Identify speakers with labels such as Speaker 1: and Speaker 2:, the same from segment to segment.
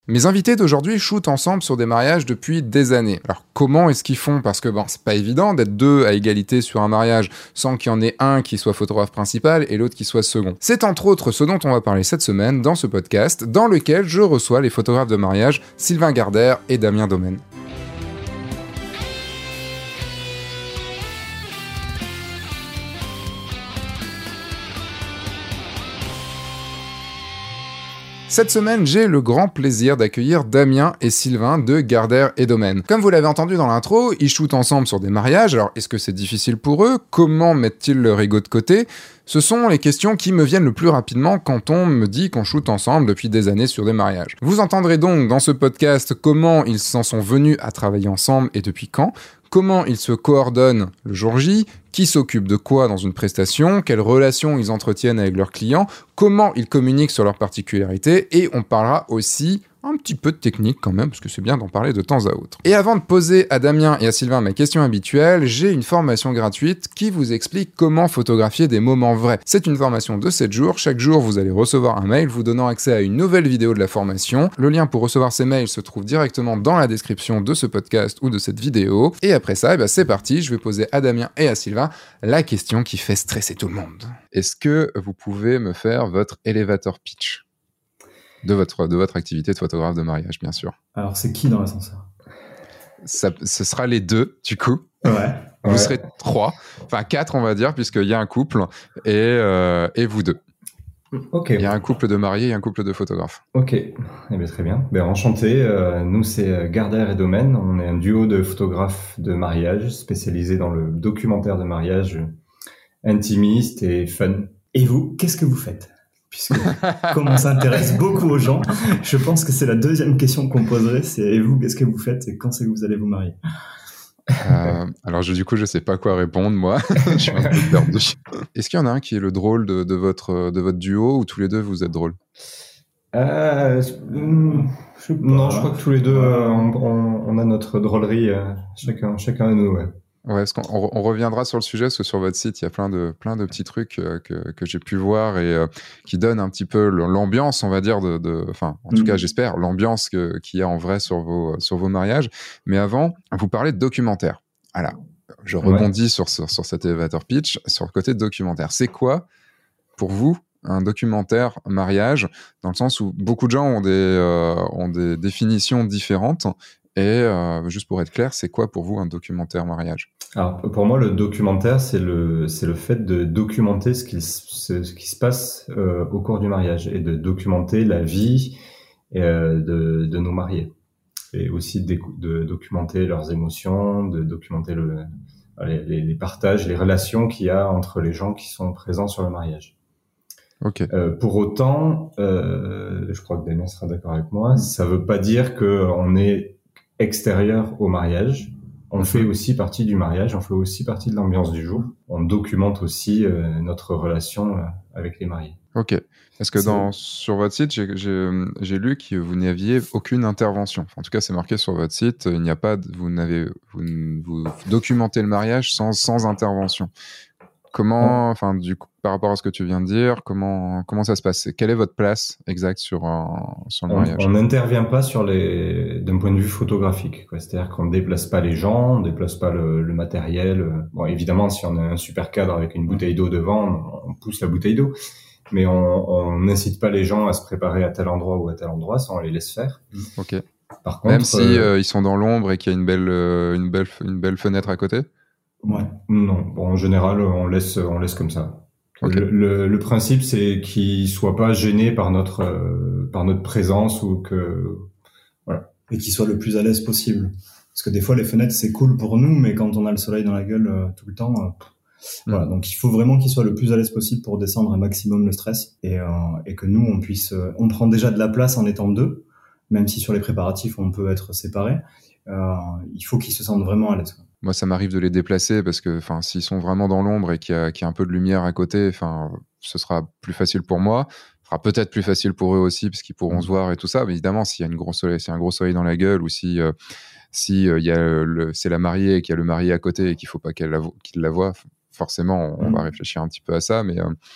Speaker 1: Mes invités d'aujourd'hui shootent ensemble sur des mariages depuis des années. Alors comment est-ce qu'ils font ? Parce que c'est pas évident d'être deux à égalité sur un mariage sans qu'il y en ait un qui soit photographe principal et l'autre qui soit second. C'est entre autres ce dont on va parler cette semaine dans ce podcast, dans lequel je reçois les photographes de mariage Sylvain Gardère et Damien Domaine. Cette semaine, j'ai le grand plaisir d'accueillir Damien et Sylvain de Gardère et Domaine. Comme vous l'avez entendu dans l'intro, ils shootent ensemble sur des mariages. Alors, est-ce que c'est difficile pour eux ? Comment mettent-ils leur ego de côté ? Ce sont les questions qui me viennent le plus rapidement quand on me dit qu'on shoot ensemble depuis des années sur des mariages. Vous entendrez donc dans ce podcast comment ils s'en sont venus à travailler ensemble et depuis quand, comment ils se coordonnent le jour J, qui s'occupe de quoi dans une prestation, quelles relations ils entretiennent avec leurs clients, comment ils communiquent sur leurs particularités, et on parlera aussi un petit peu de technique quand même, parce que c'est bien d'en parler de temps à autre. Et avant de poser à Damien et à Sylvain ma question habituelle, j'ai une formation gratuite qui vous explique comment photographier des moments vrais. C'est une formation de 7 jours. Chaque jour, vous allez recevoir un mail vous donnant accès à une nouvelle vidéo de la formation. Le lien pour recevoir ces mails se trouve directement dans la description de ce podcast ou de cette vidéo. Et après ça, c'est parti. Je vais poser à Damien et à Sylvain la question qui fait stresser tout le monde. Est-ce que vous pouvez me faire votre elevator pitch ? De votre activité de photographe de mariage, bien sûr.
Speaker 2: Alors, c'est qui dans l'ascenseur ?
Speaker 1: Ce sera les deux, du coup.
Speaker 2: Ouais.
Speaker 1: Vous serez 3, enfin 4, on va dire, puisqu'il y a un couple et vous deux.
Speaker 2: Ok.
Speaker 1: Il y a un couple de mariés et un couple de photographes.
Speaker 2: Ok, bien, très bien. Enchanté, nous c'est Gardère et Domaine. On est un duo de photographes de mariage spécialisés dans le documentaire de mariage intimiste et fun. Et vous, qu'est-ce que vous faites ? Puisque comme on s'intéresse beaucoup aux gens, je pense que c'est la deuxième question qu'on poserait, c'est et vous, qu'est-ce que vous faites et quand c'est que vous allez vous marier ?
Speaker 1: Alors du coup, je sais pas quoi répondre, moi. Je suis un peu perdu. Est-ce qu'il y en a un qui est le drôle de votre duo ou tous les deux vous êtes drôles ?
Speaker 2: Non, je crois que tous les deux, on a notre drôlerie, chacun de nous, ouais.
Speaker 1: Ouais, parce qu'on reviendra sur le sujet, parce que sur votre site, il y a plein de petits trucs que j'ai pu voir et qui donnent un petit peu l'ambiance, on va dire, enfin, en tout cas, j'espère, l'ambiance qu'il y a en vrai sur vos mariages. Mais avant, vous parlez de documentaire. Alors, je rebondis sur cet elevator pitch, sur le côté de documentaire. C'est quoi, pour vous, un documentaire mariage, dans le sens où beaucoup de gens ont des définitions différentes. Et juste pour être clair, c'est quoi pour vous un documentaire mariage ?
Speaker 2: Alors pour moi, le documentaire, c'est le fait de documenter ce qui se passe au cours du mariage et de documenter la vie de nos mariés et aussi de documenter leurs émotions, de documenter les partages, les relations qu'il y a entre les gens qui sont présents sur le mariage.
Speaker 1: Okay.
Speaker 2: Pour autant, je crois que Damien sera d'accord avec moi, ça veut pas dire qu'on est extérieur au mariage. On fait aussi partie du mariage, on fait aussi partie de l'ambiance du jour. On documente aussi notre relation avec les mariés.
Speaker 1: Ok. Est-ce que sur votre site, j'ai lu que vous n'aviez aucune intervention. En tout cas, c'est marqué sur votre site, il n'y a pas, vous documentez le mariage sans intervention. Comment, enfin, du coup, par rapport à ce que tu viens de dire, comment ça se passe ? Quelle est votre place exacte sur le mariage ?
Speaker 2: On n'intervient pas d'un point de vue photographique, quoi. C'est-à-dire qu'on ne déplace pas les gens, on ne déplace pas le matériel. Bon, évidemment, si on a un super cadre avec une bouteille d'eau devant, on pousse la bouteille d'eau. Mais on n'incite pas les gens à se préparer à tel endroit ou à tel endroit, ça on les laisse faire.
Speaker 1: Ok.
Speaker 2: Par contre,
Speaker 1: même si ils sont dans l'ombre et qu'il y a une belle fenêtre à côté.
Speaker 2: Ouais. Non. Bon, en général, on laisse comme ça. Okay. Le principe, c'est qu'ils soient pas gênés par notre présence ou voilà.
Speaker 3: Et qu'ils soient le plus à l'aise possible. Parce que des fois, les fenêtres, c'est cool pour nous, mais quand on a le soleil dans la gueule tout le temps, voilà. Donc, il faut vraiment qu'ils soient le plus à l'aise possible pour descendre un maximum le stress et que nous, on puisse, on prend déjà de la place en étant deux, même si sur les préparatifs, on peut être séparés. Il faut qu'ils se sentent vraiment à l'aise.
Speaker 1: Moi, ça m'arrive de les déplacer parce que, enfin, s'ils sont vraiment dans l'ombre et qu'il y a un peu de lumière à côté, enfin, ce sera plus facile pour moi. Ce sera peut-être plus facile pour eux aussi parce qu'ils pourront se voir et tout ça. Mais évidemment, s'il y a un gros soleil dans la gueule ou si il y a c'est la mariée et qu'il y a le marié à côté et qu'il faut pas qu'il la voie, forcément, on va réfléchir un petit peu à ça. Mais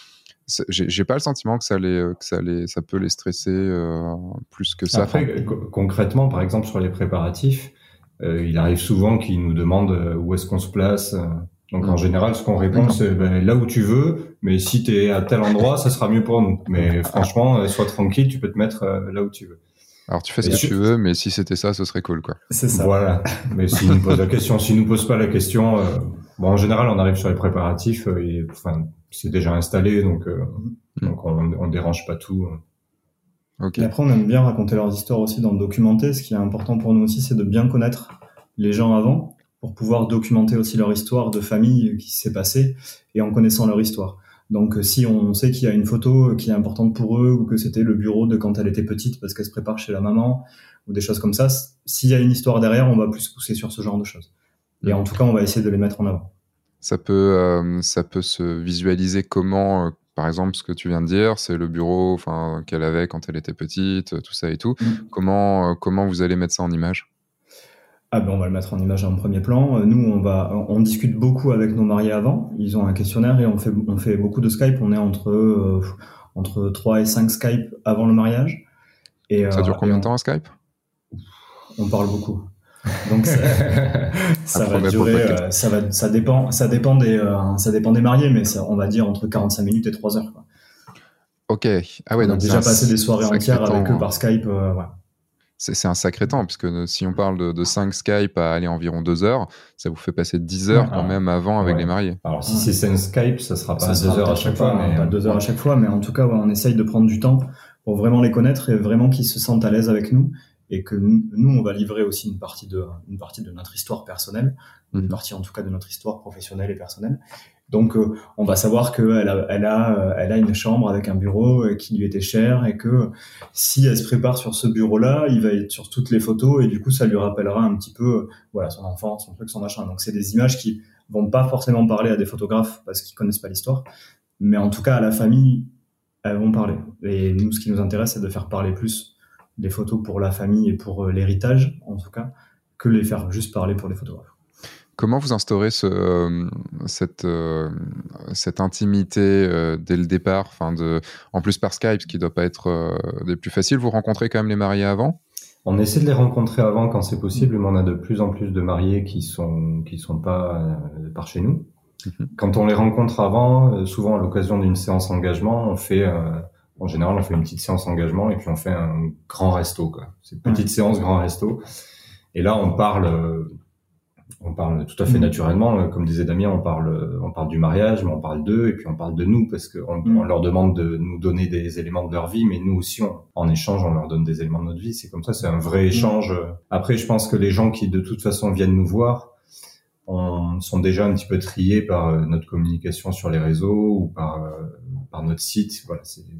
Speaker 1: J'ai pas le sentiment que ça peut les stresser plus que ça.
Speaker 2: Après, concrètement, par exemple, sur les préparatifs, il arrive souvent qu'ils nous demandent où est-ce qu'on se place. Donc en général, ce qu'on répond, c'est là où tu veux, mais si t'es à tel endroit, ça sera mieux pour nous. Mais franchement, sois tranquille, tu peux te mettre là où tu veux.
Speaker 1: Alors tu fais ce que tu veux, mais si c'était ça, ce serait cool, quoi.
Speaker 3: C'est ça.
Speaker 2: Voilà. Mais s'ils nous posent la question, s'ils nous posent pas la question, en général, on arrive sur les préparatifs, c'est déjà installé, donc on dérange pas tout.
Speaker 3: Okay. Et après, on aime bien raconter leurs histoires aussi dans le documenter. Ce qui est important pour nous aussi, c'est de bien connaître les gens avant, pour pouvoir documenter aussi leur histoire de famille qui s'est passée, et en connaissant leur histoire. Donc si on sait qu'il y a une photo qui est importante pour eux, ou que c'était le bureau de quand elle était petite parce qu'elle se prépare chez la maman, ou des choses comme ça, s'il y a une histoire derrière, on va plus pousser sur ce genre de choses. Et en tout cas, on va essayer de les mettre en avant.
Speaker 1: Ça peut se visualiser comment, par exemple, ce que tu viens de dire, c'est le bureau qu'elle avait quand elle était petite, tout ça et tout. Comment vous allez mettre ça en image ?
Speaker 3: On va le mettre en image en premier plan. Nous, on discute beaucoup avec nos mariés avant. Ils ont un questionnaire et on fait beaucoup de Skype. On est entre 3 et 5 Skype avant le mariage. Et,
Speaker 1: ça dure combien de temps un Skype ?
Speaker 3: On parle beaucoup. Donc ça va durer. Ça dépend des mariés, mais on va dire entre 45 minutes et 3 heures. Quoi.
Speaker 1: Ok. Ah ouais.
Speaker 3: On a déjà passé des soirées entières avec eux par Skype. Ouais.
Speaker 1: C'est un sacré temps, puisque si on parle de 5 Skype à aller environ 2 heures, ça vous fait passer 10 heures quand même avant avec les mariés.
Speaker 2: Alors si c'est 5 Skype, ça sera pas 2 heures à chaque fois.
Speaker 3: Pas 2 heures à chaque fois, mais en tout cas, on essaye de prendre du temps pour vraiment les connaître et vraiment qu'ils se sentent à l'aise avec nous, et que nous, on va livrer aussi une partie de notre histoire personnelle, une partie en tout cas de notre histoire professionnelle et personnelle. Donc, on va savoir qu'elle a une chambre avec un bureau qui lui était cher, et que si elle se prépare sur ce bureau-là, il va être sur toutes les photos, et du coup, ça lui rappellera un petit peu, son enfant, son truc, son machin. Donc, c'est des images qui vont pas forcément parler à des photographes parce qu'ils connaissent pas l'histoire, mais en tout cas, à la famille, elles vont parler. Et nous, ce qui nous intéresse, c'est de faire parler plus les photos pour la famille et pour l'héritage, en tout cas, que les faire juste parler pour les photographes.
Speaker 1: Comment vous instaurez cette intimité dès le départ, en plus par Skype, ce qui ne doit pas être des plus faciles. Vous rencontrez quand même les mariés avant ?
Speaker 2: On essaie de les rencontrer avant quand c'est possible, mais on a de plus en plus de mariés qui sont pas par chez nous. Quand on les rencontre avant, souvent à l'occasion d'une séance engagement, en général, on fait une petite séance engagement et puis on fait un grand resto, quoi. C'est une petite séance grand resto. Et là, on parle tout à fait naturellement, comme disait Damien, on parle du mariage, mais on parle d'eux, et puis on parle de nous, parce qu'on leur demande de nous donner des éléments de leur vie, mais nous aussi, en échange, on leur donne des éléments de notre vie. C'est comme ça, c'est un vrai échange. Après, je pense que les gens qui, de toute façon, viennent nous voir, sont déjà un petit peu triés par notre communication sur les réseaux, ou par notre site. Voilà,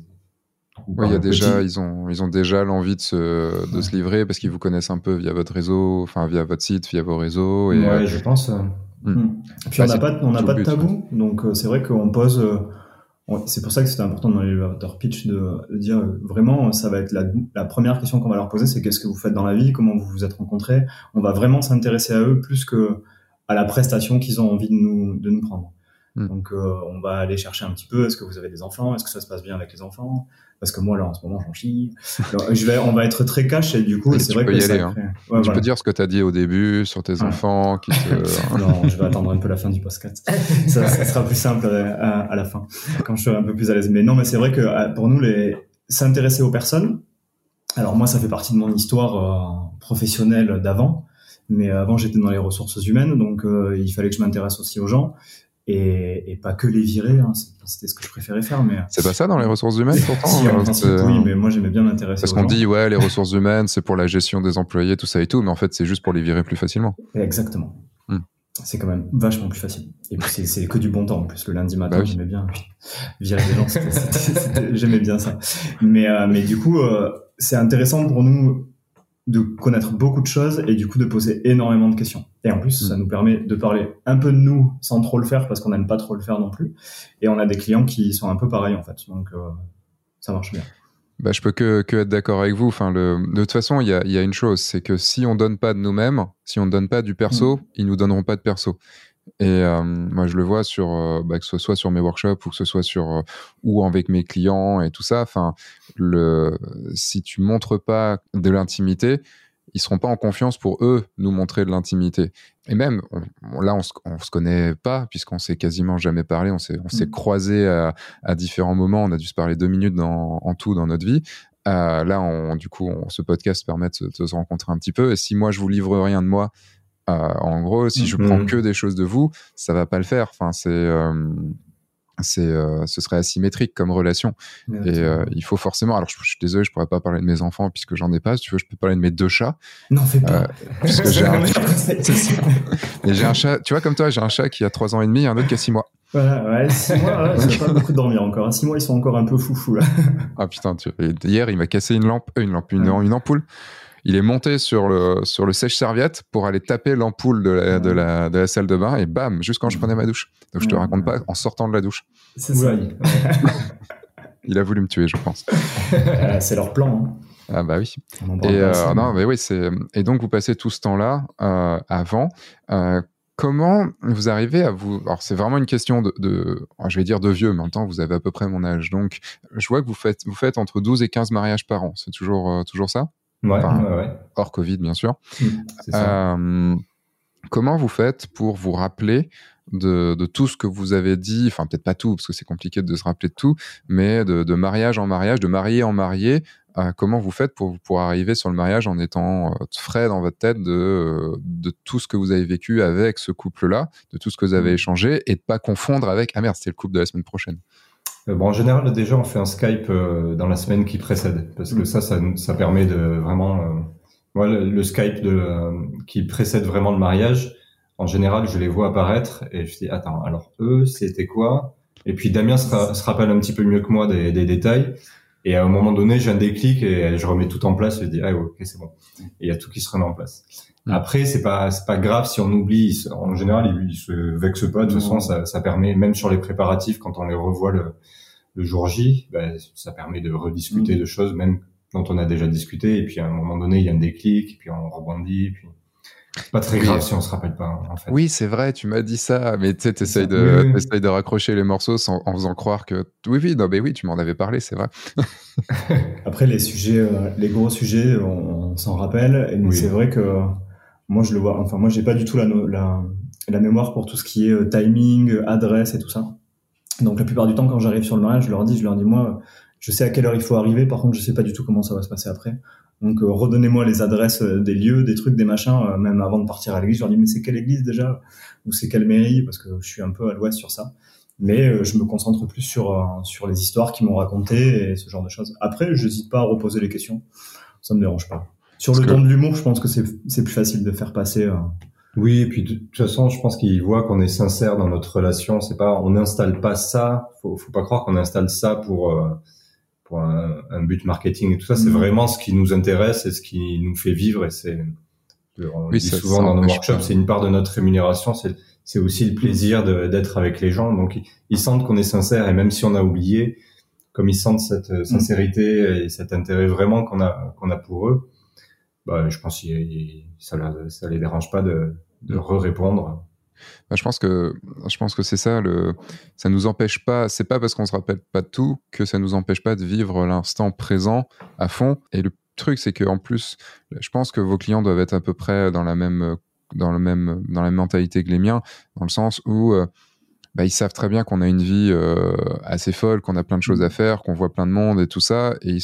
Speaker 1: oui, ils ont déjà l'envie de se livrer parce qu'ils vous connaissent un peu via votre réseau, via votre site, via vos réseaux. Et
Speaker 2: ouais, je pense.
Speaker 3: Puis on n'a pas de tabou, donc c'est vrai qu'on pose. C'est pour ça que c'était important dans l'elevator pitch de dire vraiment, ça va être la première question qu'on va leur poser, c'est qu'est-ce que vous faites dans la vie, comment vous vous êtes rencontrés. On va vraiment s'intéresser à eux plus que à la prestation qu'ils ont envie de nous prendre. Donc on va aller chercher un petit peu, est-ce que vous avez des enfants, est-ce que ça se passe bien avec les enfants, parce que moi là en ce moment j'en chie. Alors, on va être très cash, et du coup c'est vrai que ça crée...
Speaker 1: Tu peux dire ce que tu as dit au début sur tes enfants qui
Speaker 3: Non, je vais attendre un peu la fin du podcast. ça sera plus simple à la fin quand je serai un peu plus à l'aise. Mais non, mais c'est vrai que pour nous s'intéresser aux personnes. Alors moi ça fait partie de mon histoire professionnelle d'avant, mais avant j'étais dans les ressources humaines, donc il fallait que je m'intéresse aussi aux gens. Et pas que les virer, c'était ce que je préférais faire, mais
Speaker 1: c'est pas ça dans les ressources humaines pourtant.
Speaker 3: Si, en principe, oui, mais moi j'aimais bien m'intéresser
Speaker 1: parce
Speaker 3: aux
Speaker 1: qu'on
Speaker 3: gens.
Speaker 1: dit les ressources humaines c'est pour la gestion des employés, tout ça et tout, mais en fait c'est juste pour les virer plus facilement.
Speaker 3: Exactement. C'est quand même vachement plus facile, et puis c'est que du bon temps en plus. Le lundi matin, j'aimais bien virer les gens, j'aimais bien ça, mais du coup c'est intéressant pour nous de connaître beaucoup de choses, et du coup de poser énormément de questions. Et en plus, ça nous permet de parler un peu de nous sans trop le faire, parce qu'on n'aime pas trop le faire non plus. Et on a des clients qui sont un peu pareils en fait, donc ça marche bien.
Speaker 1: Je peux que être d'accord avec vous. De toute façon, il y a une chose, c'est que si on donne pas de nous-mêmes, si on donne pas du perso, ils nous donneront pas de perso. Et moi, je le vois sur, que ce soit sur mes workshops ou que ce soit sur ou avec mes clients et tout ça. Enfin, si tu montres pas de l'intimité, ils seront pas en confiance pour eux nous montrer de l'intimité. Et même là, on se connaît pas puisqu'on s'est quasiment jamais parlé. On s'est croisés à différents moments. On a dû se parler 2 minutes en tout dans notre vie. Là, ce podcast permet de se rencontrer un petit peu. Et si moi je vous livre rien de moi, en gros, si je prends que des choses de vous, ça va pas le faire. Enfin, ce serait asymétrique comme relation. Et il faut forcément. Alors, je suis désolé, je pourrais pas parler de mes enfants puisque j'en ai pas. Si tu veux, je peux parler de mes 2 chats.
Speaker 3: Non, fais pas.
Speaker 1: Puisque j'ai un. Et j'ai un chat. Tu vois, comme toi, j'ai un chat qui a 3 ans et demi et un autre qui a 6 mois.
Speaker 3: Voilà, ouais, 6 mois, ça va pas beaucoup dormir encore. 6 mois, ils sont encore un peu foufous, là.
Speaker 1: Ah putain, hier, il m'a cassé une ampoule. Il est monté sur le sèche-serviette pour aller taper l'ampoule de la salle de bain et bam, juste quand je prenais ma douche. Donc je te raconte pas, en sortant de la douche.
Speaker 3: C'est ça.
Speaker 1: Il a voulu me tuer, je pense.
Speaker 3: C'est leur plan. Hein.
Speaker 1: Ah bah oui. Non, mais oui, et donc vous passez tout ce temps-là avant. Comment vous arrivez à vous... Alors, c'est vraiment une question je vais dire de vieux, mais en même temps, vous avez à peu près mon âge. Donc, je vois que vous faites entre 12 et 15 mariages par an. C'est toujours ça ?
Speaker 2: Ouais.
Speaker 1: Hors Covid, bien sûr.
Speaker 2: C'est ça.
Speaker 1: Comment vous faites pour vous rappeler de tout ce que vous avez dit, enfin peut-être pas tout, parce que c'est compliqué de se rappeler de tout, mais de mariage en mariage, de marié en marié, comment vous faites pour arriver sur le mariage en étant frais dans votre tête de tout ce que vous avez vécu avec ce couple-là, de tout ce que vous avez échangé, et de pas confondre avec « Ah merde, c'est le couple de la semaine prochaine ».
Speaker 2: En général, déjà, on fait un Skype dans la semaine qui précède, parce que ça permet de vraiment... moi, le Skype qui précède vraiment le mariage, en général, je les vois apparaître et je dis, attends, alors eux, c'était quoi? Et puis Damien se rappelle un petit peu mieux que moi des détails. Et à un moment donné, j'ai un déclic et je remets tout en place. Je dis, ok, c'est bon. Et il y a tout qui se remet en place. Après, c'est pas grave si on oublie. En général, ils se vexent pas. De toute façon, ça permet, même sur les préparatifs, quand on les revoit le jour J, ça permet de rediscuter de choses, même dont on a déjà discuté. Et puis, à un moment donné, il y a un déclic, et puis on rebondit, et puis... C'est pas très grave si on se rappelle pas, en fait.
Speaker 1: Oui, c'est vrai, tu m'as dit ça, mais tu sais, t'essayes de raccrocher les morceaux en faisant croire que... Oui, tu m'en avais parlé, c'est vrai.
Speaker 3: Après, les sujets, les gros sujets, on s'en rappelle, mais c'est vrai que moi, je le vois, enfin, moi, j'ai pas du tout la mémoire pour tout ce qui est timing, adresse et tout ça. Donc, la plupart du temps, quand j'arrive sur le mariage, je leur dis, moi, je sais à quelle heure il faut arriver, par contre, je sais pas du tout comment ça va se passer après. Donc, redonnez-moi les adresses des lieux, des trucs, des machins, même avant de partir à l'église. Je leur dis, mais c'est quelle église déjà? Ou c'est quelle mairie? Parce que je suis un peu à l'ouest sur ça. Mais je me concentre plus sur les histoires qu'ils m'ont racontées et ce genre de choses. Après, je n'hésite pas à reposer les questions. Ça me dérange pas. Sur le ton de l'humour, je pense que c'est plus facile de faire passer...
Speaker 2: Oui, et puis de toute façon, je pense qu'ils voient qu'on est sincère dans notre relation. C'est pas, on n'installe pas ça. Faut pas croire qu'on installe ça pour un but marketing et tout ça. C'est vraiment ce qui nous intéresse et ce qui nous fait vivre. Et on dit souvent dans nos workshops, c'est une part de notre rémunération. C'est aussi le plaisir d'être avec les gens. Donc, ils sentent qu'on est sincère et même si on a oublié, comme ils sentent cette sincérité et cet intérêt vraiment qu'on a pour eux, je pense que ça les dérange pas de répondre.
Speaker 1: Je pense que c'est ça, ça nous empêche pas, c'est pas parce qu'on se rappelle pas de tout que ça nous empêche pas de vivre l'instant présent à fond. Et le truc, c'est que en plus, je pense que vos clients doivent être à peu près dans la même mentalité que les miens, dans le sens où ils savent très bien qu'on a une vie assez folle, qu'on a plein de choses à faire, qu'on voit plein de monde et tout ça, et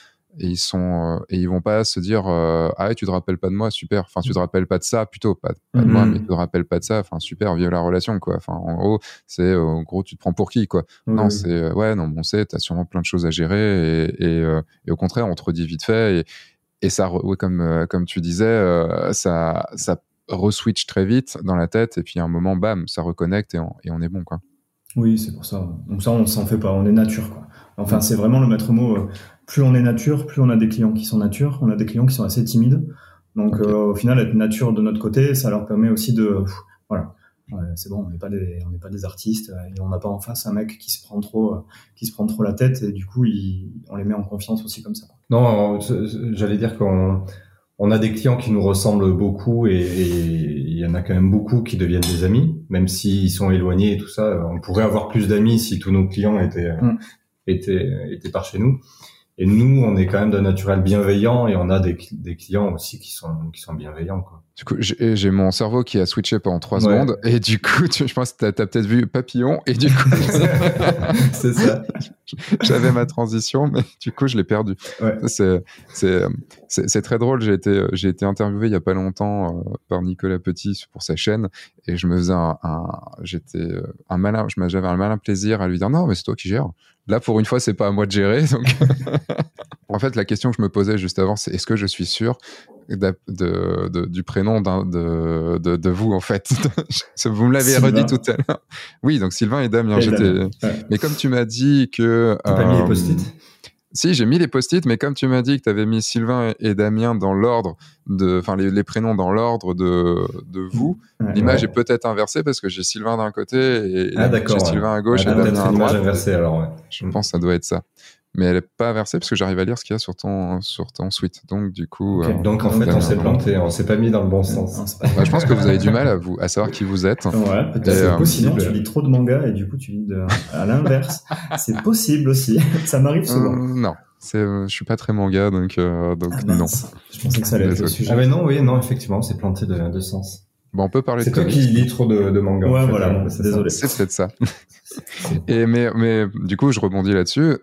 Speaker 1: ils vont pas se dire tu te rappelles pas de moi, super, enfin tu te rappelles pas de ça, plutôt pas de moi, mais tu te rappelles pas de ça, enfin super, vive la relation, quoi. Enfin en gros c'est tu te prends pour qui, quoi. Non, c'est on sait, t'as sûrement plein de choses à gérer et au contraire on te redit vite fait et ça comme tu disais ça re-switch très vite dans la tête et puis à un moment bam ça reconnecte et on est bon, quoi.
Speaker 3: Oui, c'est pour ça. Donc ça, on s'en fait pas, on est nature, quoi. Enfin, c'est vraiment le maître mot. Plus on est nature, plus on a des clients qui sont nature. On a des clients qui sont assez timides. Donc, au final, être nature de notre côté, ça leur permet aussi de... Voilà. C'est bon, on n'est pas des artistes et on n'a pas en face un mec qui se prend trop la tête et du coup, on les met en confiance aussi comme ça.
Speaker 2: Non, j'allais dire qu'on a des clients qui nous ressemblent beaucoup et y en a quand même beaucoup qui deviennent des amis, même s'ils sont éloignés et tout ça. On pourrait avoir plus d'amis si tous nos clients étaient par chez nous. Et nous, on est quand même d'un naturel bienveillant et on a des clients aussi qui sont bienveillants, quoi.
Speaker 1: Du coup, j'ai mon cerveau qui a switché pendant 3 secondes et du coup, je pense que t'as peut-être vu Papillon et du coup,
Speaker 2: c'est ça.
Speaker 1: J'avais ma transition, mais du coup, je l'ai perdu.
Speaker 2: Ouais.
Speaker 1: C'est très drôle. J'ai été interviewé il y a pas longtemps par Nicolas Petit pour sa chaîne et je me faisais j'avais un malin plaisir à lui dire non, mais c'est toi qui gères. Là, pour une fois, c'est pas à moi de gérer. Donc, en fait, la question que je me posais juste avant, c'est est-ce que je suis sûr du prénom de vous, en fait. Vous me l'avez redit tout à l'heure. Oui, donc Sylvain et Damien. Mais comme tu m'as dit que...
Speaker 2: T'as pas mis les post-it ?
Speaker 1: Si, j'ai mis les post-it, mais comme tu m'as dit que tu avais mis Sylvain et Damien dans l'ordre les prénoms dans l'ordre de vous, l'image est peut-être inversée parce que j'ai Sylvain d'un côté et j'ai Sylvain à gauche et Damien à droite.
Speaker 2: L'image inversée, alors, ouais.
Speaker 1: Je pense que ça doit être ça. Mais elle n'est pas inversée parce que j'arrive à lire ce qu'il y a sur ton suite. Donc, du coup.
Speaker 2: Okay. Donc, en fait, on s'est planté. On s'est pas mis dans le bon sens.
Speaker 1: Je pense que vous avez du mal à savoir qui vous êtes.
Speaker 3: Ouais, peut-être c'est possible. Sinon, tu lis trop de mangas et du coup, tu lis à l'inverse. C'est possible aussi. Ça m'arrive souvent.
Speaker 1: Non. Je suis pas très manga, donc non.
Speaker 3: Je pensais que ça allait être le sujet.
Speaker 2: Ah, mais non, effectivement, on s'est planté de sens.
Speaker 1: Bon, on peut parler
Speaker 2: de toi qui lis trop de mangas.
Speaker 3: Ouais, voilà, c'est désolé.
Speaker 1: C'est peut-être ça. mais du coup, je rebondis là-dessus.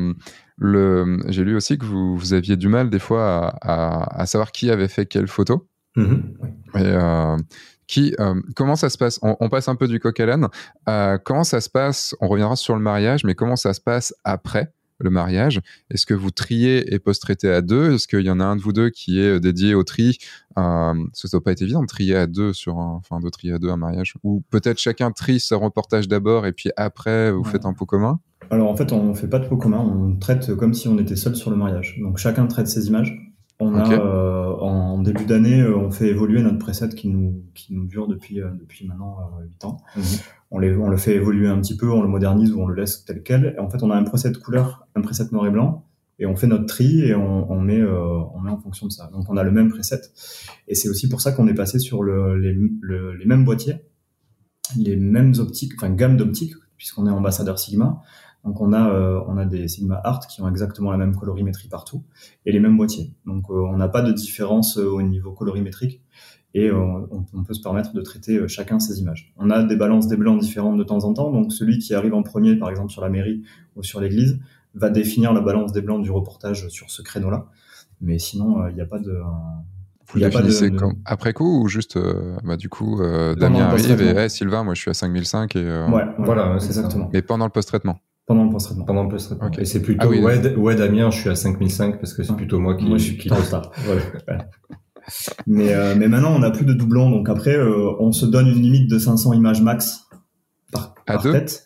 Speaker 1: J'ai lu aussi que vous aviez du mal des fois à savoir qui avait fait quelle photo.
Speaker 2: Mm-hmm.
Speaker 1: Et comment ça se passe ? On passe un peu du coq à l'âne. Comment ça se passe ? On reviendra sur le mariage, mais comment ça se passe après le mariage? Est-ce que vous triez et post-traitez à deux? Est-ce qu'il y en a un de vous deux qui est dédié au tri? Ça doit pas être évident de trier à deux de trier à deux un mariage. Ou peut-être chacun trie son reportage d'abord et puis après vous faites un pot commun?
Speaker 3: Alors en fait, on fait pas de pot commun. On traite comme si on était seul sur le mariage. Donc chacun traite ses images. On a en début d'année, on fait évoluer notre preset qui nous dure depuis maintenant 8 ans. Mm-hmm. On le fait évoluer un petit peu, on le modernise ou on le laisse tel quel. Et en fait, on a un preset couleur, un preset noir et blanc, et on fait notre tri et on met en fonction de ça. Donc on a le même preset. Et c'est aussi pour ça qu'on est passé sur les mêmes boîtiers, les mêmes optiques, enfin gamme d'optiques, puisqu'on est ambassadeur Sigma. Donc on a des Sigma Art qui ont exactement la même colorimétrie partout et les mêmes boîtiers. Donc on n'a pas de différence au niveau colorimétrique et on peut se permettre de traiter chacun ses images. On a des balances des blancs différentes de temps en temps. Donc celui qui arrive en premier, par exemple sur la mairie ou sur l'église, va définir la balance des blancs du reportage sur ce créneau-là. Mais sinon il n'y a pas de
Speaker 1: Vous le définissez après coup ou juste du coup Damien arrive et Sylvain, moi je suis à 5005 et
Speaker 3: voilà, c'est exactement.
Speaker 1: Mais pendant le post-traitement.
Speaker 3: Pendant le post-traitement.
Speaker 2: Okay. Et c'est plutôt Damien, je suis à 5005 parce que c'est plutôt moi qui
Speaker 3: en retard. Voilà. Mais maintenant on n'a plus de doublons, donc après on se donne une limite de 500 images max par tête.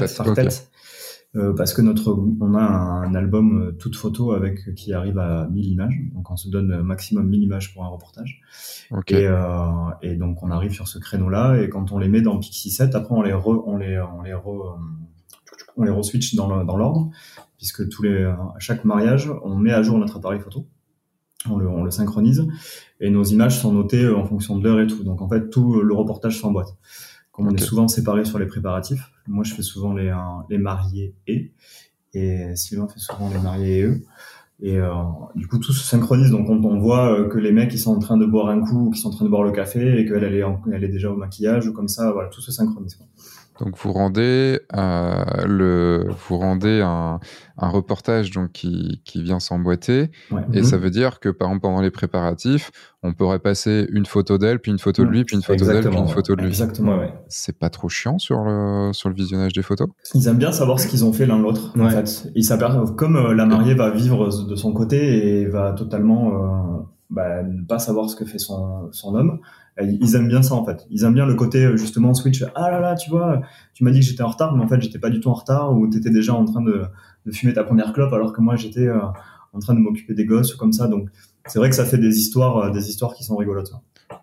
Speaker 3: Parce que on a un album toute photo qui arrive à 1000 images, donc on se donne maximum 1000 images pour un reportage. Okay. Et donc on arrive sur ce créneau-là et quand on les met dans Pixie 7, après on les re-switch dans l'ordre, puisque à chaque mariage, on met à jour notre appareil photo, on le synchronise, et nos images sont notées en fonction de l'heure et tout. Donc en fait, tout le reportage s'emboîte. Comme on est souvent séparés sur les préparatifs, moi je fais souvent les mariés et Sylvain fait souvent les mariés et eux. Et du coup, tout se synchronise. Donc on voit que les mecs ils sont en train de boire un coup, ou qu'ils sont en train de boire le café, et qu'elle elle est déjà au maquillage, ou comme ça, voilà, tout se synchronise, quoi.
Speaker 1: Donc vous rendez un reportage donc qui vient s'emboîter et ça veut dire que par exemple pendant les préparatifs on pourrait passer une photo d'elle puis une photo de lui puis une photo d'elle puis une photo de lui.
Speaker 3: Exactement. Ouais.
Speaker 1: C'est pas trop chiant sur le visionnage des photos?
Speaker 3: Ils aiment bien savoir ce qu'ils ont fait l'un l'autre. En fait, ils s'aperçoivent comme la mariée va vivre de son côté et va totalement ne pas savoir ce que fait son homme. Ils aiment bien ça en fait. Ils aiment bien le côté justement switch. Ah là là, tu vois, tu m'as dit que j'étais en retard, mais en fait j'étais pas du tout en retard, ou t'étais déjà en train de fumer ta première clope alors que moi j'étais en train de m'occuper des gosses ou comme ça. Donc c'est vrai que ça fait des histoires qui sont rigolotes.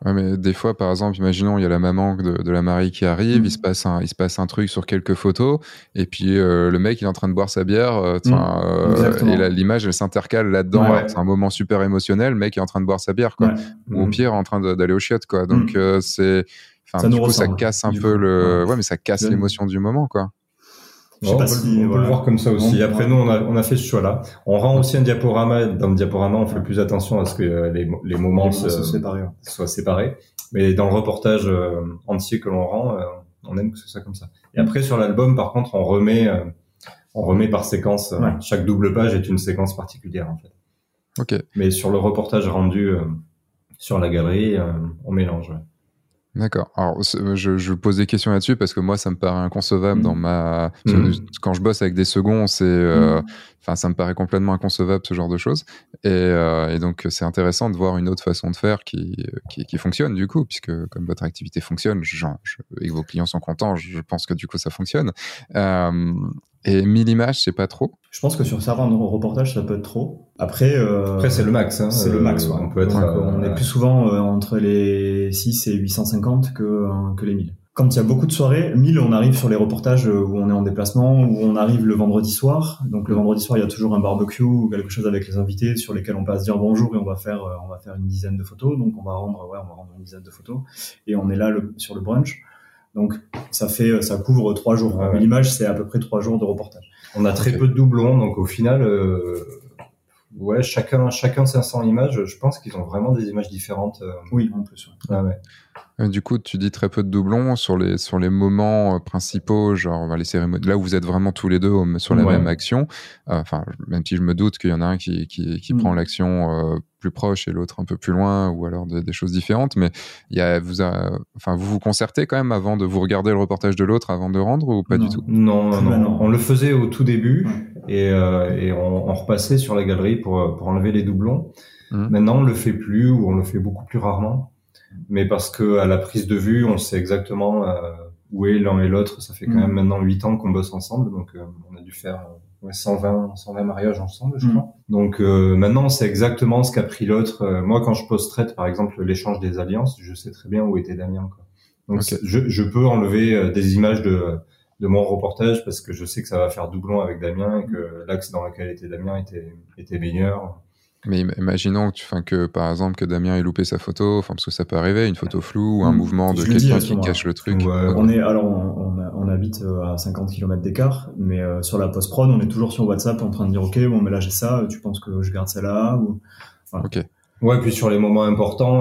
Speaker 1: Ouais, mais des fois, par exemple, imaginons, il y a la maman de la mariée qui arrive, il se passe un truc sur quelques photos, et puis le mec, il est en train de boire sa bière, et là, l'image, elle s'intercale là-dedans.
Speaker 3: Ouais.
Speaker 1: Alors, c'est un moment super émotionnel, le mec est en train de boire sa bière, quoi.
Speaker 3: Ouais.
Speaker 1: Ou au pire, en train d'aller aux chiottes, quoi. Donc,
Speaker 3: Ça
Speaker 1: du
Speaker 3: nous
Speaker 1: coup, ça
Speaker 3: ressemble,
Speaker 1: casse un
Speaker 3: du
Speaker 1: peu
Speaker 3: coup.
Speaker 1: mais ça casse l'émotion du moment, quoi.
Speaker 3: Je sais pas
Speaker 2: on peut le voir comme ça aussi. Après, nous, on a fait ce choix-là. On rend aussi un diaporama. Dans le diaporama, on fait plus attention à ce que les moments soient séparés. Mais dans le reportage entier que l'on rend, on aime que ce soit comme ça. Et après, sur l'album, par contre, on remet par séquence. Chaque double page est une séquence particulière, en fait.
Speaker 1: Ok.
Speaker 2: Mais sur le reportage rendu sur la galerie, on mélange. Ouais.
Speaker 1: D'accord. Alors, je pose des questions là-dessus parce que moi, ça me paraît inconcevable quand je bosse avec des seconds, ça me paraît complètement inconcevable ce genre de choses. Et donc, c'est intéressant de voir une autre façon de faire qui fonctionne du coup, puisque comme votre activité fonctionne, et que vos clients sont contents, je pense que du coup, ça fonctionne. Et 1000 images, c'est pas trop?
Speaker 3: Je pense que sur certains reportages, ça peut être trop. Après,
Speaker 2: c'est le max. Hein,
Speaker 3: c'est le max. Ouais.
Speaker 2: On peut être.
Speaker 3: On est plus souvent entre les 6 et 850 que les 1000. Quand il y a beaucoup de soirées, 1000, on arrive sur les reportages où on est en déplacement, où on arrive le vendredi soir. Donc le vendredi soir, il y a toujours un barbecue ou quelque chose avec les invités sur lesquels on peut se dire bonjour et on va faire une dizaine de photos. Donc on va rendre une dizaine de photos et on est là sur le brunch. Donc ça couvre 3 jours. Ouais. L'image, c'est à peu près 3 jours de reportage.
Speaker 2: On a très peu de doublons, donc au final, chacun 500 images. Je pense qu'ils ont vraiment des images différentes.
Speaker 3: Oui, en plus.
Speaker 1: Ouais. Du coup, tu dis très peu de doublons sur les moments principaux, genre les cérémonies. Là où vous êtes vraiment tous les deux sur la même action. Même si je me doute qu'il y en a un qui prend l'action plus proche et l'autre un peu plus loin, ou alors des choses différentes. Mais vous vous concertez quand même avant de vous regarder le reportage de l'autre avant de rendre, ou pas du tout?
Speaker 2: Non. On le faisait au tout début et on repassait sur la galerie pour enlever les doublons. Maintenant, on le fait plus, ou on le fait beaucoup plus rarement. Mais parce que à la prise de vue, on sait exactement où est l'un et l'autre. Ça fait quand même maintenant 8 ans qu'on bosse ensemble, donc on a dû faire 120 mariages ensemble, je crois. Donc maintenant, on sait exactement ce qu'a pris l'autre. Moi, quand je post-traite, par exemple, l'échange des alliances, je sais très bien où était Damien, quoi. Donc je peux enlever des images de mon reportage parce que je sais que ça va faire doublon avec Damien et que l'axe dans lequel était Damien était meilleur.
Speaker 1: Mais imaginons que par exemple que Damien ait loupé sa photo, parce que ça peut arriver, une photo floue ou un mouvement de quelqu'un qui cache le truc.
Speaker 3: On habite à 50 km d'écart, mais sur la post-prod, on est toujours sur WhatsApp en train de dire ok, bon mais là j'ai ça, tu penses que je garde celle-là ou... Voilà.
Speaker 1: Ok.
Speaker 2: Ouais, puis sur les moments importants,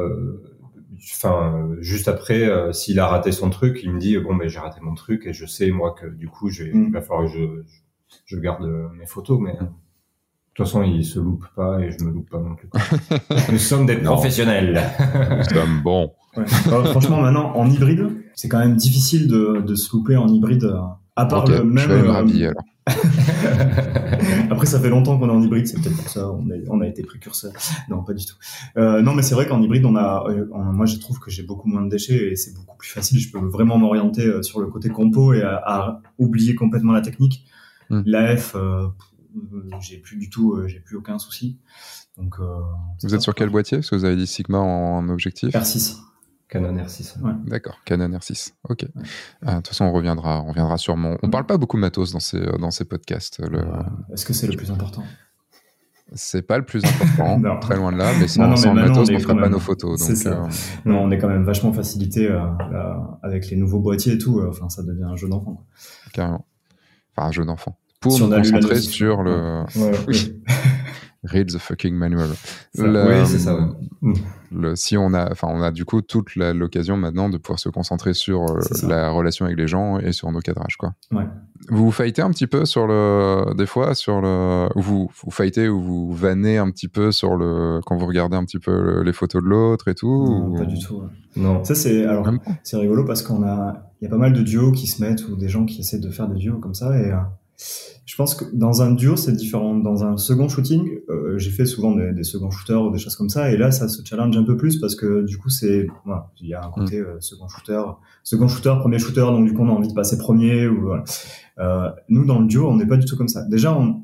Speaker 2: juste après, s'il a raté son truc, il me dit bon mais j'ai raté mon truc et je sais moi que du coup il va falloir que je garde mes photos, mais de toute façon, il se loupe pas et je me loupe pas non plus. Nous sommes des professionnels.
Speaker 1: Nous sommes bons.
Speaker 3: Ouais. Franchement, maintenant, en hybride, c'est quand même difficile de se louper en hybride. À part le même.
Speaker 1: Je vais me rhabiller alors.
Speaker 3: Après, ça fait longtemps qu'on est en hybride, c'est peut-être pour ça. On a été précurseurs. Non, pas du tout. Non, mais c'est vrai qu'en hybride, moi, je trouve que j'ai beaucoup moins de déchets et c'est beaucoup plus facile. Je peux vraiment m'orienter sur le côté compo et à oublier complètement la technique. L'AF. J'ai plus aucun souci. Donc,
Speaker 1: vous êtes sur quel boîtier? Parce que vous avez dit Sigma en objectif.
Speaker 3: R6.
Speaker 2: Canon R6.
Speaker 3: Ouais.
Speaker 1: D'accord, Canon R6. Ok. De toute façon, on reviendra sûrement. On parle pas beaucoup matos dans ces podcasts.
Speaker 3: Est-ce que c'est le plus important?
Speaker 1: C'est pas le plus important, très loin de là, mais sans matos, on ferait pas nos photos.
Speaker 3: C'est ça. Non, on est quand même vachement facilité avec les nouveaux boîtiers et tout. Ça devient un jeu d'enfant.
Speaker 1: Carrément. Enfin, un jeu d'enfant. Pour nous concentrer sur le...
Speaker 3: Oui.
Speaker 1: Read the fucking manual.
Speaker 2: Oui, c'est ça.
Speaker 1: Si on a du coup toute l'occasion maintenant de pouvoir se concentrer sur la relation avec les gens et sur nos cadrages, quoi.
Speaker 3: Ouais.
Speaker 1: Vous fightez un petit peu des fois vous fightez ou vous vannez un petit peu quand vous regardez un petit peu les photos de l'autre et tout?
Speaker 3: Non, pas du tout. Non. Ça c'est rigolo parce il y a pas mal de duos qui se mettent ou des gens qui essaient de faire des duos comme ça et je pense que dans un duo c'est différent. Dans un second shooting, j'ai fait souvent des second shooters ou des choses comme ça et là ça se challenge un peu plus parce que du coup il y a un côté second shooter, premier shooter, donc du coup on a envie de passer premier ou voilà. Nous dans le duo on n'est pas du tout comme ça. Déjà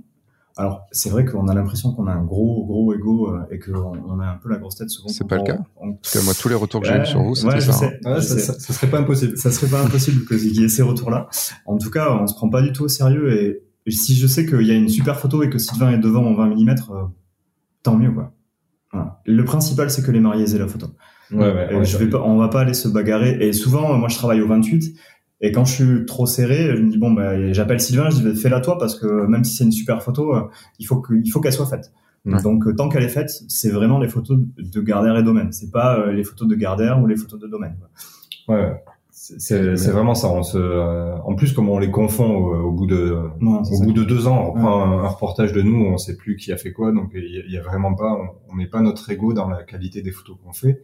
Speaker 3: Alors, c'est vrai qu'on a l'impression qu'on a un gros ego et qu'on a un peu la grosse tête souvent.
Speaker 1: C'est pas le cas. Parce que moi, tous les retours que j'ai eu sur vous, c'était ça.
Speaker 2: Ça serait pas impossible.
Speaker 3: Ça serait pas impossible qu'il y ait ces retours-là. En tout cas, on se prend pas du tout au sérieux et si je sais qu'il y a une super photo et que Sylvain est devant en 20 mm, tant mieux, quoi. Voilà. Le principal, c'est que les mariés aient la photo. On va pas aller se bagarrer. Et souvent, moi, je travaille au 28. Et quand je suis trop serré, je me dis bon, j'appelle Sylvain, je dis fais-la toi parce que même si c'est une super photo, il faut qu'elle soit faite. Ouais. Donc tant qu'elle est faite, c'est vraiment les photos de Gardère et Domaine. C'est pas les photos de Gardère ou les photos de Domaine.
Speaker 2: Ouais. C'est vraiment ça. En plus, comme on les confond au bout de 2 ans, on reprend un reportage de nous, on sait plus qui a fait quoi. Donc il y a vraiment pas, on met pas notre ego dans la qualité des photos qu'on fait.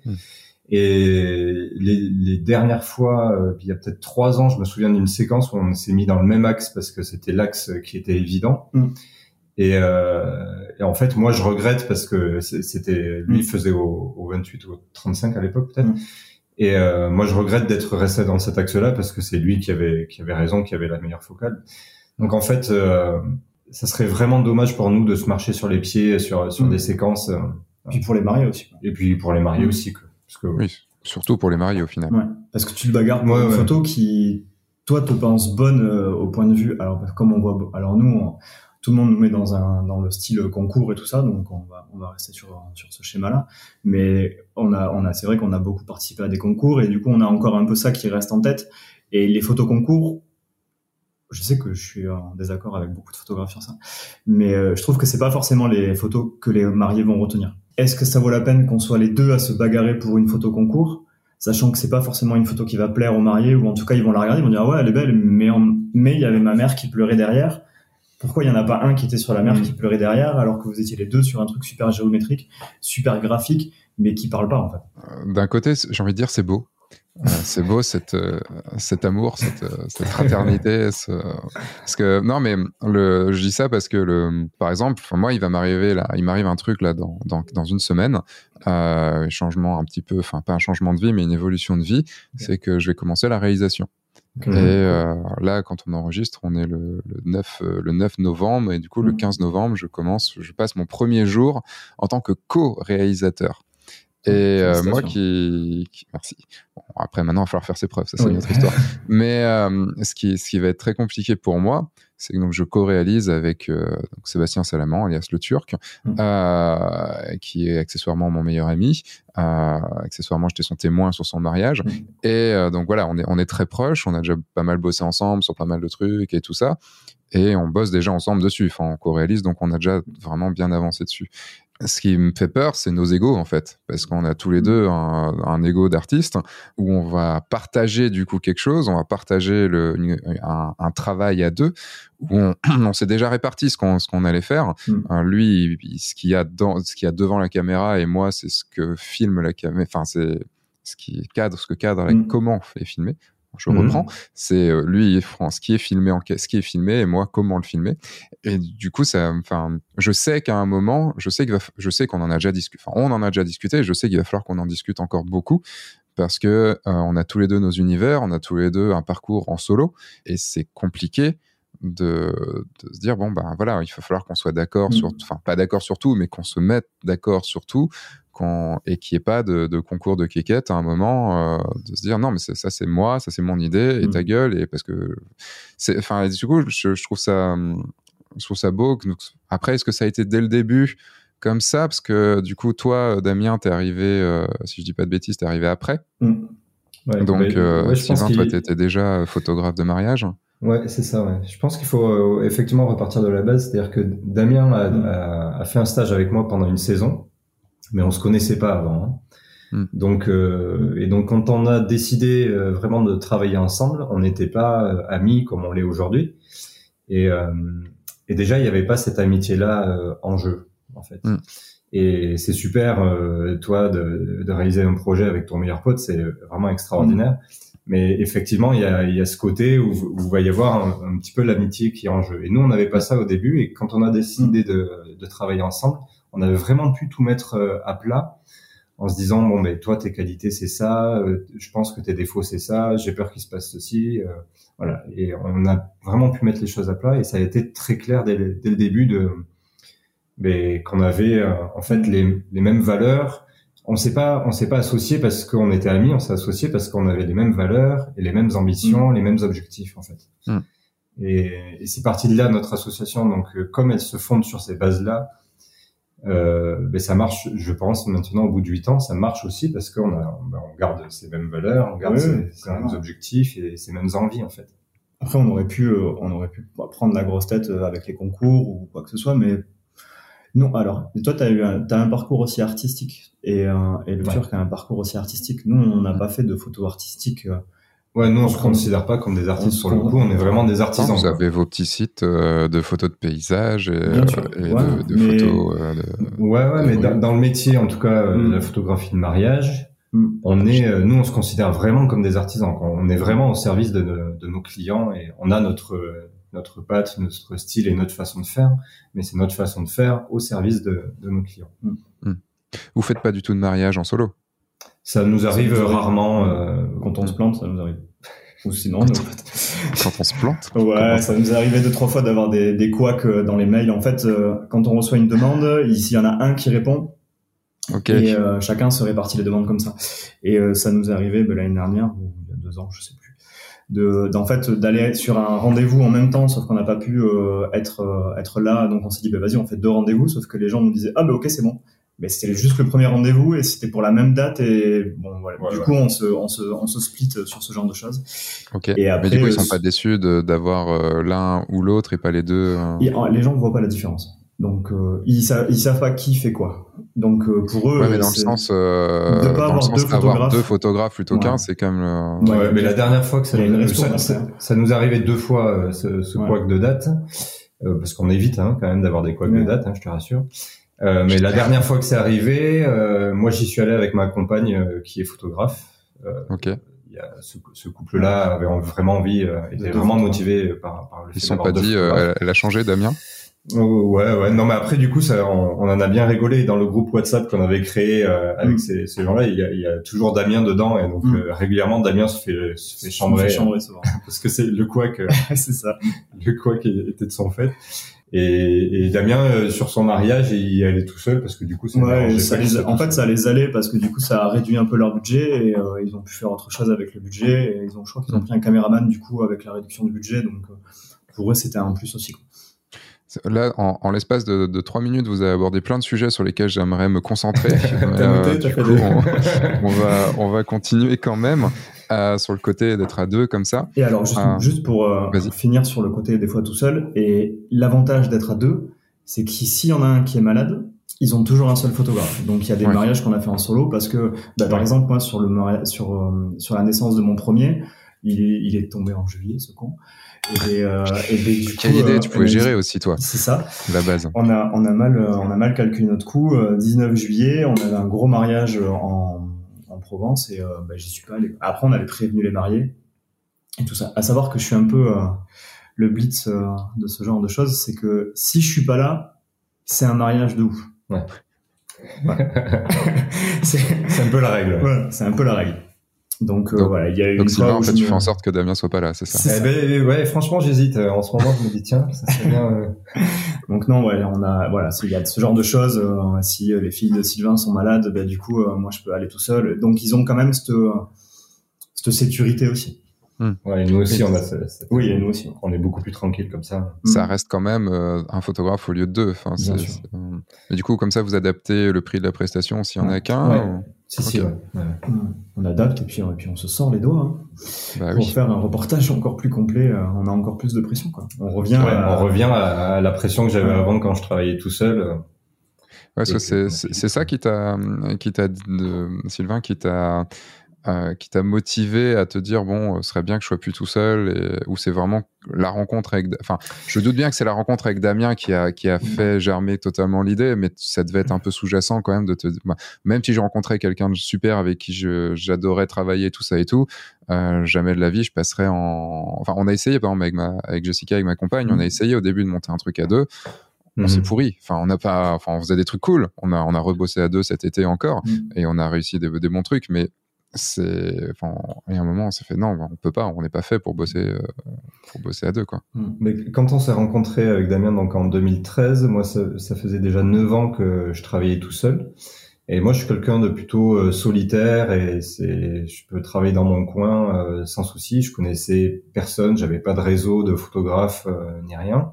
Speaker 2: Et les dernières fois, il y a peut-être 3 ans, je me souviens d'une séquence où on s'est mis dans le même axe parce que c'était l'axe qui était évident. Et en fait, moi, je regrette parce que c'était lui faisait au 28 ou au 35 à l'époque peut-être. Et moi, je regrette d'être resté dans cet axe-là parce que c'est lui qui avait raison, qui avait la meilleure focale. Donc en fait, ça serait vraiment dommage pour nous de se marcher sur les pieds sur des séquences.
Speaker 3: Puis pour les mariés aussi.
Speaker 2: Et puis pour les mariés aussi. Parce que,
Speaker 1: oui, surtout pour les mariés au final.
Speaker 3: Ouais, parce que tu te bagarres pour une photo qui, toi, te pense bonne au point de vue. Alors comme on voit, alors nous, tout le monde nous met dans le style concours et tout ça, donc on va rester sur ce schéma-là. Mais c'est vrai qu'on a beaucoup participé à des concours et du coup on a encore un peu ça qui reste en tête. Et les photos concours, je sais que je suis en désaccord avec beaucoup de photographes sur ça, mais je trouve que c'est pas forcément les photos que les mariés vont retenir. Est-ce que ça vaut la peine qu'on soit les deux à se bagarrer pour une photo concours, sachant que c'est pas forcément une photo qui va plaire aux mariés, ou en tout cas ils vont la regarder, ils vont dire ouais elle est belle, mais il y avait ma mère qui pleurait derrière. Pourquoi il y en a pas un qui était sur la mer qui pleurait derrière alors que vous étiez les deux sur un truc super géométrique, super graphique, mais qui parle pas en fait.
Speaker 1: D'un côté, j'ai envie de dire c'est beau. C'est beau cet amour, cette fraternité. Parce que non, mais je dis ça parce que par exemple, moi, il m'arrive un truc là dans une semaine, changement un petit peu, enfin pas un changement de vie, mais une évolution de vie. C'est que je vais commencer la réalisation. Et là, quand on enregistre, on est le 9 novembre, et du coup, le 15 novembre, je passe mon premier jour en tant que co-réalisateur. Et moi merci. Bon, après, maintenant, il va falloir faire ses preuves, ça c'est une autre histoire. Mais ce qui va être très compliqué pour moi, c'est que donc, je co-réalise avec donc Sébastien Salaman, alias le Turc, qui est accessoirement mon meilleur ami. Accessoirement, j'étais son témoin sur son mariage. Et donc voilà, on est très proches, on a déjà pas mal bossé ensemble sur pas mal de trucs et tout ça. Et on bosse déjà ensemble dessus. Enfin, on co-réalise, donc on a déjà vraiment bien avancé dessus. Ce qui me fait peur, c'est nos égos, en fait. Parce qu'on a tous les deux un ego d'artiste où on va partager, du coup, quelque chose. On va partager un travail à deux où on s'est déjà réparti ce qu'on allait faire. Lui, ce qu'il y a devant la caméra, et moi, c'est ce que filme la caméra. Enfin, c'est ce que cadre comment est filmé. Je reprends, c'est lui ce qui est filmé et moi comment le filmer. Et du coup, je sais qu'à un moment, je sais qu'on en a déjà discuté. Enfin, on en a déjà discuté. Et je sais qu'il va falloir qu'on en discute encore beaucoup parce que on a tous les deux nos univers, on a tous les deux un parcours en solo et c'est compliqué de se dire bon ben voilà, il va falloir qu'on soit d'accord pas d'accord sur tout, mais qu'on se mette d'accord sur tout. Et qu'il n'y ait pas de concours de kékette à un moment, de se dire non mais ça c'est moi, ça c'est mon idée et ta gueule, et parce que du coup je trouve ça beau. Après, est-ce que ça a été dès le début comme ça, parce que du coup toi Damien t'es arrivé, si je dis pas de bêtises, t'es arrivé après. Donc Sylvain, toi t'étais déjà photographe de mariage.
Speaker 2: Ouais, c'est ça, ouais. Je pense qu'il faut effectivement repartir de la base, c'est-à-dire que Damien a fait un stage avec moi pendant une saison, mais on se connaissait pas avant. Donc, quand on a décidé vraiment de travailler ensemble, on n'était pas amis comme on l'est aujourd'hui. Et déjà, il n'y avait pas cette amitié-là en jeu, en fait. Et c'est super, toi, de réaliser un projet avec ton meilleur pote, c'est vraiment extraordinaire. Mais effectivement, il y a ce côté où va y avoir un petit peu l'amitié qui est en jeu. Et nous, on n'avait pas ça au début. Et quand on a décidé de travailler ensemble, on avait vraiment pu tout mettre à plat en se disant bon ben toi tes qualités c'est ça, je pense que tes défauts c'est ça, j'ai peur qu'il se passe ceci, voilà. Et on a vraiment pu mettre les choses à plat et ça a été très clair dès le début mais qu'on avait en fait les mêmes valeurs. On s'est pas associé parce qu'on était amis, on s'est associé parce qu'on avait les mêmes valeurs et les mêmes ambitions, les mêmes objectifs en fait. Et c'est parti de là notre association. Donc comme elle se fonde sur ces bases-là, ça marche. Je pense maintenant au bout de 8 ans, ça marche aussi parce qu'on on garde ces mêmes valeurs, on garde ces mêmes objectifs et ces mêmes envies en fait.
Speaker 3: Après, on aurait pu prendre la grosse tête avec les concours ou quoi que ce soit, mais non. Alors, toi, t'as un parcours aussi artistique et le Turc a un parcours aussi artistique. Nous, on n'a pas fait de photo artistique.
Speaker 2: Ouais, nous, on se considère pas comme des artistes sur le coup. On est vraiment des artisans.
Speaker 1: Vous avez vos petits sites de photos de paysages et de photos.
Speaker 2: Mais dans le métier, en tout cas, la photographie de mariage, nous, on se considère vraiment comme des artisans. On est vraiment au service de nos clients et on a notre patte, notre style et notre façon de faire. Mais c'est notre façon de faire au service de nos clients.
Speaker 1: Vous faites pas du tout de mariage en solo?
Speaker 2: Ça nous arrive rarement.
Speaker 3: Quand on se plante, ça nous arrive. Ou sinon,
Speaker 1: quand on se plante.
Speaker 3: Ouais, ça nous est arrivé 2-3 fois d'avoir des couacs dans les mails. En fait, quand on reçoit une demande, ici, il y en a un qui répond. Et chacun se répartit les demandes comme ça. Et ça nous est arrivé l'année dernière, ou il y a 2 ans, je sais plus, en fait d'aller sur un rendez-vous en même temps, sauf qu'on n'a pas pu être là. Donc on s'est dit vas-y, on fait 2 rendez-vous, sauf que les gens nous disaient ok, c'est bon. Mais c'était juste le premier rendez-vous et c'était pour la même date et bon voilà. Du coup on se split sur ce genre de choses.
Speaker 1: Ok. Et après, mais du coup ils sont pas déçus d'avoir l'un ou l'autre et pas les deux.
Speaker 3: Les gens ne voient pas la différence. Donc ils savent pas qui fait quoi. Donc pour eux,
Speaker 1: mais dans le sens de pas avoir deux photographes plutôt qu'un, c'est quand même.
Speaker 2: Mais la dernière fois que ça nous arrivait 2 fois ce couac de date, parce qu'on évite quand même d'avoir des couacs de date, je te rassure. Mais la dernière fois que c'est arrivé, moi j'y suis allé avec ma compagne qui est photographe. Il y a ce couple-là avait vraiment envie, était vraiment motivé par le fait.
Speaker 1: Ils sont pas dit, elle a changé, Damien?
Speaker 2: Ouais. Non, mais après, du coup, on en a bien rigolé dans le groupe WhatsApp qu'on avait créé avec ces gens-là. Il y a toujours Damien dedans, et donc régulièrement Damien se fait chambrer
Speaker 3: souvent.
Speaker 2: Parce que c'est le couac.
Speaker 3: C'est ça.
Speaker 2: Le couac était de son fait. Et Damien, sur son mariage, il allait tout seul parce que du coup,
Speaker 3: ça les allait parce que du coup, ça a réduit un peu leur budget et ils ont pu faire autre chose avec le budget. Et je crois qu'ils ont pris un caméraman du coup avec la réduction du budget. Donc pour eux, c'était un plus aussi.
Speaker 1: Là, en l'espace de 3 minutes, vous avez abordé plein de sujets sur lesquels j'aimerais me concentrer. On va continuer quand même sur le côté d'être à 2 comme ça.
Speaker 3: Et alors, juste pour finir sur le côté des fois tout seul, et l'avantage d'être à 2, c'est que s'il y en a un qui est malade, ils ont toujours un seul photographe. Donc il y a des mariages qu'on a fait en solo parce que, par exemple, moi sur la naissance de mon premier, il est tombé en juillet, ce con. Du coup,
Speaker 1: quelle idée, tu pouvais gérer aussi, toi.
Speaker 3: C'est ça.
Speaker 1: La base.
Speaker 3: On a mal calculé notre coup. 19 juillet, on avait un gros mariage en Provence et j'y suis pas allé. Après, on avait prévenu les mariés et tout ça. À savoir que je suis un peu le blitz de ce genre de choses, c'est que si je suis pas là, c'est un mariage de ouf.
Speaker 2: Ouais. C'est un peu la règle.
Speaker 3: Ouais, c'est un peu la règle. Donc voilà, il y a une
Speaker 1: fois où tu fais en sorte que Damien soit pas là, c'est ça.
Speaker 2: Ouais, franchement, j'hésite. En ce moment, je me dis tiens, ça serait bien.
Speaker 3: Donc non, il y a ce genre de choses. Si les filles de Sylvain sont malades, du coup, moi, je peux aller tout seul. Donc ils ont quand même cette sécurité aussi.
Speaker 2: Ouais, et nous aussi, on a
Speaker 3: oui, et nous aussi.
Speaker 2: On est beaucoup plus tranquille comme ça.
Speaker 1: Ça reste quand même un photographe au lieu de 2. Enfin, mais du coup, comme ça, vous adaptez le prix de la prestation s'il y en a qu'un.
Speaker 2: Ouais. Si, ouais.
Speaker 3: On adapte et puis on se sort les doigts pour faire un reportage encore plus complet. On a encore plus de pression, quoi. On revient
Speaker 2: à la pression que j'avais avant quand je travaillais tout seul.
Speaker 1: Ouais, parce que c'est ça Sylvain, qui t'a motivé à te dire ce serait bien que je sois plus tout seul, ou c'est vraiment la rencontre avec, enfin, je doute bien que c'est la rencontre avec Damien qui a fait germer totalement l'idée, mais ça devait être un peu sous-jacent quand même même si j'ai rencontré quelqu'un de super avec qui j'adorais travailler, tout ça et tout, jamais de la vie je passerais enfin, on a essayé par exemple avec Jessica, avec ma compagne, on a essayé au début de monter un truc à 2. On s'est pourri. Enfin, on faisait des trucs cool. On a rebossé à 2 cet été encore et on a réussi des bons trucs, mais il y a un moment, on s'est fait non, on peut pas, on n'est pas fait pour bosser à deux, quoi.
Speaker 2: Mais quand on s'est rencontré avec Damien, donc en 2013, moi, ça faisait déjà 9 ans que je travaillais tout seul. Et moi, je suis quelqu'un de plutôt solitaire et je peux travailler dans mon coin sans souci. Je connaissais personne, j'avais pas de réseau de photographes ni rien.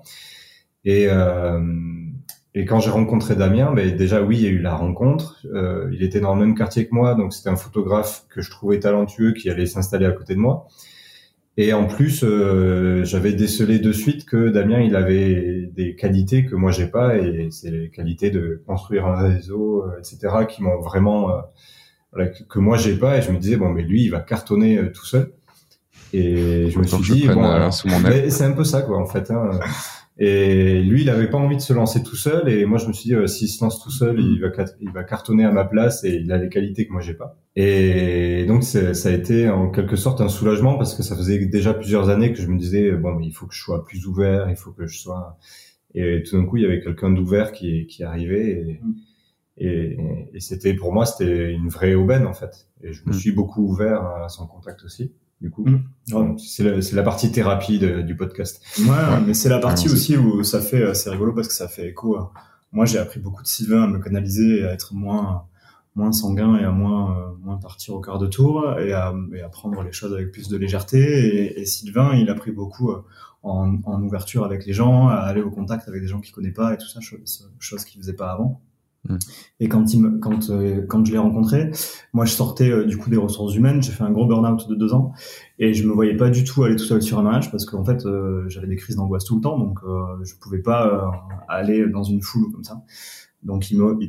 Speaker 2: Et quand j'ai rencontré Damien, ben déjà oui, il y a eu la rencontre. Il était dans le même quartier que moi, donc c'était un photographe que je trouvais talentueux qui allait s'installer à côté de moi. Et en plus, j'avais décelé de suite que Damien, il avait des qualités que moi j'ai pas, et c'est les qualités de construire un réseau, etc., qui m'ont vraiment que moi j'ai pas. Et je me disais bon, mais lui, il va cartonner tout seul. Et je me suis dit bon, alors,
Speaker 1: sous mon aile.
Speaker 2: c'est un peu ça quoi en fait. Hein. Et lui, il avait pas envie de se lancer tout seul, et moi je me suis dit s'il se lance tout seul, il va cartonner à ma place, et il a les qualités que moi j'ai pas. Et donc ça a été en quelque sorte un soulagement, parce que ça faisait déjà plusieurs années que je me disais bon, mais il faut que je sois plus ouvert, il faut que je sois. Et tout d'un coup, il y avait quelqu'un d'ouvert qui arrivait, et c'était pour moi c'était une vraie aubaine en fait. Et je me suis beaucoup ouvert à son contact aussi. Du coup, c'est la partie thérapie du podcast.
Speaker 3: Ouais, mais c'est la partie aussi où c'est rigolo parce que ça fait écho. Moi, j'ai appris beaucoup de Sylvain à me canaliser et à être moins sanguin et à moins partir au quart de tour et à prendre les choses avec plus de légèreté. Et Sylvain, il a pris beaucoup en ouverture avec les gens, à aller au contact avec des gens qu'il connaît pas et tout ça, chose qu'il faisait pas avant. Et quand je l'ai rencontré, moi je sortais du coup des ressources humaines, j'ai fait un gros burn-out de 2 ans et je me voyais pas du tout aller tout seul sur un mariage parce qu'en fait j'avais des crises d'angoisse tout le temps, donc je pouvais pas aller dans une foule comme ça. Donc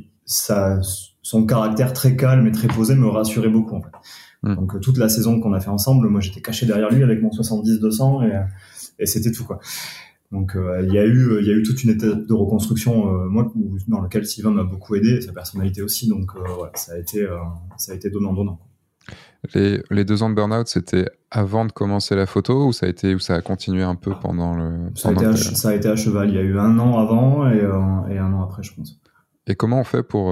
Speaker 3: son caractère très calme et très posé me rassurait beaucoup en fait. Donc toute la saison qu'on a fait ensemble, moi j'étais caché derrière lui avec mon 70-200 et c'était tout quoi. Donc il y a eu toute une étape de reconstruction moi dans lequel Sylvain m'a beaucoup aidé, et sa personnalité aussi, donc ouais, ça a été donnant.
Speaker 1: Les 2 ans de burn-out, c'était avant de commencer la photo, ou ça a continué un peu pendant le
Speaker 3: ça a été à cheval, il y a eu 1 an avant et 1 an après, je pense.
Speaker 1: Et comment on fait pour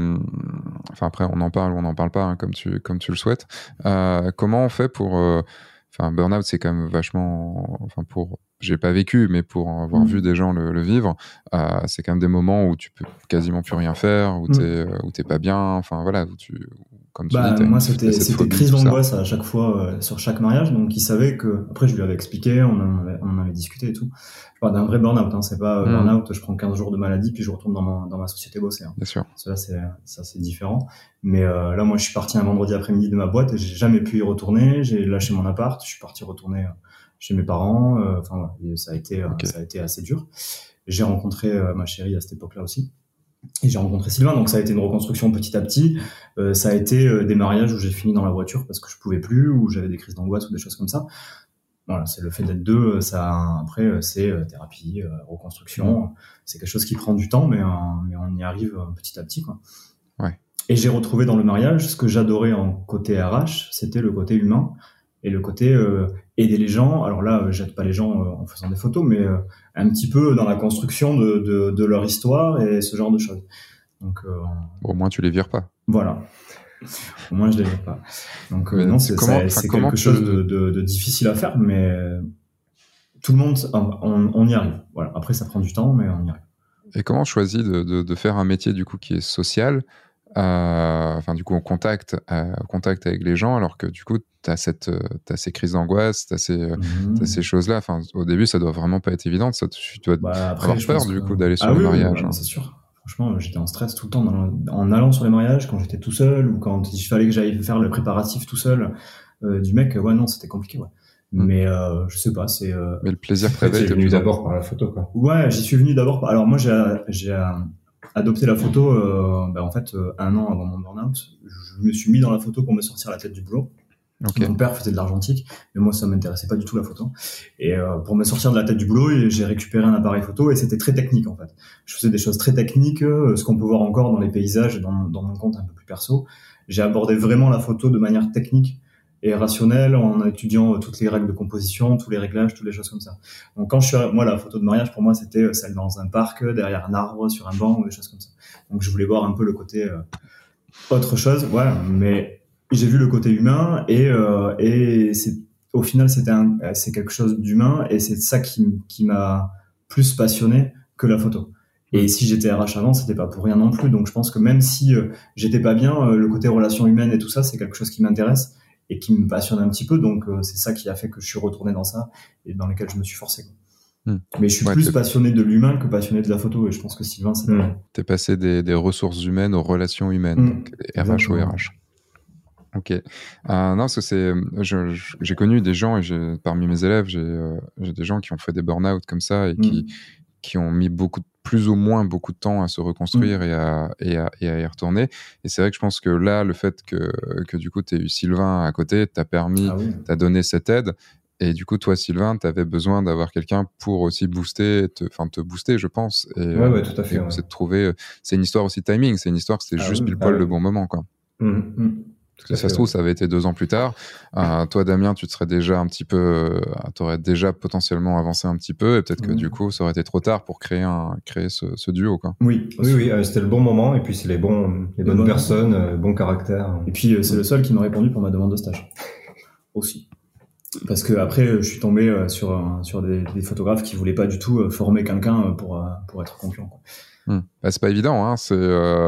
Speaker 1: enfin après on en parle ou on n'en parle pas, hein, comme tu le souhaites, comment on fait pour enfin burn-out, c'est quand même vachement, enfin j'ai pas vécu, mais pour avoir vu des gens le vivre, c'est quand même des moments où tu peux quasiment plus rien faire, où t'es pas bien, enfin voilà, comme tu dis,
Speaker 3: moi c'était crise d'angoisse à chaque fois sur chaque mariage, donc il savait que, après je lui avais expliqué, on en avait discuté et tout. Je parle d'un vrai burn-out, hein, c'est pas burn-out, je prends 15 jours de maladie puis je retourne dans ma société bosser. Hein.
Speaker 1: Bien sûr.
Speaker 3: Ça c'est différent. Mais là moi je suis parti un vendredi après-midi de ma boîte et j'ai jamais pu y retourner, j'ai lâché mon appart, je suis parti retourner chez mes parents, enfin ça a été assez dur. J'ai rencontré ma chérie à cette époque-là aussi. Et j'ai rencontré Sylvain, donc ça a été une reconstruction petit à petit. Ça a été des mariages où j'ai fini dans la voiture parce que je pouvais plus, où j'avais des crises d'angoisse ou des choses comme ça. Voilà, c'est le fait d'être deux. Après, c'est thérapie, reconstruction. C'est quelque chose qui prend du temps, mais on y arrive petit à petit, quoi.
Speaker 1: Ouais.
Speaker 3: Et j'ai retrouvé dans le mariage ce que j'adorais en côté RH, c'était le côté humain et le côté aider les gens. Alors là, j'aide pas les gens en faisant des photos, mais un petit peu dans la construction de leur histoire et ce genre de choses. Donc
Speaker 1: au moins tu les vires pas.
Speaker 3: Voilà. Au moins je les vire pas. Donc non, c'est quelque chose de difficile à faire, mais tout le monde, on y arrive. Voilà. Après, ça prend du temps, mais on y arrive.
Speaker 1: Et comment on choisit de faire un métier du coup qui est social, enfin du coup en contact avec les gens, alors que du coup t'as ces crises d'angoisse, t'as ces choses-là. Enfin, au début, ça doit vraiment pas être évident. Tu dois avoir peur du coup d'aller sur le mariage.
Speaker 3: C'est sûr. Franchement, j'étais en stress tout le temps en allant sur les mariages, quand j'étais tout seul ou quand il fallait que j'aille faire le préparatif tout seul du mec. Ouais, non, c'était compliqué. Ouais. Mais je sais pas, c'est.
Speaker 1: Mais le plaisir prévaille.
Speaker 2: T'es venu d'abord par la photo, quoi.
Speaker 3: Ouais, j'y suis venu d'abord. Alors moi, j'ai adopté la photo. En fait, 1 an avant mon burn-out, je me suis mis dans la photo pour me sortir la tête du boulot. Okay. Mon père faisait de l'argentique, mais moi ça m'intéressait pas du tout la photo. Et pour me sortir de la tête du boulot, j'ai récupéré un appareil photo et c'était très technique en fait. Je faisais des choses très techniques, ce qu'on peut voir encore dans les paysages et dans mon compte un peu plus perso. J'ai abordé vraiment la photo de manière technique et rationnelle en étudiant toutes les règles de composition, tous les réglages, toutes les choses comme ça. Donc moi la photo de mariage pour moi c'était celle dans un parc, derrière un arbre, sur un banc ou des choses comme ça. Donc je voulais voir un peu le côté autre chose, ouais, mais j'ai vu le côté humain et c'est au final c'est quelque chose d'humain et c'est ça qui m'a plus passionné que la photo. Et si j'étais RH avant, c'était pas pour rien non plus. Donc je pense que même si j'étais pas bien, le côté relations humaines et tout ça, c'est quelque chose qui m'intéresse et qui me passionne un petit peu. Donc c'est ça qui a fait que je suis retourné dans ça et dans lequel je me suis forcé. Mais je suis plus passionné de l'humain que passionné de la photo et je pense que Sylvain, c'est pareil.
Speaker 1: T'es passé des ressources humaines aux relations humaines, donc RH au RH. Ok. Non, parce que j'ai connu des gens, et parmi mes élèves, j'ai des gens qui ont fait des burn-out comme ça et qui ont mis plus ou moins beaucoup de temps à se reconstruire et à y retourner. Et c'est vrai que je pense que là, le fait que du coup, tu aies eu Sylvain à côté, t'as t'as donné cette aide. Et du coup, toi, Sylvain, tu avais besoin d'avoir quelqu'un pour aussi te booster, je pense. Et,
Speaker 2: ouais, tout à fait.
Speaker 1: C'est de trouver. C'est une histoire aussi de timing. C'est une histoire que c'était juste pile poil le bon moment, quoi. Parce que ça se trouve, ça avait été 2 ans plus tard. Toi, Damien, tu te serais déjà un petit peu, t'aurais déjà potentiellement avancé un petit peu, et peut-être que du coup, ça aurait été trop tard pour créer ce duo, quoi.
Speaker 3: Oui,
Speaker 2: c'était le bon moment, et puis c'est les bonnes personnes, bon caractère.
Speaker 3: Et puis c'est le seul qui m'a répondu pour ma demande de stage aussi. Parce que après, je suis tombé sur des photographes qui voulaient pas du tout former quelqu'un pour être concurrent, quoi.
Speaker 1: Bah, c'est pas évident, hein. Ça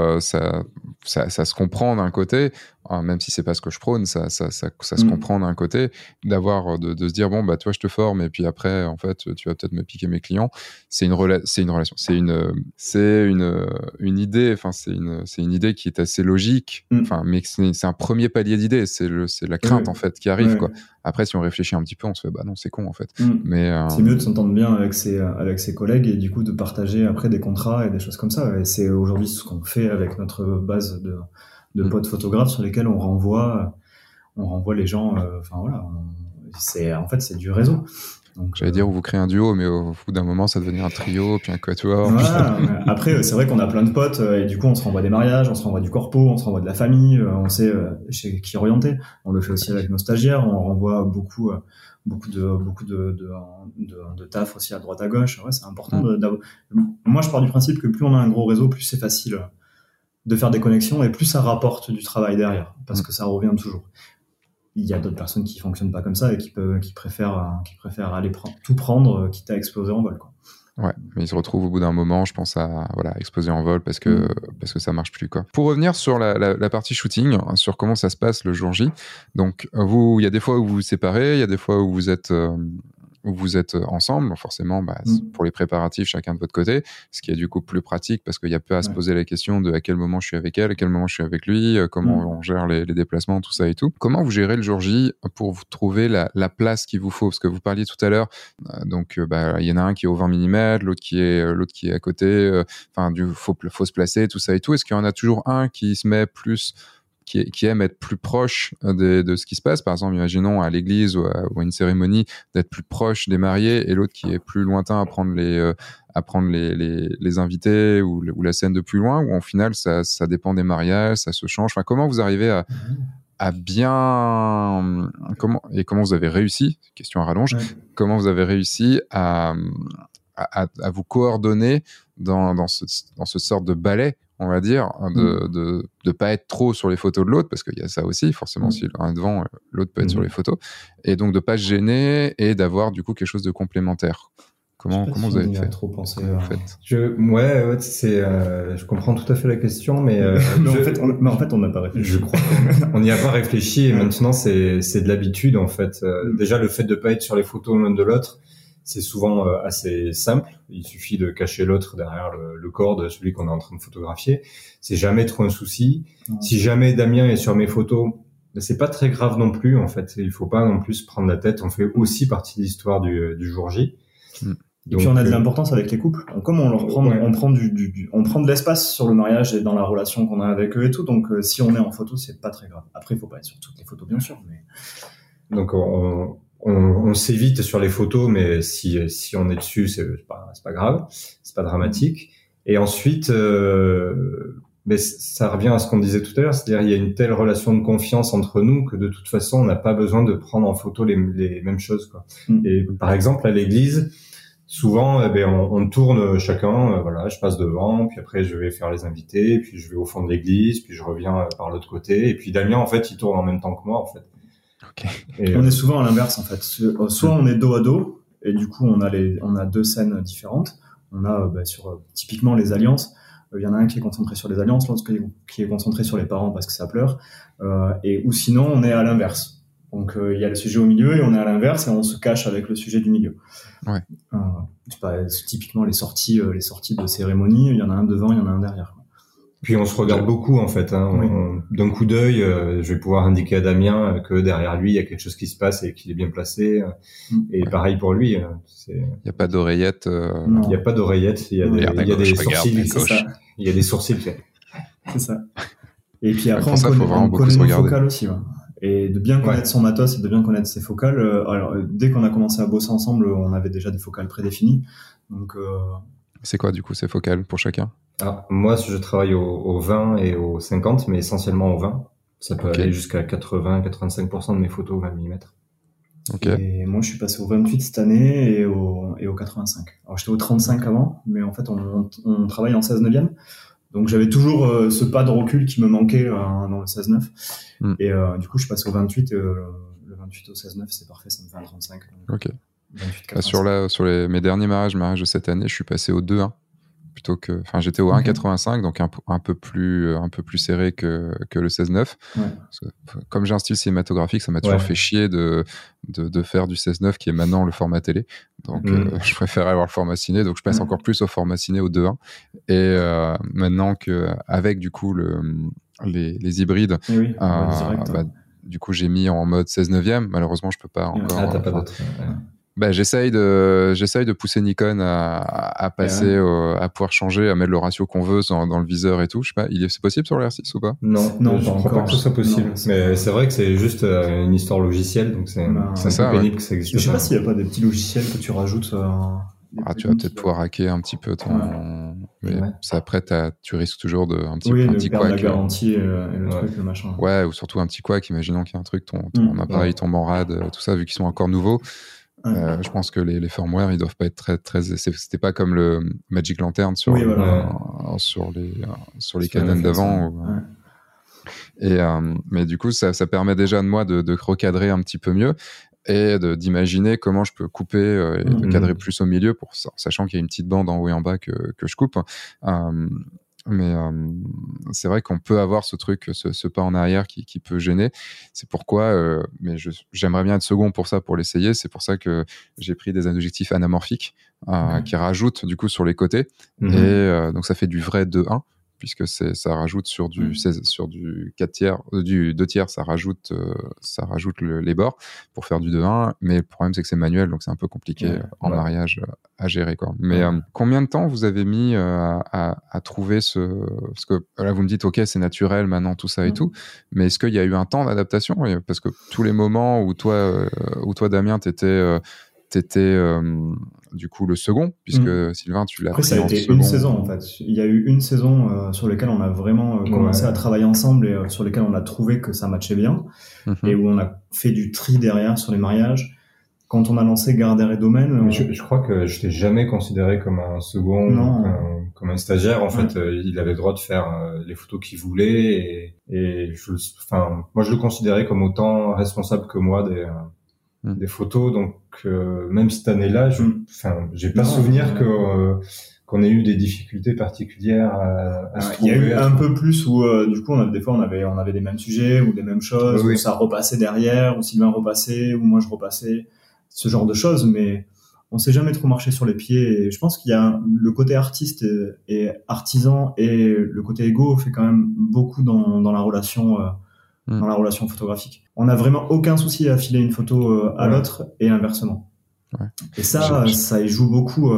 Speaker 1: se comprend d'un côté, même si c'est pas ce que je prône, ça se comprend d'un côté, de se dire bon bah toi je te forme et puis après en fait tu vas peut-être me piquer mes clients. C'est une relation, c'est une idée, enfin c'est une idée qui est assez logique, enfin mais c'est un premier palier d'idée, c'est la crainte en fait qui arrive quoi. Après si on réfléchit un petit peu on se fait bah non c'est con en fait. Mais
Speaker 3: c'est mieux de s'entendre bien avec ses collègues et du coup de partager après des contrats et des choses comme ça. Et c'est aujourd'hui ce qu'on fait avec notre base de potes photographes sur lesquels on renvoie les gens. Enfin voilà, c'est du réseau. Donc,
Speaker 1: j'allais dire où vous créez un duo, mais au bout d'un moment ça devient un trio, puis un quatuor.
Speaker 3: Voilà, après c'est vrai qu'on a plein de potes et du coup on se renvoie des mariages, on se renvoie du corpo, on se renvoie de la famille, on sait chez qui orienter. On le fait aussi avec nos stagiaires, on renvoie beaucoup de taf aussi à droite à gauche. Ouais, c'est important d'avoir. Moi je pars du principe que plus on a un gros réseau, plus c'est facile de faire des connexions et plus ça rapporte du travail derrière parce que ça revient toujours. Il y a d'autres personnes qui fonctionnent pas comme ça et qui préfèrent aller tout prendre quitte à exploser en vol, quoi.
Speaker 1: Ouais, mais ils se retrouvent au bout d'un moment, je pense à exploser en vol parce que ça marche plus, quoi. Pour revenir sur la partie shooting, sur comment ça se passe le jour J. Donc il y a des fois où vous vous séparez, il y a des fois où vous êtes ensemble, forcément, pour les préparatifs, chacun de votre côté, ce qui est du coup plus pratique parce qu'il y a peu à se poser la question de à quel moment je suis avec elle, à quel moment je suis avec lui, comment on gère les déplacements, tout ça et tout. Comment vous gérez le jour J pour vous trouver la place qu'il vous faut? Parce que vous parliez tout à l'heure, donc il y en a un qui est au 20 mm, l'autre qui est à côté, faut se placer, tout ça et tout. Est-ce qu'il y en a toujours un qui se met plus qui aime être plus proche de ce qui se passe, par exemple, imaginons à l'église ou à une cérémonie, d'être plus proche des mariés, et l'autre qui est plus lointain à prendre les invités ou la scène de plus loin, ou en final ça dépend des mariages, ça se change. Enfin, comment vous arrivez à bien comment vous avez réussi, question à rallonge, comment vous avez réussi à vous coordonner dans ce sorte de ballet, on va dire, de pas être trop sur les photos de l'autre, parce qu'il y a ça aussi, forcément, si l'un est devant, l'autre peut être sur les photos, et donc de pas se gêner et d'avoir du coup quelque chose de complémentaire. Comment vous avez fait?
Speaker 3: Trop pensé.
Speaker 2: Je comprends tout à fait la question, mais
Speaker 3: en fait, on n'a pas réfléchi.
Speaker 2: Je crois qu'on n'y a pas réfléchi, et maintenant c'est de l'habitude en fait. Déjà le fait de pas être sur les photos l'un de l'autre, c'est souvent assez simple. Il suffit de cacher l'autre derrière le corps de celui qu'on est en train de photographier. C'est jamais trop un souci. Si jamais Damien est sur mes photos, c'est pas très grave non plus. En fait, il faut pas non plus se prendre la tête. On fait aussi partie de l'histoire du jour J.
Speaker 3: Et puis on a de l'importance avec les couples. Comme on leur prend, on prend on prend de l'espace sur le mariage et dans la relation qu'on a avec eux et tout. Donc si on est en photo, c'est pas très grave. Après, il faut pas être sur toutes les photos, bien sûr. Mais
Speaker 2: donc on s'évite sur les photos, mais si on est dessus, c'est pas grave, c'est pas dramatique. Et ensuite, mais ça revient à ce qu'on disait tout à l'heure, c'est-à-dire il y a une telle relation de confiance entre nous que de toute façon on n'a pas besoin de prendre en photo les mêmes choses, quoi. Et par exemple à l'église, souvent, on tourne chacun. Voilà, je passe devant, puis après je vais faire les invités, puis je vais au fond de l'église, puis je reviens par l'autre côté. Et puis Damien, en fait, il tourne en même temps que moi, en fait.
Speaker 1: Ok.
Speaker 2: Et,
Speaker 3: On est souvent à l'inverse en fait. Soit on est dos à dos et du coup on a deux scènes différentes. On a sur typiquement les alliances. Il y en a un qui est concentré sur les alliances, l'autre qui est concentré sur les parents parce que ça pleure. Ou sinon on est à l'inverse. Donc il y a le sujet au milieu et on est à l'inverse et on se cache avec le sujet du milieu.
Speaker 1: Ouais.
Speaker 3: C'est typiquement les sorties de cérémonie. Il y en a un devant, il y en a un derrière.
Speaker 2: puis on se regarde beaucoup en fait. Hein.
Speaker 3: Oui.
Speaker 2: D'un coup d'œil, je vais pouvoir indiquer à Damien que derrière lui il y a quelque chose qui se passe et qu'il est bien placé. Et pareil pour lui.
Speaker 1: Il n'y a pas d'oreillette.
Speaker 3: Non.
Speaker 2: Il n'y a pas d'oreillette. Il y a des sourcils. Il y a des sourcils faits.
Speaker 3: C'est ça. Et puis après,
Speaker 1: pour ça,
Speaker 3: on connaît nos
Speaker 1: regarder.
Speaker 3: focales aussi. Ouais. Et de bien connaître son matos et de bien connaître ses focales. Alors, dès qu'on a commencé à bosser ensemble, on avait déjà des focales prédéfinies. Donc,
Speaker 1: C'est quoi du coup ces focales pour chacun?
Speaker 2: Moi, je travaille au 20 et au 50, mais essentiellement au 20. Ça peut aller jusqu'à 80-85% de mes photos au 20 mm.
Speaker 1: Okay.
Speaker 3: Et moi, je suis passé au 28 cette année et au 85. Alors, j'étais au 35 avant, mais en fait, on travaille en 16/9. Donc, j'avais toujours ce pas de recul qui me manquait dans le 16/9. Et du coup, je passe au 28. Le 28 au 16/9, c'est parfait, ça me fait un 35.
Speaker 1: Ok.
Speaker 3: 28,
Speaker 1: sur mes derniers mariages de cette année, je suis passé au 2-1. J'étais au 1,85, donc un peu plus serré que le 16/9.
Speaker 3: Ouais.
Speaker 1: Comme j'ai un style cinématographique, ça m'a toujours fait chier de faire du 16/9 qui est maintenant le format télé. Donc, je préfère avoir le format ciné. Donc, je passe encore plus au format ciné au 2-1. Et maintenant avec du coup les hybrides, du coup, j'ai mis en mode 16/9. Malheureusement, je peux pas encore.
Speaker 2: T'as pas d'autre.
Speaker 1: J'essaye de pousser Nikon à passer, à pouvoir changer, à mettre le ratio qu'on veut dans le viseur et tout. Je sais pas, c'est possible sur l'R6 ou pas?
Speaker 2: Non, je crois pas que ce soit possible. Mais c'est vrai que c'est juste une histoire logicielle, donc c'est un peu pénible que ça existe.
Speaker 3: Je sais pas s'il y a pas des petits logiciels que tu rajoutes.
Speaker 1: Tu vas peut-être pouvoir hacker un petit peu ton. Mais après, tu risques toujours un petit
Speaker 3: perdre
Speaker 1: couac.
Speaker 3: la garantie et le truc, le machin.
Speaker 1: Ouais, ou surtout un petit couac. Imaginons qu'il y a un truc, ton appareil tombe en rade, tout ça, vu qu'ils sont encore nouveaux. Je pense que les firmware ils doivent pas être très c'était pas comme le Magic Lantern sur les Canon d'avant mais du coup ça permet déjà de moi de recadrer un petit peu mieux et d'imaginer comment je peux couper et de cadrer plus au milieu sachant qu'il y a une petite bande en haut et en bas que je coupe. Mais c'est vrai qu'on peut avoir ce truc, ce pas en arrière qui peut gêner. C'est pourquoi, mais j'aimerais bien être second pour ça, pour l'essayer. C'est pour ça que j'ai pris des objectifs anamorphiques qui rajoutent du coup sur les côtés. Et donc ça fait du vrai 2-1 puisque ça rajoute sur du 16, sur du 4 tiers, du 2 tiers, ça rajoute les bords pour faire du 2-1. Mais le problème, c'est que c'est manuel, donc c'est un peu compliqué en mariage à gérer, quoi. Mais combien de temps vous avez mis à trouver parce que là, vous me dites, ok, c'est naturel maintenant, tout ça et tout, mais est-ce qu'il y a eu un temps d'adaptation? Parce que tous les moments où toi, Damien, t'étais du coup le second, puisque Sylvain, tu l'as pris en second.
Speaker 3: Après, ça a été une saison en fait. Il y a eu une saison sur laquelle on a vraiment commencé à travailler ensemble et sur lesquelles on a trouvé que ça matchait bien et où on a fait du tri derrière sur les mariages. Quand on a lancé Gardère et Domaine...
Speaker 2: Je crois que je t'ai jamais considéré comme un second, comme un stagiaire. En fait, il avait le droit de faire les photos qu'il voulait et moi je le considérais comme autant responsable que moi des photos, donc même cette année-là, j'ai pas souvenir qu'on ait eu des difficultés particulières à se trouver.
Speaker 3: Il y a eu un peu plus où du coup des fois on avait des mêmes sujets ou des mêmes choses, où ça repassait derrière, ou Sylvain repassait, ou moi je repassais, ce genre de choses, mais on s'est jamais trop marché sur les pieds. Et je pense qu'il y a le côté artiste et artisan et le côté égo fait quand même beaucoup dans la relation. Dans la relation photographique. On n'a vraiment aucun souci à filer une photo à l'autre et inversement. Ouais. Et ça y joue beaucoup,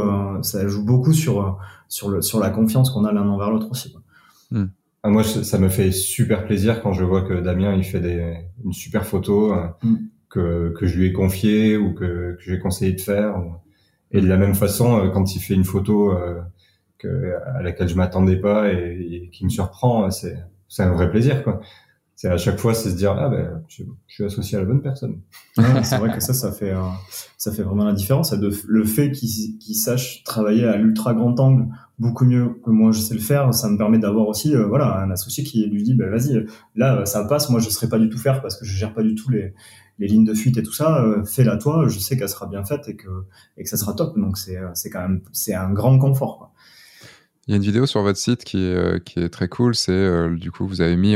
Speaker 3: sur la confiance qu'on a l'un envers l'autre aussi.
Speaker 2: Moi, ça me fait super plaisir quand je vois que Damien, il fait une super photo, que je lui ai confiée ou que j'ai conseillé de faire. Et de la même façon, quand il fait une photo, à laquelle je m'attendais pas et qui me surprend, c'est un vrai plaisir, quoi. c'est à chaque fois, c'est se dire, je suis associé à la bonne personne.
Speaker 3: Ouais, c'est vrai que ça fait vraiment la différence. Le fait qu'ils sachent travailler à l'ultra grand angle beaucoup mieux que moi je sais le faire, ça me permet d'avoir aussi, un associé qui lui dit, vas-y, là, ça passe, moi je saurais pas du tout faire parce que je gère pas du tout les lignes de fuite et tout ça, fais-la toi, je sais qu'elle sera bien faite et que ça sera top. Donc c'est quand même, c'est un grand confort, quoi.
Speaker 1: Il y a une vidéo sur votre site qui est très cool. C'est du coup, vous avez mis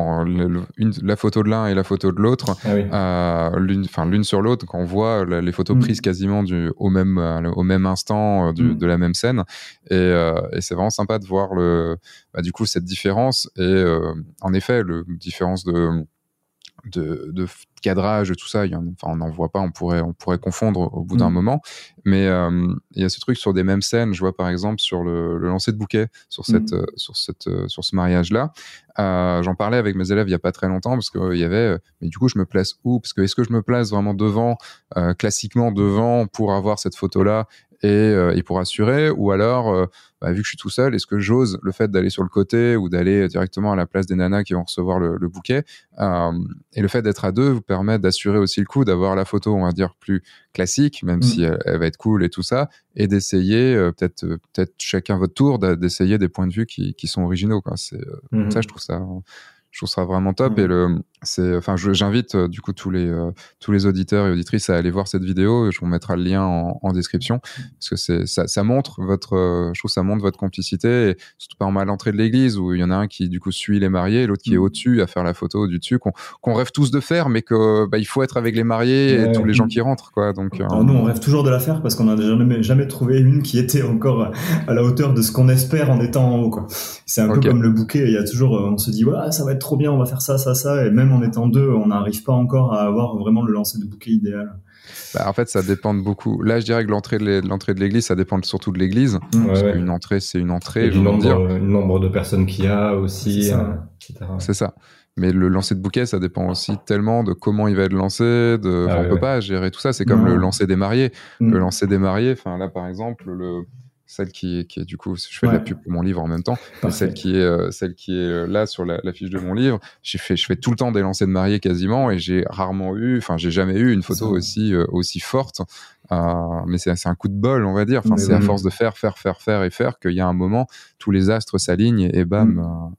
Speaker 1: la photo de l'un et la photo de l'autre, l'une sur l'autre. Quand on voit les photos prises quasiment au même instant de la même scène, et c'est vraiment sympa de voir du coup cette différence. Et en effet, différence de cadrage, tout ça, on n'en voit pas, on pourrait confondre au bout d'un moment, mais il y a ce truc sur des mêmes scènes. Je vois par exemple sur le lancer de bouquet sur ce mariage-là. J'en parlais avec mes élèves il y a pas très longtemps parce qu'il y avait, mais du coup je me place où? Parce que est-ce que je me place vraiment devant, classiquement devant, pour avoir cette photo-là et pour assurer, ou alors vu que je suis tout seul, est-ce que j'ose le fait d'aller sur le côté ou d'aller directement à la place des nanas qui vont recevoir le bouquet, et le fait d'être à deux vous permet d'assurer aussi le coup, d'avoir la photo, on va dire, plus classique, même si elle va être cool et tout ça, et d'essayer peut-être chacun votre tour d'essayer des points de vue qui sont originaux, quoi. Ça, je trouve ça vraiment top. Et j'invite du coup tous les auditeurs et auditrices à aller voir cette vidéo. Je vous mettrai le lien en description, parce que ça montre je trouve ça montre votre complicité, et surtout par exemple à l'entrée de l'église où il y en a un qui du coup suit les mariés, l'autre qui est au-dessus à faire la photo du dessus, qu'on rêve tous de faire, mais que il faut être avec les mariés et tous les gens qui rentrent, quoi. Donc
Speaker 3: alors nous on rêve toujours de la faire parce qu'on n'a jamais trouvé une qui était encore à la hauteur de ce qu'on espère en étant en haut, quoi. C'est un peu comme le bouquet, il y a toujours, on se dit ça va être trop bien, on va faire ça, et même en étant deux, on n'arrive pas encore à avoir vraiment le lancer de bouquet idéal.
Speaker 1: En fait, ça dépend de beaucoup. Là, je dirais que l'entrée de l'église, ça dépend surtout de l'église. Parce qu'une entrée, c'est une entrée.
Speaker 2: Et du nombre de personnes qu'il y a aussi, etc.
Speaker 1: C'est ça. Mais le lancer de bouquet, ça dépend aussi tellement de comment il va être lancé. On peut pas gérer tout ça. C'est comme le lancer des mariés. Le lancer des mariés, là, par exemple, celle qui est du coup, je fais de la pub pour mon livre en même temps, mais celle qui est là sur la fiche de mon livre, je fais tout le temps des lancers de mariés quasiment, et j'ai jamais eu une photo aussi forte, mais c'est un coup de bol, on va dire. C'est à force de faire qu'il y a un moment, tous les astres s'alignent et bam,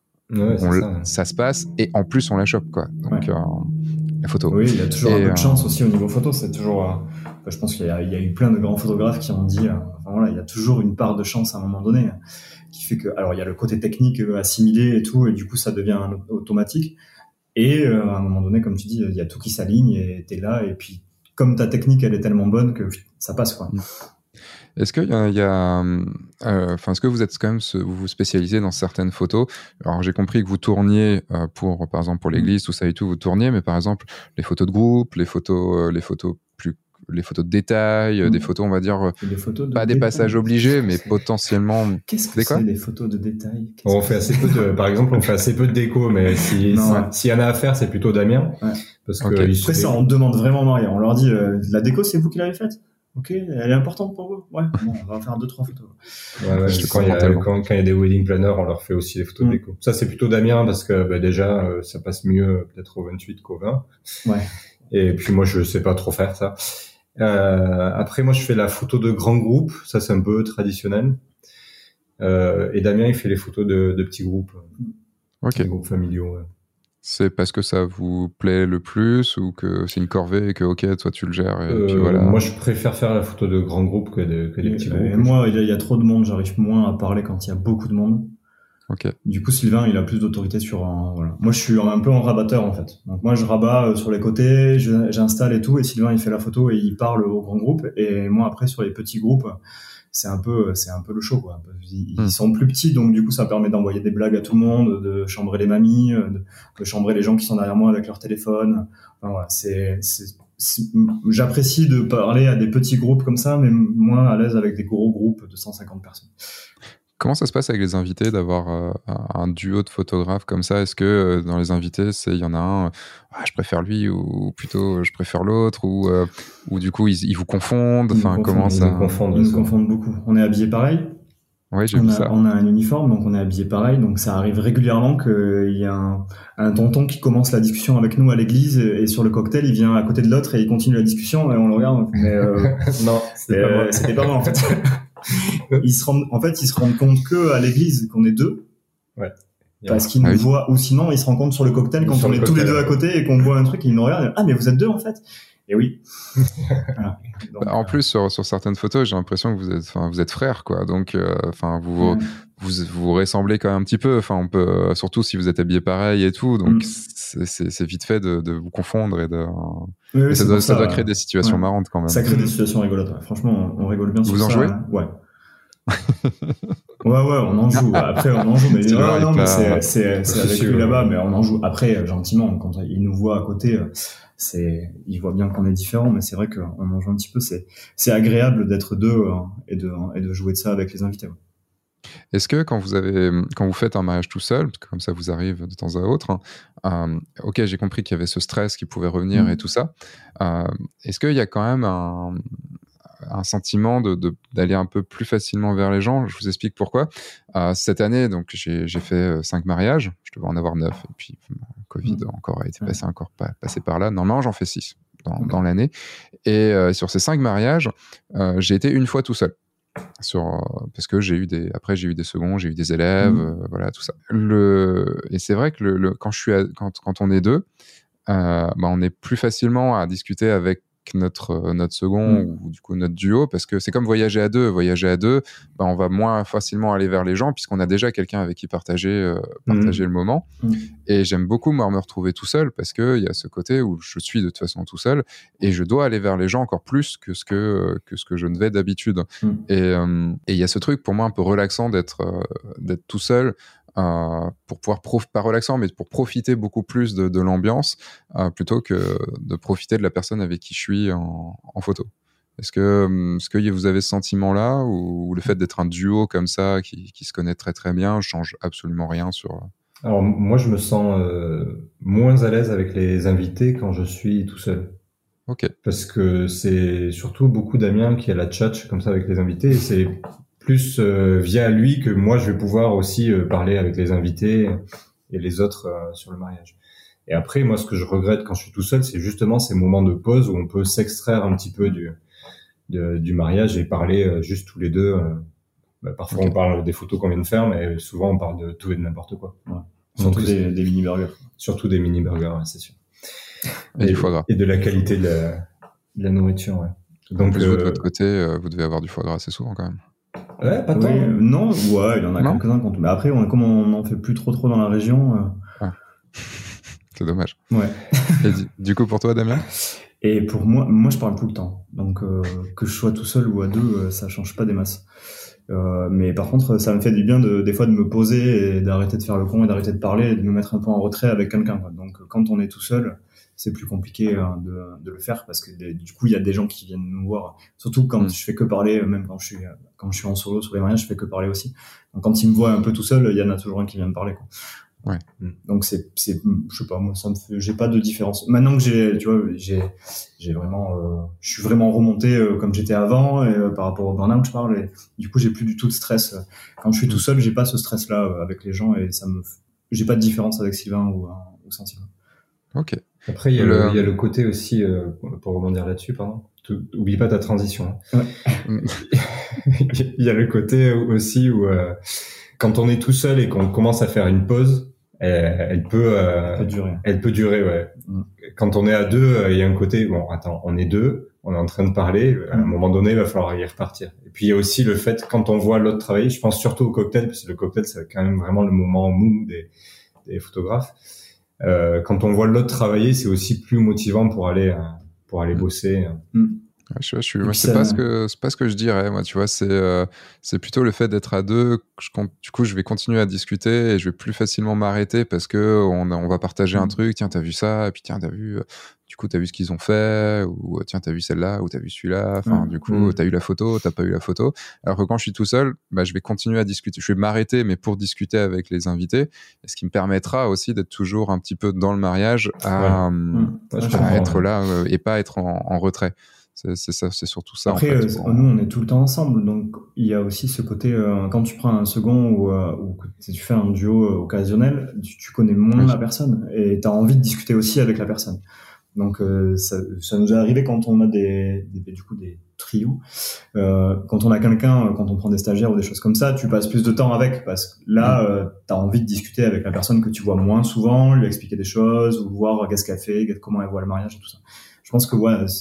Speaker 1: ça se passe, et en plus on la chope, quoi. Donc la photo.
Speaker 3: Oui, il y a toujours un peu de chance aussi au niveau photo. C'est toujours, je pense qu'il y a eu plein de grands photographes qui ont dit, il y a toujours une part de chance à un moment donné, qui fait que, alors il y a le côté technique assimilé et tout, et du coup ça devient automatique. Et à un moment donné, comme tu dis, il y a tout qui s'aligne et t'es là, et puis comme ta technique elle est tellement bonne que ça passe, quoi.
Speaker 1: Est-ce qu'il est-ce que vous êtes quand même vous vous spécialisez dans certaines photos? Alors j'ai compris que vous tourniez par exemple pour l'église, tout ça et tout, vous tourniez, mais par exemple les photos de groupe, les photos de détail, des photos, on va dire, pas des passages obligés, mais potentiellement.
Speaker 3: Qu'est-ce que c'est des photos de détail?
Speaker 2: On fait assez peu de déco, mais s'il y en a à faire, c'est plutôt Damien. Ouais. Parce que
Speaker 3: après ça, on demande vraiment Marie. On leur dit, la déco, c'est vous qui l'avez faite? Ok, elle est importante pour vous? Ouais, bon, on va faire 2-3 photos.
Speaker 2: Quand il y a des wedding planners, on leur fait aussi des photos de déco. Ça, c'est plutôt Damien, parce que déjà, ça passe mieux peut-être au 28 qu'au 20.
Speaker 3: Ouais.
Speaker 2: Et puis moi, je sais pas trop faire ça. Après, moi, je fais la photo de grands groupes. Ça, c'est un peu traditionnel. Et Damien, il fait les photos de petits groupes.
Speaker 1: Okay.
Speaker 2: Des groupes familiaux. Ouais.
Speaker 1: C'est parce que ça vous plaît le plus, ou que c'est une corvée et que toi tu le gères, et puis voilà.
Speaker 2: Moi, je préfère faire la photo de grands groupes que des petits groupes.
Speaker 3: Et moi, il y a trop de monde, j'arrive moins à parler quand il y a beaucoup de monde.
Speaker 1: Okay.
Speaker 3: Du coup, Sylvain, il a plus d'autorité sur voilà. Moi, je suis un peu en rabatteur, en fait. Donc moi, je rabats sur les côtés, j'installe et tout, et Sylvain, il fait la photo et il parle au grand groupe. Et moi, après, sur les petits groupes, c'est un peu le show, quoi. Ils sont plus petits, donc du coup, ça permet d'envoyer des blagues à tout le monde, de chambrer les mamies, de chambrer les gens qui sont derrière moi avec leur téléphone. Enfin, voilà, j'apprécie de parler à des petits groupes comme ça, mais moins à l'aise avec des gros groupes de 150 personnes.
Speaker 1: Comment ça se passe avec les invités, d'avoir un duo de photographes comme ça? Est-ce que dans les invités, il y en a un, je préfère lui, ou plutôt je préfère l'autre, ou du coup ils vous confondent? Enfin, comment ça?
Speaker 3: Ils nous confondent beaucoup. On est habillés pareil.
Speaker 1: Oui, j'ai vu ça.
Speaker 3: On a un uniforme, donc on est habillé pareil, donc ça arrive régulièrement qu'il y a un tonton qui commence la discussion avec nous à l'église et sur le cocktail, il vient à côté de l'autre et il continue la discussion et on le regarde. Mais
Speaker 2: non,
Speaker 3: c'était pas moi en fait. Ils se rendent compte que à l'église qu'on est deux.
Speaker 2: Ouais.
Speaker 3: Parce qu'ils nous voient, ou sinon ils se rendent compte sur le cocktail quand on est tous les deux à côté et qu'on voit un truc, ils nous regardent. Ah mais vous êtes deux en fait. Et oui.
Speaker 1: Voilà. Donc, en plus, sur certaines photos, j'ai l'impression que vous êtes frères, quoi. Donc, vous ressemblez quand même un petit peu. Enfin, on peut, surtout si vous êtes habillés pareil et tout. Donc, c'est vite fait de vous confondre et ça doit créer des situations marrantes quand même.
Speaker 3: Ça crée des situations rigolotes. Ouais. Franchement, on rigole bien sur ça.
Speaker 1: Vous en jouez?
Speaker 3: Ouais. Ouais, on en joue. Après, on en joue, mais mais c'est avec lui là-bas, mais on en joue après, gentiment. Quand il nous voit à côté, il voit bien qu'on est différents, mais c'est vrai qu'on en joue un petit peu. C'est agréable d'être deux et de jouer de ça avec les invités. Ouais.
Speaker 1: Est-ce que quand vous faites un mariage tout seul, comme ça vous arrive de temps à autre, ok, j'ai compris qu'il y avait ce stress qui pouvait revenir et tout ça. Est-ce qu'il y a quand même un sentiment d'aller un peu plus facilement vers les gens? Je vous explique pourquoi. Cette année, donc j'ai fait 5 mariages. Je devais en avoir 9. Et puis, Covid encore a été passé par là. Normalement, j'en fais 6 dans l'année. Et sur ces 5 mariages, j'ai été une fois tout seul. Parce que j'ai eu des seconds, j'ai eu des élèves, voilà, tout ça. Et c'est vrai que quand on est deux, on est plus facilement à discuter avec notre second ou du coup notre duo, parce que c'est comme voyager à deux, on va moins facilement aller vers les gens puisqu'on a déjà quelqu'un avec qui partager le moment. Et j'aime beaucoup moi me retrouver tout seul parce que il y a ce côté où je suis de toute façon tout seul et je dois aller vers les gens encore plus que ce que je ne vais d'habitude. Et il y a ce truc pour moi un peu relaxant d'être tout seul, pour pouvoir pas relaxant, mais pour profiter beaucoup plus de l'ambiance plutôt que de profiter de la personne avec qui je suis en photo. Est-ce que vous avez ce sentiment-là, ou le fait d'être un duo comme ça qui se connaît très très bien change absolument rien sur...
Speaker 2: Alors moi je me sens moins à l'aise avec les invités quand je suis tout seul.
Speaker 1: Ok.
Speaker 2: Parce que c'est surtout beaucoup Damien qui a la tchatche comme ça avec les invités, et c'est plus via lui que moi je vais pouvoir aussi parler avec les invités et les autres sur le mariage. Et après, moi ce que je regrette quand je suis tout seul, c'est justement ces moments de pause où on peut s'extraire un petit peu du mariage et parler juste tous les deux. Parfois on parle des photos qu'on vient de faire, mais souvent on parle de tout et de n'importe quoi. Ouais.
Speaker 3: Surtout des mini-burgers.
Speaker 2: Surtout des mini-burgers, ouais, c'est sûr.
Speaker 1: Et du foie gras.
Speaker 2: Et de la qualité de la nourriture, ouais. Donc,
Speaker 1: en plus, vous, de votre côté, vous devez avoir du foie gras assez souvent quand même.
Speaker 2: Ouais, pas tant.
Speaker 3: Non, ouais, il y en a quelques-uns. Mais après, comme on n'en fait plus trop dans la région...
Speaker 1: C'est dommage.
Speaker 3: Ouais.
Speaker 1: Et du coup, pour toi, Damien?
Speaker 3: Et pour moi, je parle tout le temps. Donc, que je sois tout seul ou à deux, ça change pas des masses. Mais par contre, ça me fait du bien des fois de me poser et d'arrêter de faire le con et d'arrêter de parler et de me mettre un peu en retrait avec quelqu'un. Donc, quand on est tout seul, c'est plus compliqué de le faire parce que du coup, il y a des gens qui viennent nous voir. Surtout quand je fais que parler, même quand je suis en solo sur les mariages, je fais que parler aussi. Donc, quand ils me voient un peu tout seul, il y en a toujours un qui vient me parler, quoi.
Speaker 1: Ouais.
Speaker 3: Donc je sais pas, moi j'ai pas de différence. Maintenant que j'ai vraiment je suis vraiment remonté comme j'étais avant par rapport au burn-out je parle, et du coup j'ai plus du tout de stress. Quand je suis tout seul, j'ai pas ce stress là avec les gens et j'ai pas de différence avec Sylvain ou sans Sylvain.
Speaker 1: OK.
Speaker 2: Après il y a le côté aussi pour rebondir là-dessus, pardon. Oublie pas ta transition. Hein. Ouais. Il y a le côté aussi où quand on est tout seul et qu'on commence à faire une pause, elle peut durer, ouais. Quand on est à deux, il y a un côté, bon, attends, on est deux, on est en train de parler, à un moment donné, il va falloir y repartir. Et puis, il y a aussi le fait, quand on voit l'autre travailler, je pense surtout au cocktail, parce que le cocktail, c'est quand même vraiment le moment mou des photographes. Quand on voit l'autre travailler, c'est aussi plus motivant pour aller bosser.
Speaker 1: Moi, c'est pas ce que je dirais, moi, tu vois, c'est plutôt le fait d'être à deux. Du coup, je vais continuer à discuter et je vais plus facilement m'arrêter parce que on va partager un truc. Tiens, t'as vu ça? Et puis tiens, t'as vu ce qu'ils ont fait, ou tiens, t'as vu celle-là, ou t'as vu celui-là. Enfin, du coup, t'as eu la photo, t'as pas eu la photo. Alors que quand je suis tout seul, je vais continuer à discuter. Je vais m'arrêter, mais pour discuter avec les invités, et ce qui me permettra aussi d'être toujours un petit peu dans le mariage à être là et pas être en retrait. C'est ça, c'est surtout ça.
Speaker 3: Après,
Speaker 1: en fait,
Speaker 3: nous, on est tout le temps ensemble, donc il y a aussi ce côté, quand tu prends un second ou que tu fais un duo occasionnel, tu connais moins la personne et tu as envie de discuter aussi avec la personne. Donc ça nous est arrivé quand on a des trios, quand on a quelqu'un, quand on prend des stagiaires ou des choses comme ça, tu passes plus de temps avec, parce que là t'as envie de discuter avec la personne que tu vois moins souvent, lui expliquer des choses ou voir qu'est-ce qu'elle fait, comment elle voit le mariage et tout ça. Je pense que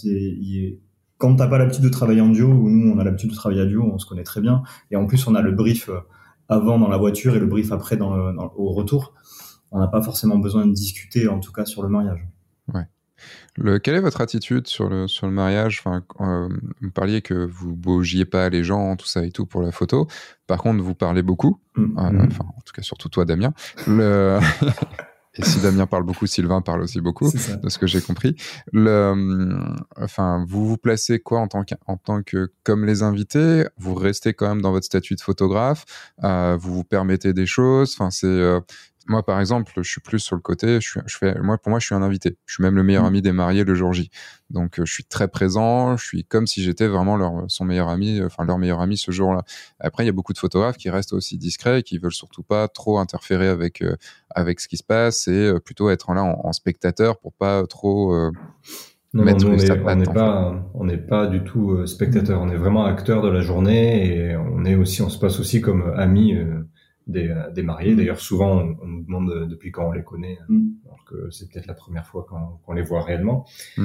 Speaker 3: quand t'as pas l'habitude de travailler en duo, ou nous on a l'habitude de travailler à duo, on se connaît très bien, et en plus on a le brief avant dans la voiture et le brief après au retour. On n'a pas forcément besoin de discuter, en tout cas sur le mariage.
Speaker 1: Ouais. Quelle est votre attitude sur le mariage? Enfin, vous parliez que vous bougiez pas les gens, tout ça et tout pour la photo. Par contre, vous parlez beaucoup. Enfin, en tout cas, surtout toi, Damien. Et si Damien parle beaucoup, Sylvain parle aussi beaucoup, de ce que j'ai compris. Enfin, vous vous placez quoi en tant que comme les invités? Vous restez quand même dans votre statut de photographe. Vous vous permettez des choses. Enfin, moi, par exemple, je suis plus sur le côté. Pour moi, je suis un invité. Je suis même le meilleur ami des mariés le jour J. Donc, je suis très présent. Je suis comme si j'étais vraiment leur meilleur ami ce jour-là. Après, il y a beaucoup de photographes qui restent aussi discrets et qui veulent surtout pas trop interférer avec ce qui se passe et plutôt être là en spectateur pour pas trop mettre sa patte.
Speaker 2: On n'est pas du tout spectateur. On est vraiment acteur de la journée et on se passe aussi comme amis. Des mariés. D'ailleurs, souvent, on nous demande depuis quand on les connaît, alors que c'est peut-être la première fois qu'on les voit réellement.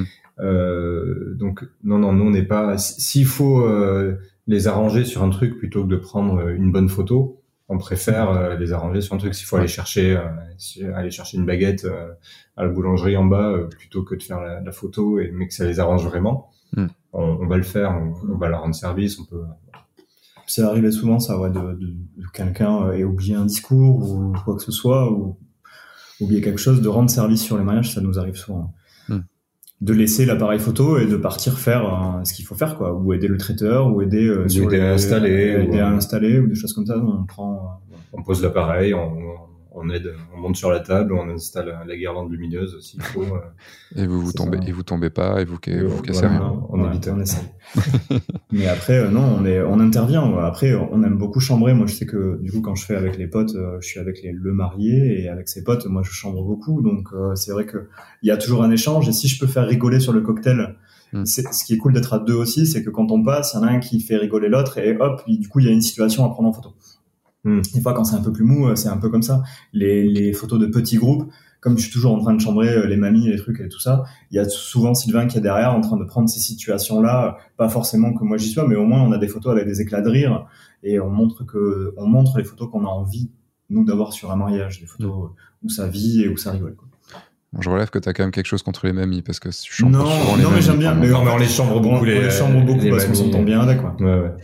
Speaker 2: Donc, non, nous, on n'est pas... S'il faut les arranger sur un truc plutôt que de prendre une bonne photo, on préfère les arranger sur un truc. S'il faut aller chercher une baguette à la boulangerie en bas, plutôt que de faire la photo, mais que ça les arrange vraiment, on va le faire, on va leur rendre service, on peut...
Speaker 3: C'est arrivé souvent, ça, de quelqu'un ait oublié un discours ou quoi que ce soit, ou oublier quelque chose, de rendre service sur les mariages, ça nous arrive souvent. De laisser l'appareil photo et de partir faire ce qu'il faut faire, quoi, ou aider le traiteur, ou aider à installer, ou des choses comme ça.
Speaker 2: On pose l'appareil, on aide, on monte sur la table, on installe la guirlande lumineuse s'il faut.
Speaker 1: Et vous tombez pas, et vous cassez rien.
Speaker 3: On évite. On essaie. Mais après, non, on intervient. Après, on aime beaucoup chambrer. Moi, je sais que du coup, quand je fais avec les potes, je suis avec le marié et avec ses potes, moi, je chambre beaucoup. Donc, c'est vrai que il y a toujours un échange. Et si je peux faire rigoler sur le cocktail, ce qui est cool d'être à deux aussi, c'est que quand on passe, il y en a un qui fait rigoler l'autre et hop, du coup, il y a une situation à prendre en photo. Des fois, quand c'est un peu plus mou, c'est un peu comme ça. Les photos de petits groupes, comme je suis toujours en train de chambrer les mamies, les trucs et tout ça, il y a souvent Sylvain qui est derrière en train de prendre ces situations-là. Pas forcément que moi j'y sois, mais au moins on a des photos avec des éclats de rire et on montre les photos qu'on a envie, nous, d'avoir sur un mariage, des photos où ça vit et où ça rigole, quoi.
Speaker 1: Je relève que t'as quand même quelque chose contre les mamies parce que tu chambres souvent les mamies.
Speaker 3: Non, mais j'aime bien. Mais
Speaker 2: on les chambre beaucoup.
Speaker 3: On les chambre beaucoup parce qu'on s'entend bien avec, quoi.
Speaker 2: Ouais.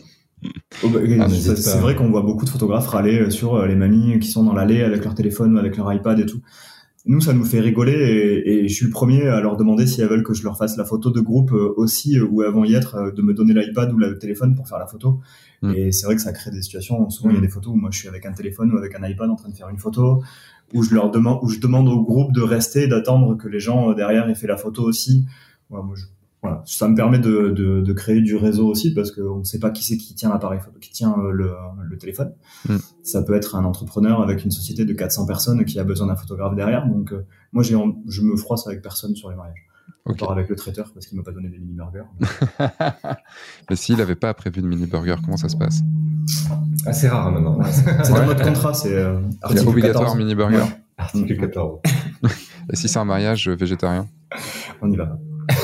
Speaker 3: C'est vrai qu'on voit beaucoup de photographes râler sur les mamies qui sont dans l'allée avec leur téléphone ou avec leur iPad et tout. Nous, ça nous fait rigoler et je suis le premier à leur demander si elles veulent que je leur fasse la photo de groupe aussi, où elles vont y être, de me donner l'iPad ou le téléphone pour faire la photo. Et c'est vrai que ça crée des situations. Souvent, il y a des photos où moi je suis avec un téléphone ou avec un iPad en train de faire une photo, où je demande au groupe de rester, d'attendre que les gens derrière aient fait la photo aussi. Voilà, ça me permet de créer du réseau aussi parce qu'on ne sait pas qui c'est qui tient l'appareil photo, qui tient le téléphone. Ça peut être un entrepreneur avec une société de 400 personnes qui a besoin d'un photographe derrière. Donc moi, je me froisse avec personne sur les mariages. Okay. À part avec le traiteur parce qu'il m'a pas donné des mini burgers.
Speaker 1: Mais s'il n'avait pas prévu de mini burger, comment ça se passe?
Speaker 2: C'est rare maintenant.
Speaker 3: C'est dans notre contrat, c'est
Speaker 1: article obligatoire 14. Mini burger.
Speaker 2: Ouais. Article 14.
Speaker 1: Et si c'est un mariage végétarien?
Speaker 3: On y va.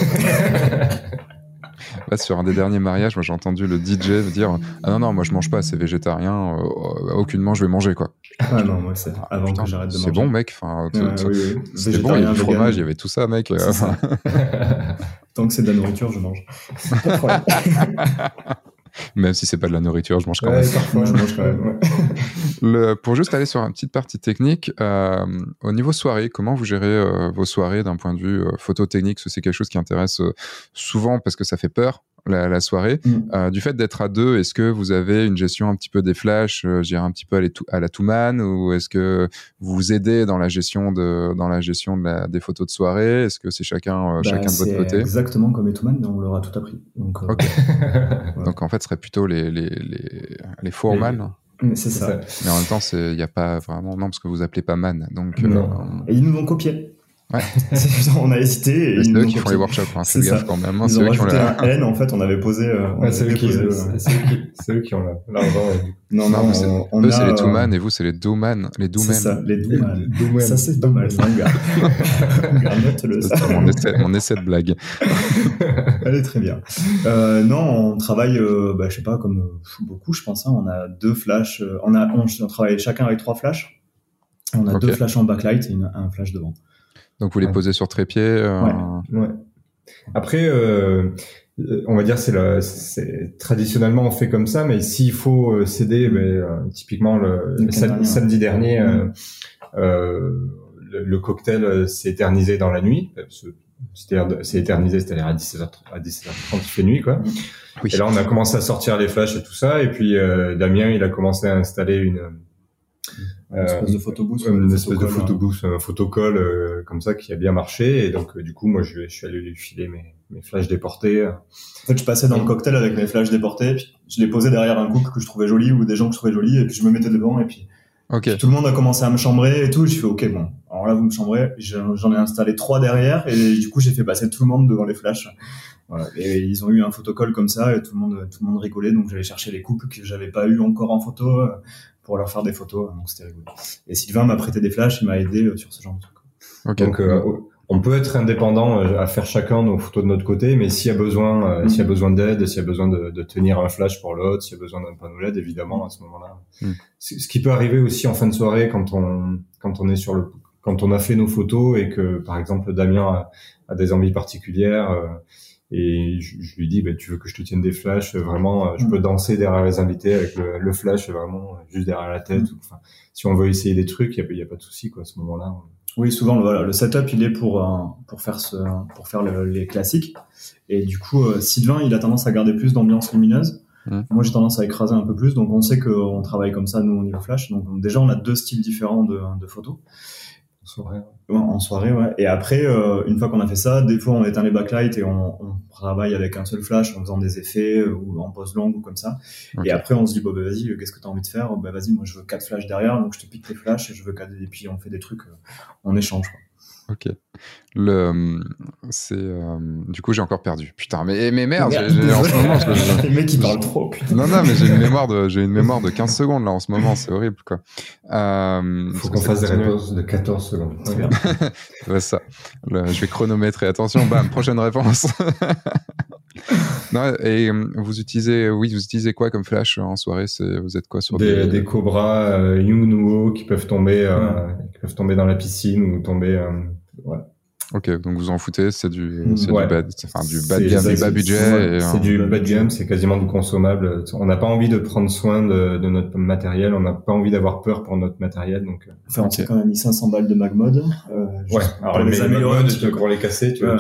Speaker 1: Là, sur un des derniers mariages, moi j'ai entendu le DJ dire ah non moi je mange pas, c'est végétarien, aucunement je vais manger, quoi.
Speaker 3: Ah non, moi c'est avant que j'arrête de manger.
Speaker 1: C'est bon, mec,
Speaker 3: oui.
Speaker 1: C'était bon, il y avait du fromage, il y avait tout ça, mec.
Speaker 3: Ça. Tant que c'est de la nourriture, je mange. Pas de problème.
Speaker 1: Même si c'est pas de la nourriture, je mange quand même.
Speaker 3: Parfois, je mange quand même.
Speaker 1: Pour juste aller sur une petite partie technique, au niveau soirée, comment vous gérez vos soirées d'un point de vue photo technique? C'est quelque chose qui intéresse souvent parce que ça fait peur. la soirée. Du fait d'être à deux, est-ce que vous avez une gestion un petit peu des flashs, je dirais un petit peu à la Touman, ou est-ce que vous vous aidez dans la gestion des photos de soirée? Est-ce que c'est chacun de votre côté?
Speaker 3: Exactement comme les Touman, on leur a tout appris. Donc,
Speaker 1: okay. Donc en fait, ce serait plutôt les foreman.
Speaker 3: C'est ça.
Speaker 1: Mais en même temps, il n'y a pas vraiment... Non, parce que vous appelez pas man. Donc,
Speaker 3: Et ils nous ont copié.
Speaker 1: Ouais.
Speaker 3: On a hésité.
Speaker 1: C'est eux qui font les workshops, hein, fais gaffe quand même.
Speaker 3: Ils ont rajouté un N, en fait, on avait posé...
Speaker 2: c'est eux qui ont l'argent.
Speaker 1: Non, eux, c'est les Touman, et vous, c'est les Douman.
Speaker 3: C'est ça, les Douman. Ça, c'est pas mal, mon gars. Note-le.
Speaker 1: C'est mon essai de blague.
Speaker 3: Elle est très bien. Non, on travaille, je sais pas, comme beaucoup, je pense. On a 2 flashs. On travaille chacun avec 3 flashs. On a 2 flashs en backlight et un flash devant.
Speaker 1: Donc vous les posez sur trépied.
Speaker 2: Ouais. Après, on va dire c'est traditionnellement on fait comme ça, mais s'il faut s'aider, typiquement le samedi dernier, le cocktail s'est éternisé dans la nuit. C'est éternisé, c'est-à-dire à 17h30 il fait nuit, quoi. Oui. Et là on a commencé à sortir les flashs et tout ça, et puis Damien il a commencé à installer une
Speaker 3: espèce de photobooth,
Speaker 2: un photocall comme ça qui a bien marché, et donc du coup moi je suis allé lui filer mes flashs déportés. En
Speaker 3: fait, je passais dans le cocktail avec mes flashs déportés, puis je les posais derrière un couple que je trouvais joli ou des gens que je trouvais jolis, et puis je me mettais devant, et puis tout le monde a commencé à me chambrer et tout. Je fais ok, bon, alors là vous me chambrez, j'en ai installé 3 derrière, et du coup j'ai fait passer tout le monde devant les flashs. Voilà. Et ils ont eu un photocall comme ça, et tout le monde rigolait, donc j'allais chercher les couples que j'avais pas eu encore en photo pour leur faire des photos, donc c'était rigolo. Et Sylvain m'a prêté des flashs, il m'a aidé sur ce genre de truc.
Speaker 2: Okay. Donc on peut être indépendant à faire chacun nos photos de notre côté, mais s'il y a besoin d'aide, s'il y a besoin de tenir un flash pour l'autre, s'il y a besoin d'un panneau LED, évidemment à ce moment-là. Ce qui peut arriver aussi en fin de soirée quand on est quand on a fait nos photos et que par exemple Damien a des envies particulières. Et je lui dis, tu veux que je te tienne des flashs, vraiment, je peux danser derrière les invités avec le flash, vraiment, juste derrière la tête. Enfin, si on veut essayer des trucs, il y a pas de souci, quoi, à ce moment-là.
Speaker 3: Oui, souvent, le setup, il est pour faire les classiques. Et du coup, Sylvain, il a tendance à garder plus d'ambiance lumineuse. Moi, j'ai tendance à écraser un peu plus. Donc, on sait qu'on travaille comme ça, nous, au niveau flash. Donc, déjà, on a 2 styles différents de photos. En soirée, ouais. Et après, une fois qu'on a fait ça, des fois on éteint les backlights et on travaille avec un seul flash en faisant des effets ou en pose longue ou comme ça. Okay. Et après on se dit vas-y, qu'est-ce que t'as envie de faire? Vas-y, moi je veux 4 flashs derrière, donc je te pique tes flashs et je veux 4, et puis on fait des trucs en échange, quoi.
Speaker 1: Ok. Du coup, j'ai encore perdu. Putain, mais merde, j'ai en ce moment.
Speaker 3: Les mecs, ils parlent trop, putain.
Speaker 1: Non, mais j'ai une mémoire de 15 secondes, là, en ce moment. C'est horrible, quoi.
Speaker 2: Faut qu'on fasse des réponses de 14 secondes.
Speaker 1: Ouais, ça. Je vais chronométrer. Attention, bam, prochaine réponse. Non, et vous utilisez quoi comme flash en soirée? Vous êtes quoi sur
Speaker 2: des Cobra Yumunuo qui peuvent tomber dans la piscine ou tomber. Ouais.
Speaker 1: Ok, donc vous en foutez, c'est du bas gamme, du bas budget.
Speaker 2: C'est du bas de gamme, c'est quasiment du consommable. On n'a pas envie de prendre soin de notre matériel, on n'a pas envie d'avoir peur pour notre matériel, donc.
Speaker 3: Enfin, on s'est quand même mis 500 balles de Magmod.
Speaker 2: Ouais. Alors les améliorer un petit peu pour les casser, tu vois.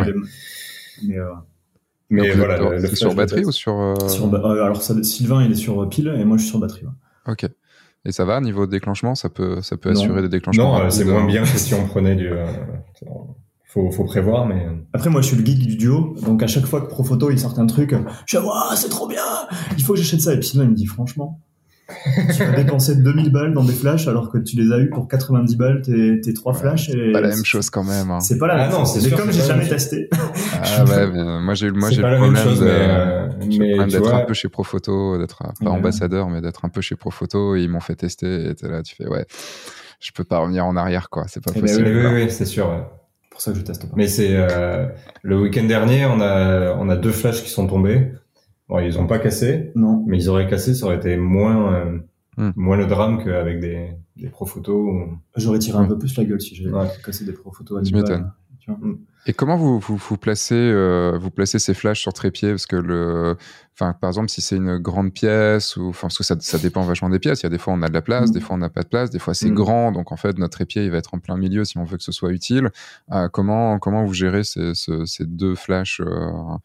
Speaker 1: Mais donc, voilà, c'est sur batterie ou sur
Speaker 3: alors Sylvain il est sur pile et moi je suis sur batterie. Ouais.
Speaker 1: Ok. Et ça va niveau déclenchement, ça peut assurer des déclenchements.
Speaker 2: Non, c'est moins bien que si on prenait du. Faut prévoir, mais.
Speaker 3: Après, moi, je suis le geek du duo, donc à chaque fois que Profoto ils sortent un truc, je suis c'est trop bien, il faut que j'achète ça. Et puis Sylvain il me dit franchement, tu vas dépenser 2000 balles dans des flashs alors que tu les as eu pour 90 balles tes 3 flashs.
Speaker 1: C'est pas la même chose quand même.
Speaker 3: C'est pas la même chose. Mais comme j'ai jamais testé.
Speaker 1: Ah ouais, moi j'ai le problème d'être un peu chez Profoto, d'être pas ambassadeur, mais d'être un peu chez Profoto. Et ils m'ont fait tester et t'es là, tu fais je peux pas revenir en arrière, quoi. C'est pas possible.
Speaker 2: Oui, c'est sûr. Ouais.
Speaker 3: C'est pour ça que je teste pas.
Speaker 2: Mais c'est le week-end dernier, on a 2 flashs qui sont tombés. Bon, ils ont pas cassé.
Speaker 3: Non.
Speaker 2: Mais ils auraient cassé, ça aurait été moins le drame qu'avec des Profoto.
Speaker 3: J'aurais tiré un peu plus la gueule si j'avais cassé des Profoto à
Speaker 1: tu m'étonnes. Et comment vous placez ces flashs sur trépied? Parce que par exemple, si c'est une grande pièce parce que ça dépend vachement des pièces. Il y a des fois on a de la place, des fois on n'a pas de place, des fois c'est grand. Donc en fait, notre trépied il va être en plein milieu si on veut que ce soit utile. Comment vous gérez ces 2 flashs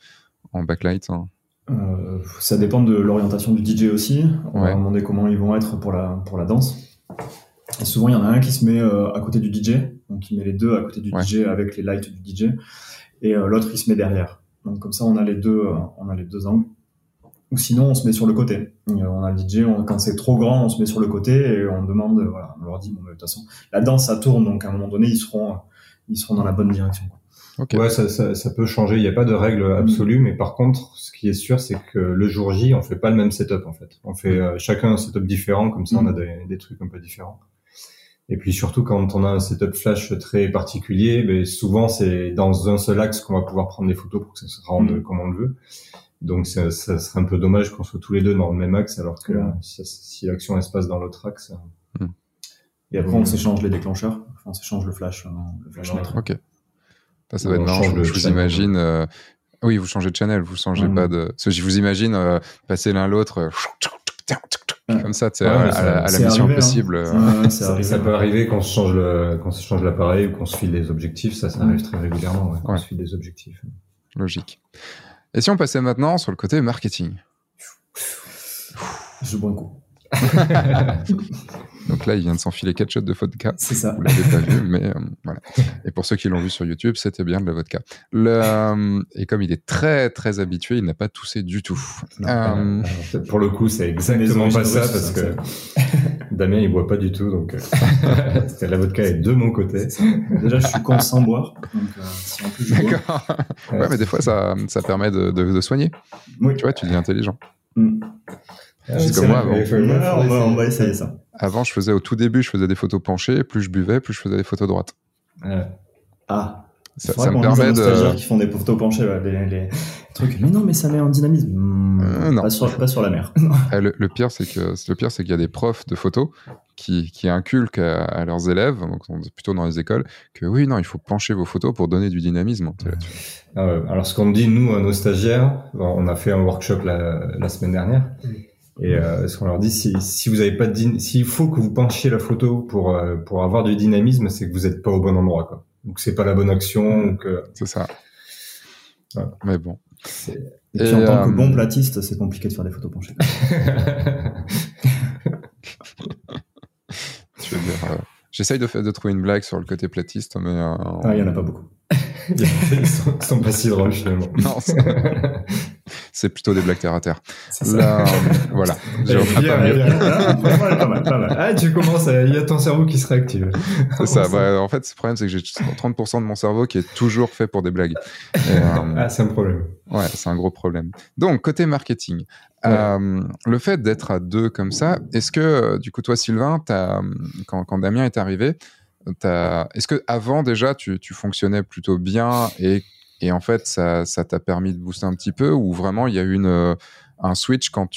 Speaker 1: en backlight hein.
Speaker 3: Ça dépend de l'orientation du DJ aussi. On
Speaker 1: Ouais.
Speaker 3: va demander comment ils vont être pour la danse. Et souvent, il y en a un qui se met à côté du DJ, donc il met les deux à côté du
Speaker 1: Ouais.
Speaker 3: DJ avec les lights du DJ, et l'autre il se met derrière. Donc comme ça, on a les deux angles. Ou sinon, on se met sur le côté. On a le DJ, quand c'est trop grand, on se met sur le côté et on demande, voilà, on leur dit, bon, de toute façon, la danse ça tourne, donc à un moment donné, ils seront dans la bonne direction.
Speaker 1: Okay.
Speaker 2: Ouais, ça peut changer. Il n'y a pas de règle absolue, mais par contre, ce qui est sûr, c'est que le jour J, on fait pas le même setup en fait. On fait chacun un setup différent, comme ça, on a des trucs un peu différents. Et puis surtout, quand on a un setup flash très particulier, ben souvent c'est dans un seul axe qu'on va pouvoir prendre des photos pour que ça se rende comme on le veut. Donc ça serait un peu dommage qu'on soit tous les deux dans le même axe, alors que si l'action elle se passe dans l'autre axe.
Speaker 3: Et après, on s'échange les déclencheurs. Enfin, on s'échange le flash mètre.
Speaker 1: Ok. Ça va être marrant. Je vous imagine. Oui, vous changez de channel, vous changez pas de. Parce que je vous imagine passer l'un l'autre. Comme ça, tu sais, à la mission impossible.
Speaker 2: Ça peut arriver qu'on se change l'appareil ou qu'on se file des objectifs. Ça arrive très régulièrement. On se file des objectifs.
Speaker 1: Logique. Et si on passait maintenant sur le côté marketing?
Speaker 3: Je bois un coup.
Speaker 1: Donc là, il vient de s'enfiler 4 shots de vodka.
Speaker 3: C'est ça.
Speaker 1: Vous l'avez pas vu, mais voilà. Et pour ceux qui l'ont vu sur YouTube, c'était bien de la vodka. Et comme il est très très habitué, il n'a pas toussé du tout.
Speaker 2: Pour le coup, c'est exactement pas ça parce que Damien il boit pas du tout, donc la vodka est de mon côté.
Speaker 3: Déjà, je suis con sans boire, donc si en plus je bois.
Speaker 1: D'accord. Ouais, mais des fois ça permet de soigner.
Speaker 3: Oui.
Speaker 1: Tu vois, tu deviens intelligent.
Speaker 3: Parce que moi, on va essayer ça.
Speaker 1: Avant, au tout début, je faisais des photos penchées. Plus je buvais, plus je faisais des photos droites. Ça me permet de.
Speaker 3: Stagiaires qui font des photos penchées, les trucs. Mais non, mais ça met en dynamisme.
Speaker 1: Non.
Speaker 3: Pas sur la mer.
Speaker 1: Le pire, c'est qu'il y a des profs de photos qui inculquent à leurs élèves, donc plutôt dans les écoles, que oui, non, il faut pencher vos photos pour donner du dynamisme.
Speaker 2: Alors, ce qu'on dit nous à nos stagiaires, on a fait un workshop la semaine dernière. Et ce qu'on leur dit, si vous avez pas s'il faut que vous penchiez la photo pour avoir du dynamisme, c'est que vous êtes pas au bon endroit, quoi. Donc c'est pas la bonne action, ou que.
Speaker 1: C'est ça.
Speaker 2: Voilà.
Speaker 1: Mais bon.
Speaker 3: Et puis en tant que bon platiste, c'est compliqué de faire des photos penchées.
Speaker 1: Tu veux dire, j'essaye de trouver une blague sur le côté platiste, mais
Speaker 3: il y en a pas beaucoup.
Speaker 2: Ils sont pas si drôles finalement.
Speaker 1: Non, c'est plutôt des blagues terre à terre. Là, voilà.
Speaker 3: Pas mal.
Speaker 2: Ah, tu commences, il y a ton cerveau qui se réactive.
Speaker 1: C'est ça. En fait, le problème, c'est que j'ai 30% de mon cerveau qui est toujours fait pour des blagues.
Speaker 2: C'est un problème.
Speaker 1: Ouais, c'est un gros problème. Donc, côté marketing, le fait d'être à deux comme ça, est-ce que, du coup, toi, Sylvain, quand Damien est arrivé, est-ce que avant déjà tu fonctionnais plutôt bien et en fait ça t'a permis de booster un petit peu, ou vraiment il y a eu un switch quand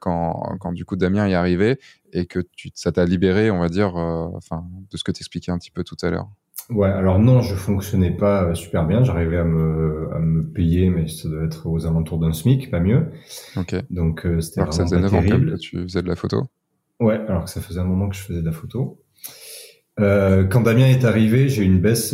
Speaker 1: du coup Damien est arrivé et que ça t'a libéré, on va dire, de ce que t'expliquais un petit peu tout à l'heure?
Speaker 2: Ouais, alors non, je fonctionnais pas super bien. J'arrivais à me payer, mais ça devait être aux alentours d'un SMIC, pas mieux.
Speaker 1: Ok.
Speaker 2: Donc c'était
Speaker 1: alors
Speaker 2: vraiment
Speaker 1: ça faisait 9 ans
Speaker 2: terrible.
Speaker 1: que tu faisais de la photo.
Speaker 2: Ouais, alors que ça faisait un moment que je faisais de la photo. Quand Damien est arrivé, j'ai eu une baisse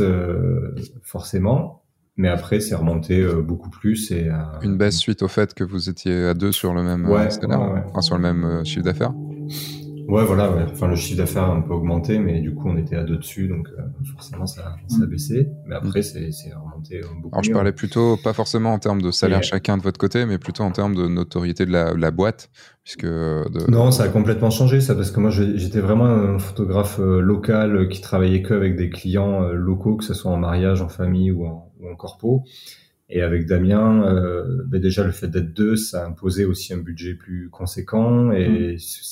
Speaker 2: forcément, mais après c'est remonté beaucoup plus.
Speaker 1: Une baisse suite au fait que vous étiez à deux sur le même salaire, enfin, sur le même chiffre d'affaires.
Speaker 2: Ouais, voilà. Ouais. Enfin, le chiffre d'affaires a un peu augmenté, mais du coup on était à deux dessus, donc forcément ça a baissé. Mais après c'est remonté beaucoup.
Speaker 1: Alors je parlais plutôt pas forcément en termes de salaire chacun de votre côté, mais plutôt en termes de notoriété de la boîte, puisque.
Speaker 2: Non, ça a complètement changé ça, parce que moi j'étais vraiment un photographe local qui travaillait que avec des clients locaux, que ce soit en mariage, en famille ou en corpo. Et avec Damien, déjà le fait d'être deux, ça a imposé aussi un budget plus conséquent, et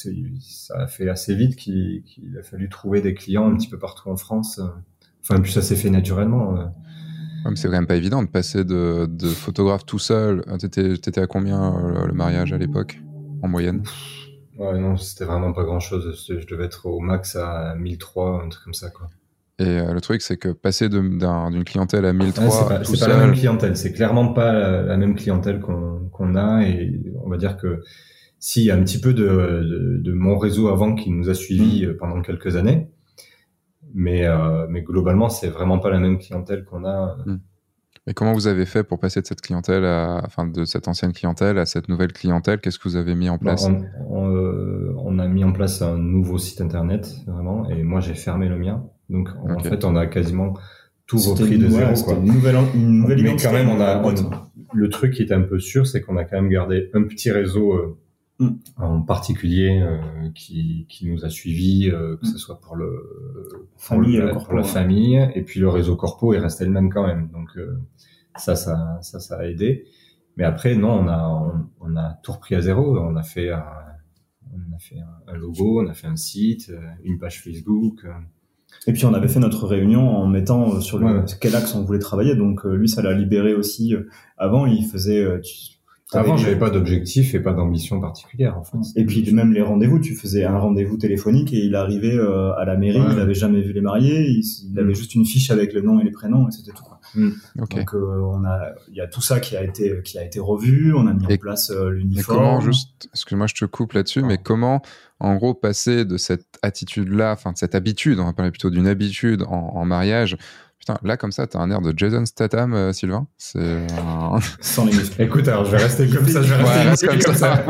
Speaker 2: ça a fait assez vite qu'il a fallu trouver des clients un petit peu partout en France. Enfin, puis ça s'est fait naturellement.
Speaker 1: Mais c'est quand même pas évident de passer de photographe tout seul. T'étais à combien le mariage à l'époque, en moyenne?
Speaker 2: Ouais, non, c'était vraiment pas grand-chose. Je devais être au max à 1003, un truc comme ça, quoi.
Speaker 1: Et le truc, c'est que passer d'une clientèle à 1003,
Speaker 2: c'est pas la même clientèle. C'est clairement pas la même clientèle qu'on a. Et on va dire que s'il y a un petit peu de mon réseau avant qui nous a suivis pendant quelques années, mais globalement, c'est vraiment pas la même clientèle qu'on a.
Speaker 1: Et comment vous avez fait pour passer de cette clientèle de cette ancienne clientèle à cette nouvelle clientèle? Qu'est-ce que vous avez mis en place?
Speaker 2: On a mis en place un nouveau site internet, vraiment, et moi j'ai fermé le mien. Donc en fait, on a quasiment tout repris de zéro, quoi.
Speaker 3: Une nouvelle
Speaker 2: mais quand même, le truc qui était un peu sûr, c'est qu'on a quand même gardé un petit réseau en particulier qui nous a suivis, que ce soit pour la famille, et puis le réseau corpo est resté le même quand même. Donc ça a aidé. Mais après, non, on a tout repris à zéro. On a fait un logo, on a fait un site, une page Facebook.
Speaker 3: Et puis on avait fait notre réunion en mettant sur quel axe on voulait travailler. Donc lui, ça l'a libéré aussi. Avant, il faisait.
Speaker 2: Avant, j'avais pas d'objectif et pas d'ambition particulière, en fait.
Speaker 3: Et puis même les rendez-vous, tu faisais un rendez-vous téléphonique et il arrivait à la mairie, il avait jamais vu les mariés, il avait juste une fiche avec le nom et les prénoms et c'était tout. Okay. Donc il y a tout ça qui a été revu, on a mis en place l'uniforme.
Speaker 1: Et comment, juste, excuse-moi, je te coupe là-dessus, mais comment, en gros, passer de cette attitude-là, enfin de cette habitude, on va parler plutôt d'une habitude en mariage. Putain, là, comme ça, t'as un air de Jason Statham, Sylvain. C'est
Speaker 3: sans les muscles.
Speaker 2: Écoute, alors, je vais rester comme ça,
Speaker 1: reste comme ça.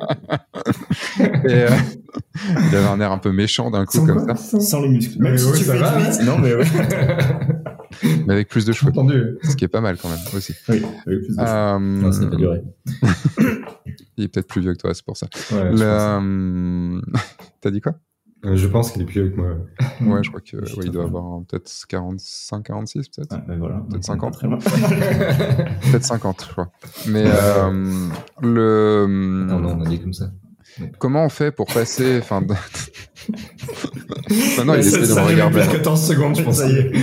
Speaker 1: Et, il avait un air un peu méchant d'un coup, comme ça.
Speaker 3: Sans les muscles. Même si tu fais vite. Non, mais ouais.
Speaker 1: Mais avec plus de cheveux.
Speaker 2: Entendu.
Speaker 1: Ce qui est pas mal, quand même, aussi.
Speaker 3: Oui, avec plus de cheveux. Non, ça n'a pas duré.
Speaker 1: Il est peut-être plus vieux que toi, c'est pour ça.
Speaker 2: Ouais,
Speaker 1: T'as dit quoi?
Speaker 2: Je pense qu'il est plus vieux que moi.
Speaker 1: Ouais, je crois que il doit avoir peut-être 45, 46, peut-être.
Speaker 3: Ah, ben voilà,
Speaker 1: peut-être 50.
Speaker 2: Peut-être
Speaker 1: 50, je crois. Mais
Speaker 2: non, on a dit comme ça.
Speaker 1: Comment on fait pour passer... Maintenant, il essaie de me regarder.
Speaker 2: 14 secondes, je pense. Ça y est.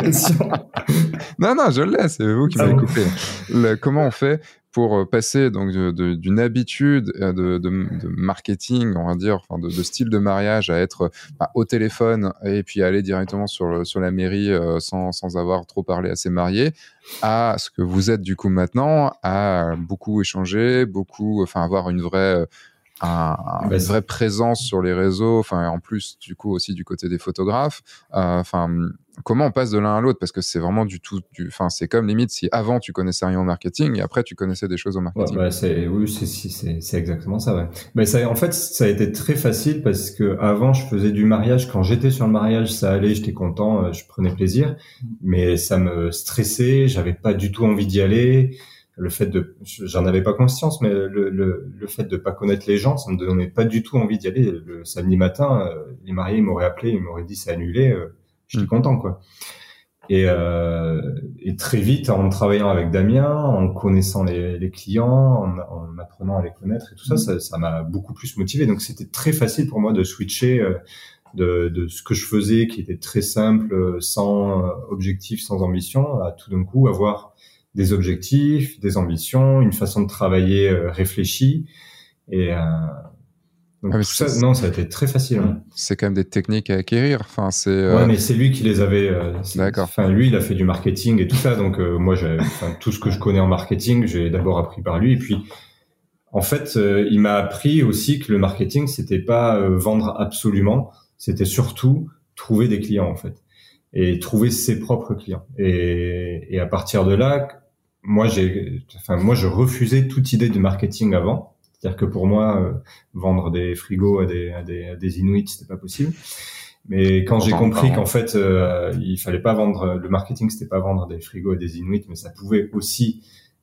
Speaker 1: Non, je l'ai, c'est vous qui m'avez coupé. Comment on fait pour passer donc d'une habitude de marketing, on va dire, de style de mariage à être au téléphone et puis aller directement sur la mairie sans avoir trop parlé à ses mariés, à ce que vous êtes du coup maintenant, à beaucoup échanger, avoir une vraie... une vraie présence sur les réseaux, en plus du coup aussi du côté des photographes. Comment on passe de l'un à l'autre, parce que c'est vraiment c'est comme limite si avant tu connaissais rien au marketing et après tu connaissais des choses au marketing.
Speaker 2: C'est exactement ça. Ouais. Mais ça, en fait, ça a été très facile parce que avant je faisais du mariage. Quand j'étais sur le mariage, ça allait, j'étais content, je prenais plaisir, mais ça me stressait, j'avais pas du tout envie d'y aller. Le fait j'en avais pas conscience, mais le fait de pas connaître les gens, ça me donnait pas du tout envie d'y aller. Le samedi matin, les mariés m'auraient appelé, ils m'auraient dit c'est annulé, j'étais content, quoi. Et très vite, en travaillant avec Damien, en connaissant les clients, en apprenant à les connaître et tout ça m'a beaucoup plus motivé. Donc c'était très facile pour moi de switcher de ce que je faisais, qui était très simple, sans objectif, sans ambition, à tout d'un coup avoir des objectifs, des ambitions, une façon de travailler réfléchie. Et donc tout ça, ça a été très facile.
Speaker 1: C'est quand même des techniques à acquérir.
Speaker 2: Ouais, mais c'est lui qui les avait.
Speaker 1: D'accord.
Speaker 2: Lui, il a fait du marketing et tout ça. Donc moi, tout ce que je connais en marketing, j'ai d'abord appris par lui. Et puis, en fait, il m'a appris aussi que le marketing, c'était pas vendre absolument. C'était surtout trouver des clients, en fait, et trouver ses propres clients. Et à partir de là, moi, je refusais toute idée de marketing avant. C'est-à-dire que pour moi, vendre des frigos à des Inuits, c'était pas possible. Mais quand j'ai compris qu'en fait, il fallait pas vendre, le marketing, c'était pas vendre des frigos à des Inuits, mais ça pouvait aussi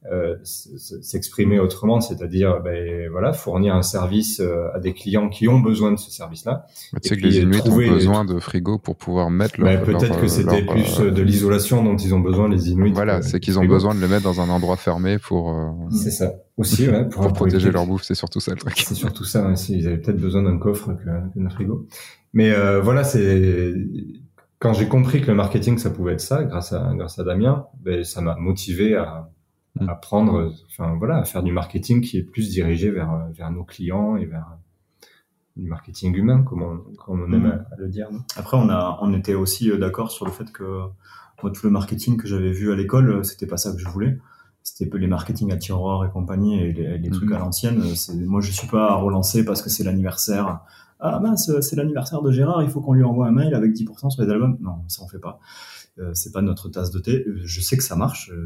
Speaker 2: s'exprimer autrement, c'est-à-dire fournir un service à des clients qui ont besoin de ce service-là.
Speaker 1: Tu sais que les Inuits ont besoin de frigos pour pouvoir mettre leur...
Speaker 2: peut-être que c'était plus de l'isolation dont ils ont besoin, les Inuits.
Speaker 1: Voilà, c'est qu'ils ont besoin de le mettre dans un endroit fermé pour...
Speaker 2: C'est ça. Aussi, ouais,
Speaker 1: pour protéger leur bouffe, c'est surtout ça le truc.
Speaker 2: C'est surtout ça, ouais, ils avaient peut-être besoin d'un coffre qu'un frigo. Mais c'est... Quand j'ai compris que le marketing, ça pouvait être ça, grâce à Damien, ça m'a motivé à apprendre, à faire du marketing qui est plus dirigé vers nos clients et vers du marketing humain, comme on aime à le dire. Non.
Speaker 3: Après, on était aussi d'accord sur le fait que moi, tout le marketing que j'avais vu à l'école, c'était pas ça que je voulais. C'était les marketing à tiroir et compagnie et les trucs à l'ancienne. Moi, je suis pas à relancer parce que c'est l'anniversaire. Ah mince, c'est l'anniversaire de Gérard, il faut qu'on lui envoie un mail avec 10% sur les albums. Non, ça on fait pas. C'est pas notre tasse de thé. Je sais que ça marche.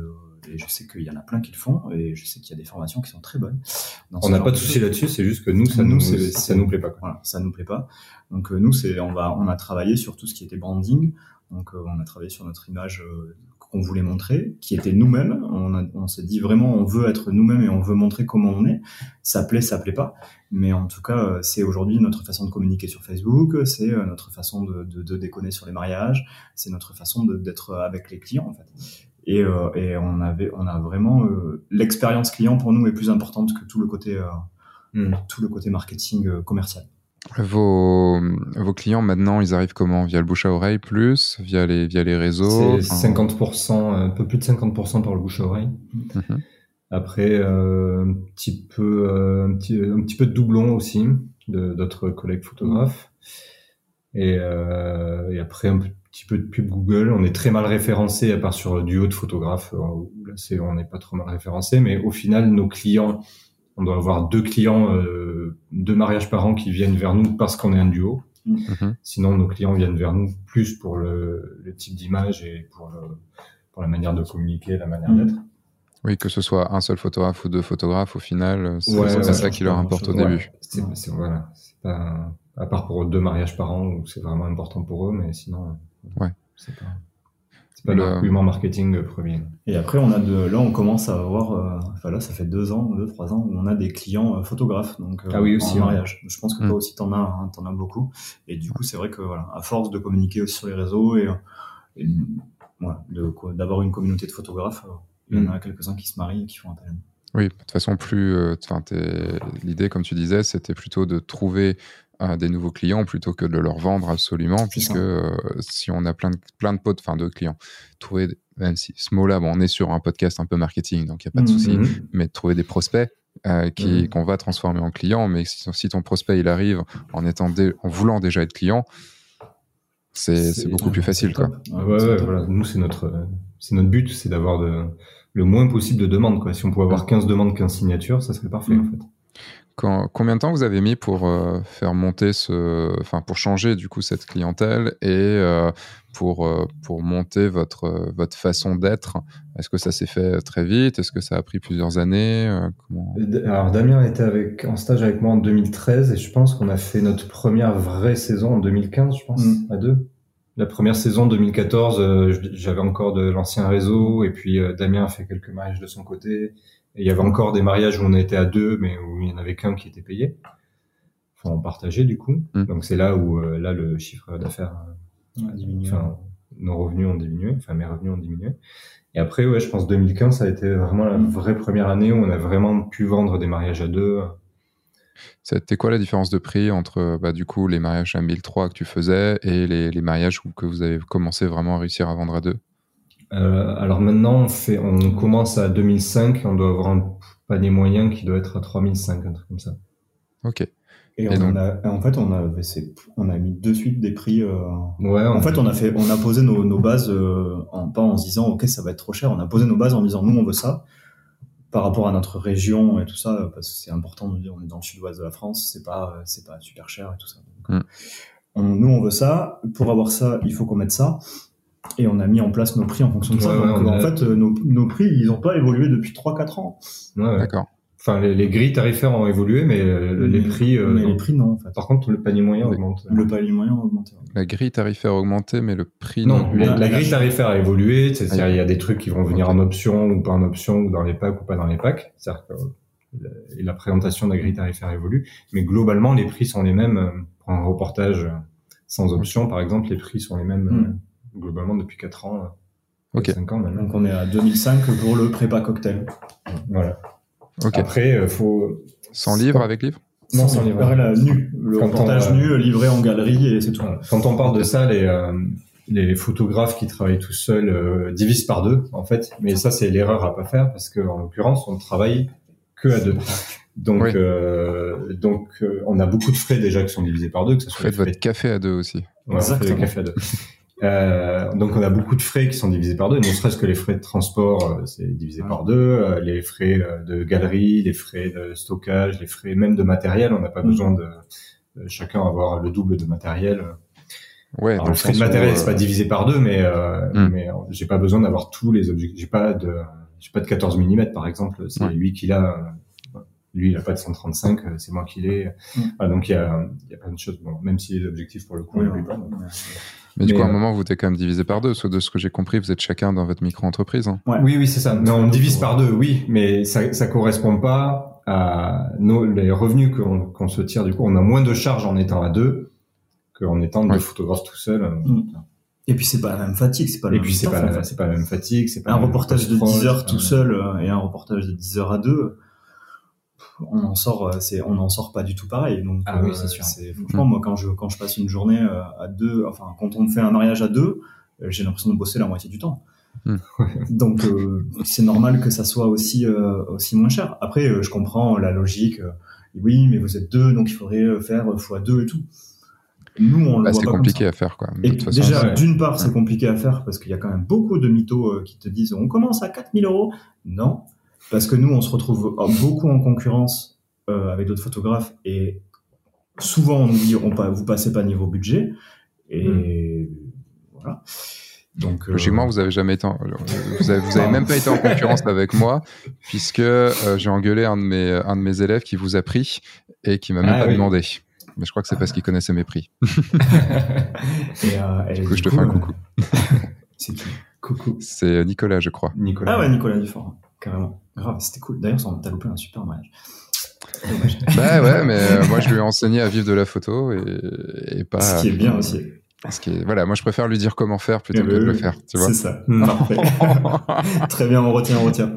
Speaker 3: et je sais qu'il y en a plein qui le font, et je sais qu'il y a des formations qui sont très bonnes.
Speaker 2: On n'a pas de souci là-dessus, c'est juste que nous, ça nous plaît pas, quoi.
Speaker 3: Voilà, ça nous plaît pas. Donc nous, on a travaillé sur tout ce qui était branding. Donc on a travaillé sur notre image qu'on voulait montrer, qui était nous-mêmes. On s'est dit vraiment, on veut être nous-mêmes et on veut montrer comment on est. Ça plaît pas. Mais en tout cas, c'est aujourd'hui notre façon de communiquer sur Facebook, c'est notre façon de déconner sur les mariages, c'est notre façon d'être avec les clients, en fait. Et on a vraiment l'expérience client pour nous est plus importante que tout le côté marketing commercial.
Speaker 1: Vos clients maintenant, ils arrivent comment? Via le bouche à oreille plus, via les réseaux?
Speaker 2: C'est 50%, un peu plus de 50% par le bouche à oreille. Mm-hmm. Après, un petit peu de doublon aussi d'autres collègues photographes. Et après un petit peu de pub Google. On est très mal référencé, à part sur le duo de photographes. Là, on n'est pas trop mal référencé, mais au final, nos clients, on doit avoir 2 clients, 2 mariages par an qui viennent vers nous parce qu'on est un duo. Mm-hmm. Sinon, nos clients viennent vers nous plus pour le type d'image et pour la manière de communiquer, la manière d'être.
Speaker 1: Oui, que ce soit un seul photographe ou 2 photographes, au final, c'est ça qui leur importe au début.
Speaker 2: Voilà. C'est pas, à part pour 2 mariages par an où c'est vraiment important pour eux, mais sinon, c'est pas l'argument marketing premier.
Speaker 3: Et après, on commence à avoir, là, ça fait 2 ans, 2-3 ans, où on a des clients photographes, donc,
Speaker 2: aussi,
Speaker 3: en mariage. Je pense que toi aussi, t'en as beaucoup. Et du coup, c'est vrai que, voilà, à force de communiquer aussi sur les réseaux et d'avoir une communauté de photographes, il y en a quelques-uns qui se marient et qui font appel à nous.
Speaker 1: Oui, de toute façon, l'idée, comme tu disais, c'était plutôt de trouver des nouveaux clients plutôt que de leur vendre absolument, puisque si on a plein de potes, de clients, même si ce mot-là, on est sur un podcast un peu marketing, donc il n'y a pas de souci, mais de trouver des prospects qu'on va transformer en clients, mais si ton prospect il arrive en voulant déjà être client, c'est beaucoup plus facile, quoi.
Speaker 2: Voilà. Nous, c'est notre but, c'est d'avoir le moins possible de demandes, quoi. Si on pouvait avoir 15 demandes, 15 signatures, ça serait parfait, en fait.
Speaker 1: Combien de temps vous avez mis pour faire monter pour changer du coup cette clientèle et pour monter votre façon d'être? Est-ce que ça s'est fait très vite? Est-ce que ça a pris plusieurs années?
Speaker 2: Alors Damien était en stage avec moi en 2013 et je pense qu'on a fait notre première vraie saison en 2015, je pense, à 2. La première saison 2014, j'avais encore de l'ancien réseau et puis Damien a fait quelques mariages de son côté. Et il y avait encore des mariages où on était à 2, mais où il n'y en avait qu'un qui était payé. Enfin, on partageait du coup. Donc c'est là où le chiffre d'affaires a diminué. Nos revenus ont diminué. Enfin, mes revenus ont diminué. Et après, je pense 2015, ça a été vraiment la vraie première année où on a vraiment pu vendre des mariages à 2.
Speaker 1: C'était quoi la différence de prix entre du coup les mariages à 1003 que tu faisais et les mariages que vous avez commencé vraiment à réussir à vendre à 2?
Speaker 2: Alors maintenant, on commence à 2005, on doit avoir un panier moyen qui doit être à 3005, un truc comme ça.
Speaker 1: Ok.
Speaker 3: Et on a mis de suite des prix. On a posé nos bases, pas en se disant ok ça va être trop cher. On a posé nos bases en disant nous on veut ça par rapport à notre région et tout ça, parce que c'est important de dire on est dans le sud-ouest de la France, c'est pas super cher et tout ça. Donc, nous on veut ça. Pour avoir ça, il faut qu'on mette ça. Et on a mis en place nos prix en fonction de ça. Donc, fait, nos prix, ils n'ont pas évolué depuis 3-4 ans.
Speaker 1: D'accord.
Speaker 2: Enfin, les grilles tarifaires ont évolué, mais les prix...
Speaker 3: les prix, non, en fait.
Speaker 2: Par contre, le panier moyen augmente.
Speaker 3: Le panier moyen a augmenté.
Speaker 1: La grille tarifaire a augmenté, mais le prix...
Speaker 2: Non, la grille tarifaire a évolué. C'est-à-dire, il y a des trucs qui vont venir en option ou pas en option, ou dans les packs ou pas dans les packs. C'est-à-dire que la présentation de la grille tarifaire évolue. Mais globalement, les prix sont les mêmes. Pour un reportage sans option, par exemple, les prix sont les mêmes... globalement depuis 4 ans, 5 ans maintenant.
Speaker 3: Donc on est à 2005 pour le prépa cocktail.
Speaker 2: Voilà. Okay. Après, faut...
Speaker 1: Sans livre, avec livre?
Speaker 3: Non, sans livre. Le reportage nu, livré en galerie et c'est tout.
Speaker 2: Quand on parle de ça, les photographes qui travaillent tout seuls divisent par 2, en fait. Mais ça, c'est l'erreur à pas faire parce que, en l'occurrence, on travaille que à 2. Donc, on a beaucoup de frais déjà qui sont divisés par 2. Que ça soit
Speaker 1: vous faites votre café à 2 aussi.
Speaker 2: Ouais, on fait le café à 2. Donc on a beaucoup de frais qui sont divisés par 2, ne serait-ce que les frais de transport, c'est divisé par 2, les frais de galerie, les frais de stockage, les frais même de matériel, on n'a pas besoin de chacun avoir le double de matériel.
Speaker 1: Ouais.
Speaker 2: Alors, le frais de matériel c'est pas divisé par 2, mais j'ai pas besoin d'avoir tous les objets, j'ai pas j'ai pas de 14 mm par exemple, c'est lui qui l'a. Lui, il a pas de 135, c'est moi qui l'ai. Voilà, donc il y a plein de choses. Bon, même si l'objectif pour le coup, il pas. Donc,
Speaker 1: mais du coup, à un moment, vous êtes quand même divisé par deux. De ce que j'ai compris, vous êtes chacun dans votre micro-entreprise. Hein.
Speaker 2: Oui, c'est ça. Mais on divise par deux, oui, mais ça correspond pas à les revenus qu'on se tire. Du coup, on a moins de charges en étant à deux qu'en étant deux photographes tout seul.
Speaker 3: Et puis c'est pas la même fatigue, c'est pas
Speaker 2: la même fatigue, c'est pas
Speaker 3: un reportage de 10 heures tout seul et un reportage de 10 heures à deux. On en sort pas du tout pareil. Donc,
Speaker 2: oui, c'est sûr.
Speaker 3: Franchement, moi, quand je passe une journée à deux, enfin, quand on fait un mariage à deux, j'ai l'impression de bosser la moitié du temps. Donc, c'est normal que ça soit aussi moins cher. Après, je comprends la logique. Oui, mais vous êtes deux, donc il faudrait faire x2 et tout. Nous, on le voit
Speaker 1: c'est
Speaker 3: pas
Speaker 1: compliqué
Speaker 3: comme ça.
Speaker 1: à faire, quoi.
Speaker 3: Et déjà, d'une part, c'est compliqué à faire parce qu'il y a quand même beaucoup de mythos qui te disent on commence à 4 000 €. Non. Parce que nous, on se retrouve beaucoup en concurrence avec d'autres photographes et souvent on nous dit vous passez pas niveau budget et voilà. Donc
Speaker 1: logiquement, vous avez jamais été, vous avez même pas été en concurrence avec moi puisque j'ai engueulé un de mes élèves qui vous a pris et qui m'a même pas demandé. Mais je crois que c'est parce qu'il connaissait mes prix. Du coup, je te fais un coucou.
Speaker 3: C'est qui ? Coucou.
Speaker 1: C'est Nicolas, je crois.
Speaker 3: Nicolas. Ah ouais, Nicolas Dufort. Carrément. Grave, c'était cool. D'ailleurs, t'as loupé un super mariage.
Speaker 1: Bah ouais, mais moi, je lui ai enseigné à vivre de la photo et pas...
Speaker 3: Ce qui est bien aussi.
Speaker 1: Voilà, moi, je préfère lui dire comment faire plutôt que de le faire, tu vois.
Speaker 3: C'est ça. Parfait. Très bien, on retient.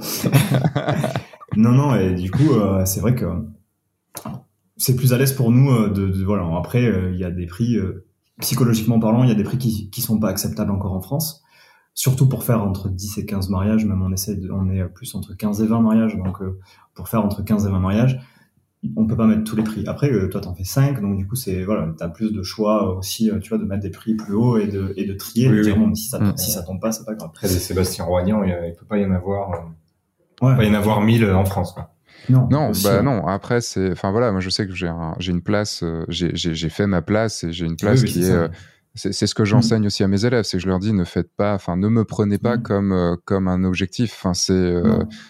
Speaker 3: Non, et du coup, c'est vrai que c'est plus à l'aise pour nous voilà. Après, il y a des prix, psychologiquement parlant, il y a des prix qui sont pas acceptables encore en France. Surtout pour faire entre 10 et 15 mariages, même on est plus entre 15 et 20 mariages, donc pour faire entre 15 et 20 mariages, on peut pas mettre tous les prix. Après, toi t'en fais 5, donc du coup t'as plus de choix aussi, tu vois, de mettre des prix plus hauts et de trier, même si ça tombe pas, c'est pas grave.
Speaker 2: Après des Sébastien Roignan, il peut pas y en avoir, pas y en avoir 1000 en France, quoi.
Speaker 1: Non, non. Après, moi, je sais que j'ai une place, j'ai fait ma place et j'ai une place qui est. C'est ce que j'enseigne aussi à mes élèves, c'est que je leur dis ne me prenez pas comme un objectif. Enfin, c'est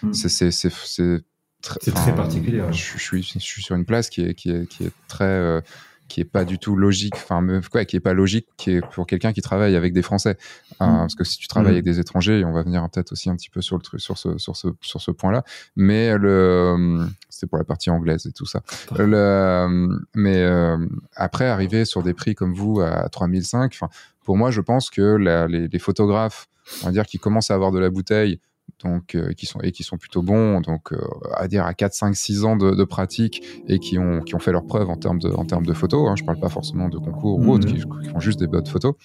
Speaker 2: très particulier. Ouais.
Speaker 1: Je suis sur une place qui est très qui est pas du tout logique, qui est pas logique, qui est pour quelqu'un qui travaille avec des Français. Parce que si tu travailles avec des étrangers, et on va venir peut-être aussi un petit peu sur ce point-là, mais c'est pour la partie anglaise et tout ça. Mais après, arriver sur des prix comme vous à 3005, pour moi, je pense que les photographes, on va dire, qui commencent à avoir de la bouteille, donc qui sont plutôt bons, donc à dire à 4, 5, 6 ans de pratique et qui ont fait leurs preuves en termes de photos, hein, je parle pas forcément de concours ou autres, qui font juste des bonnes photos.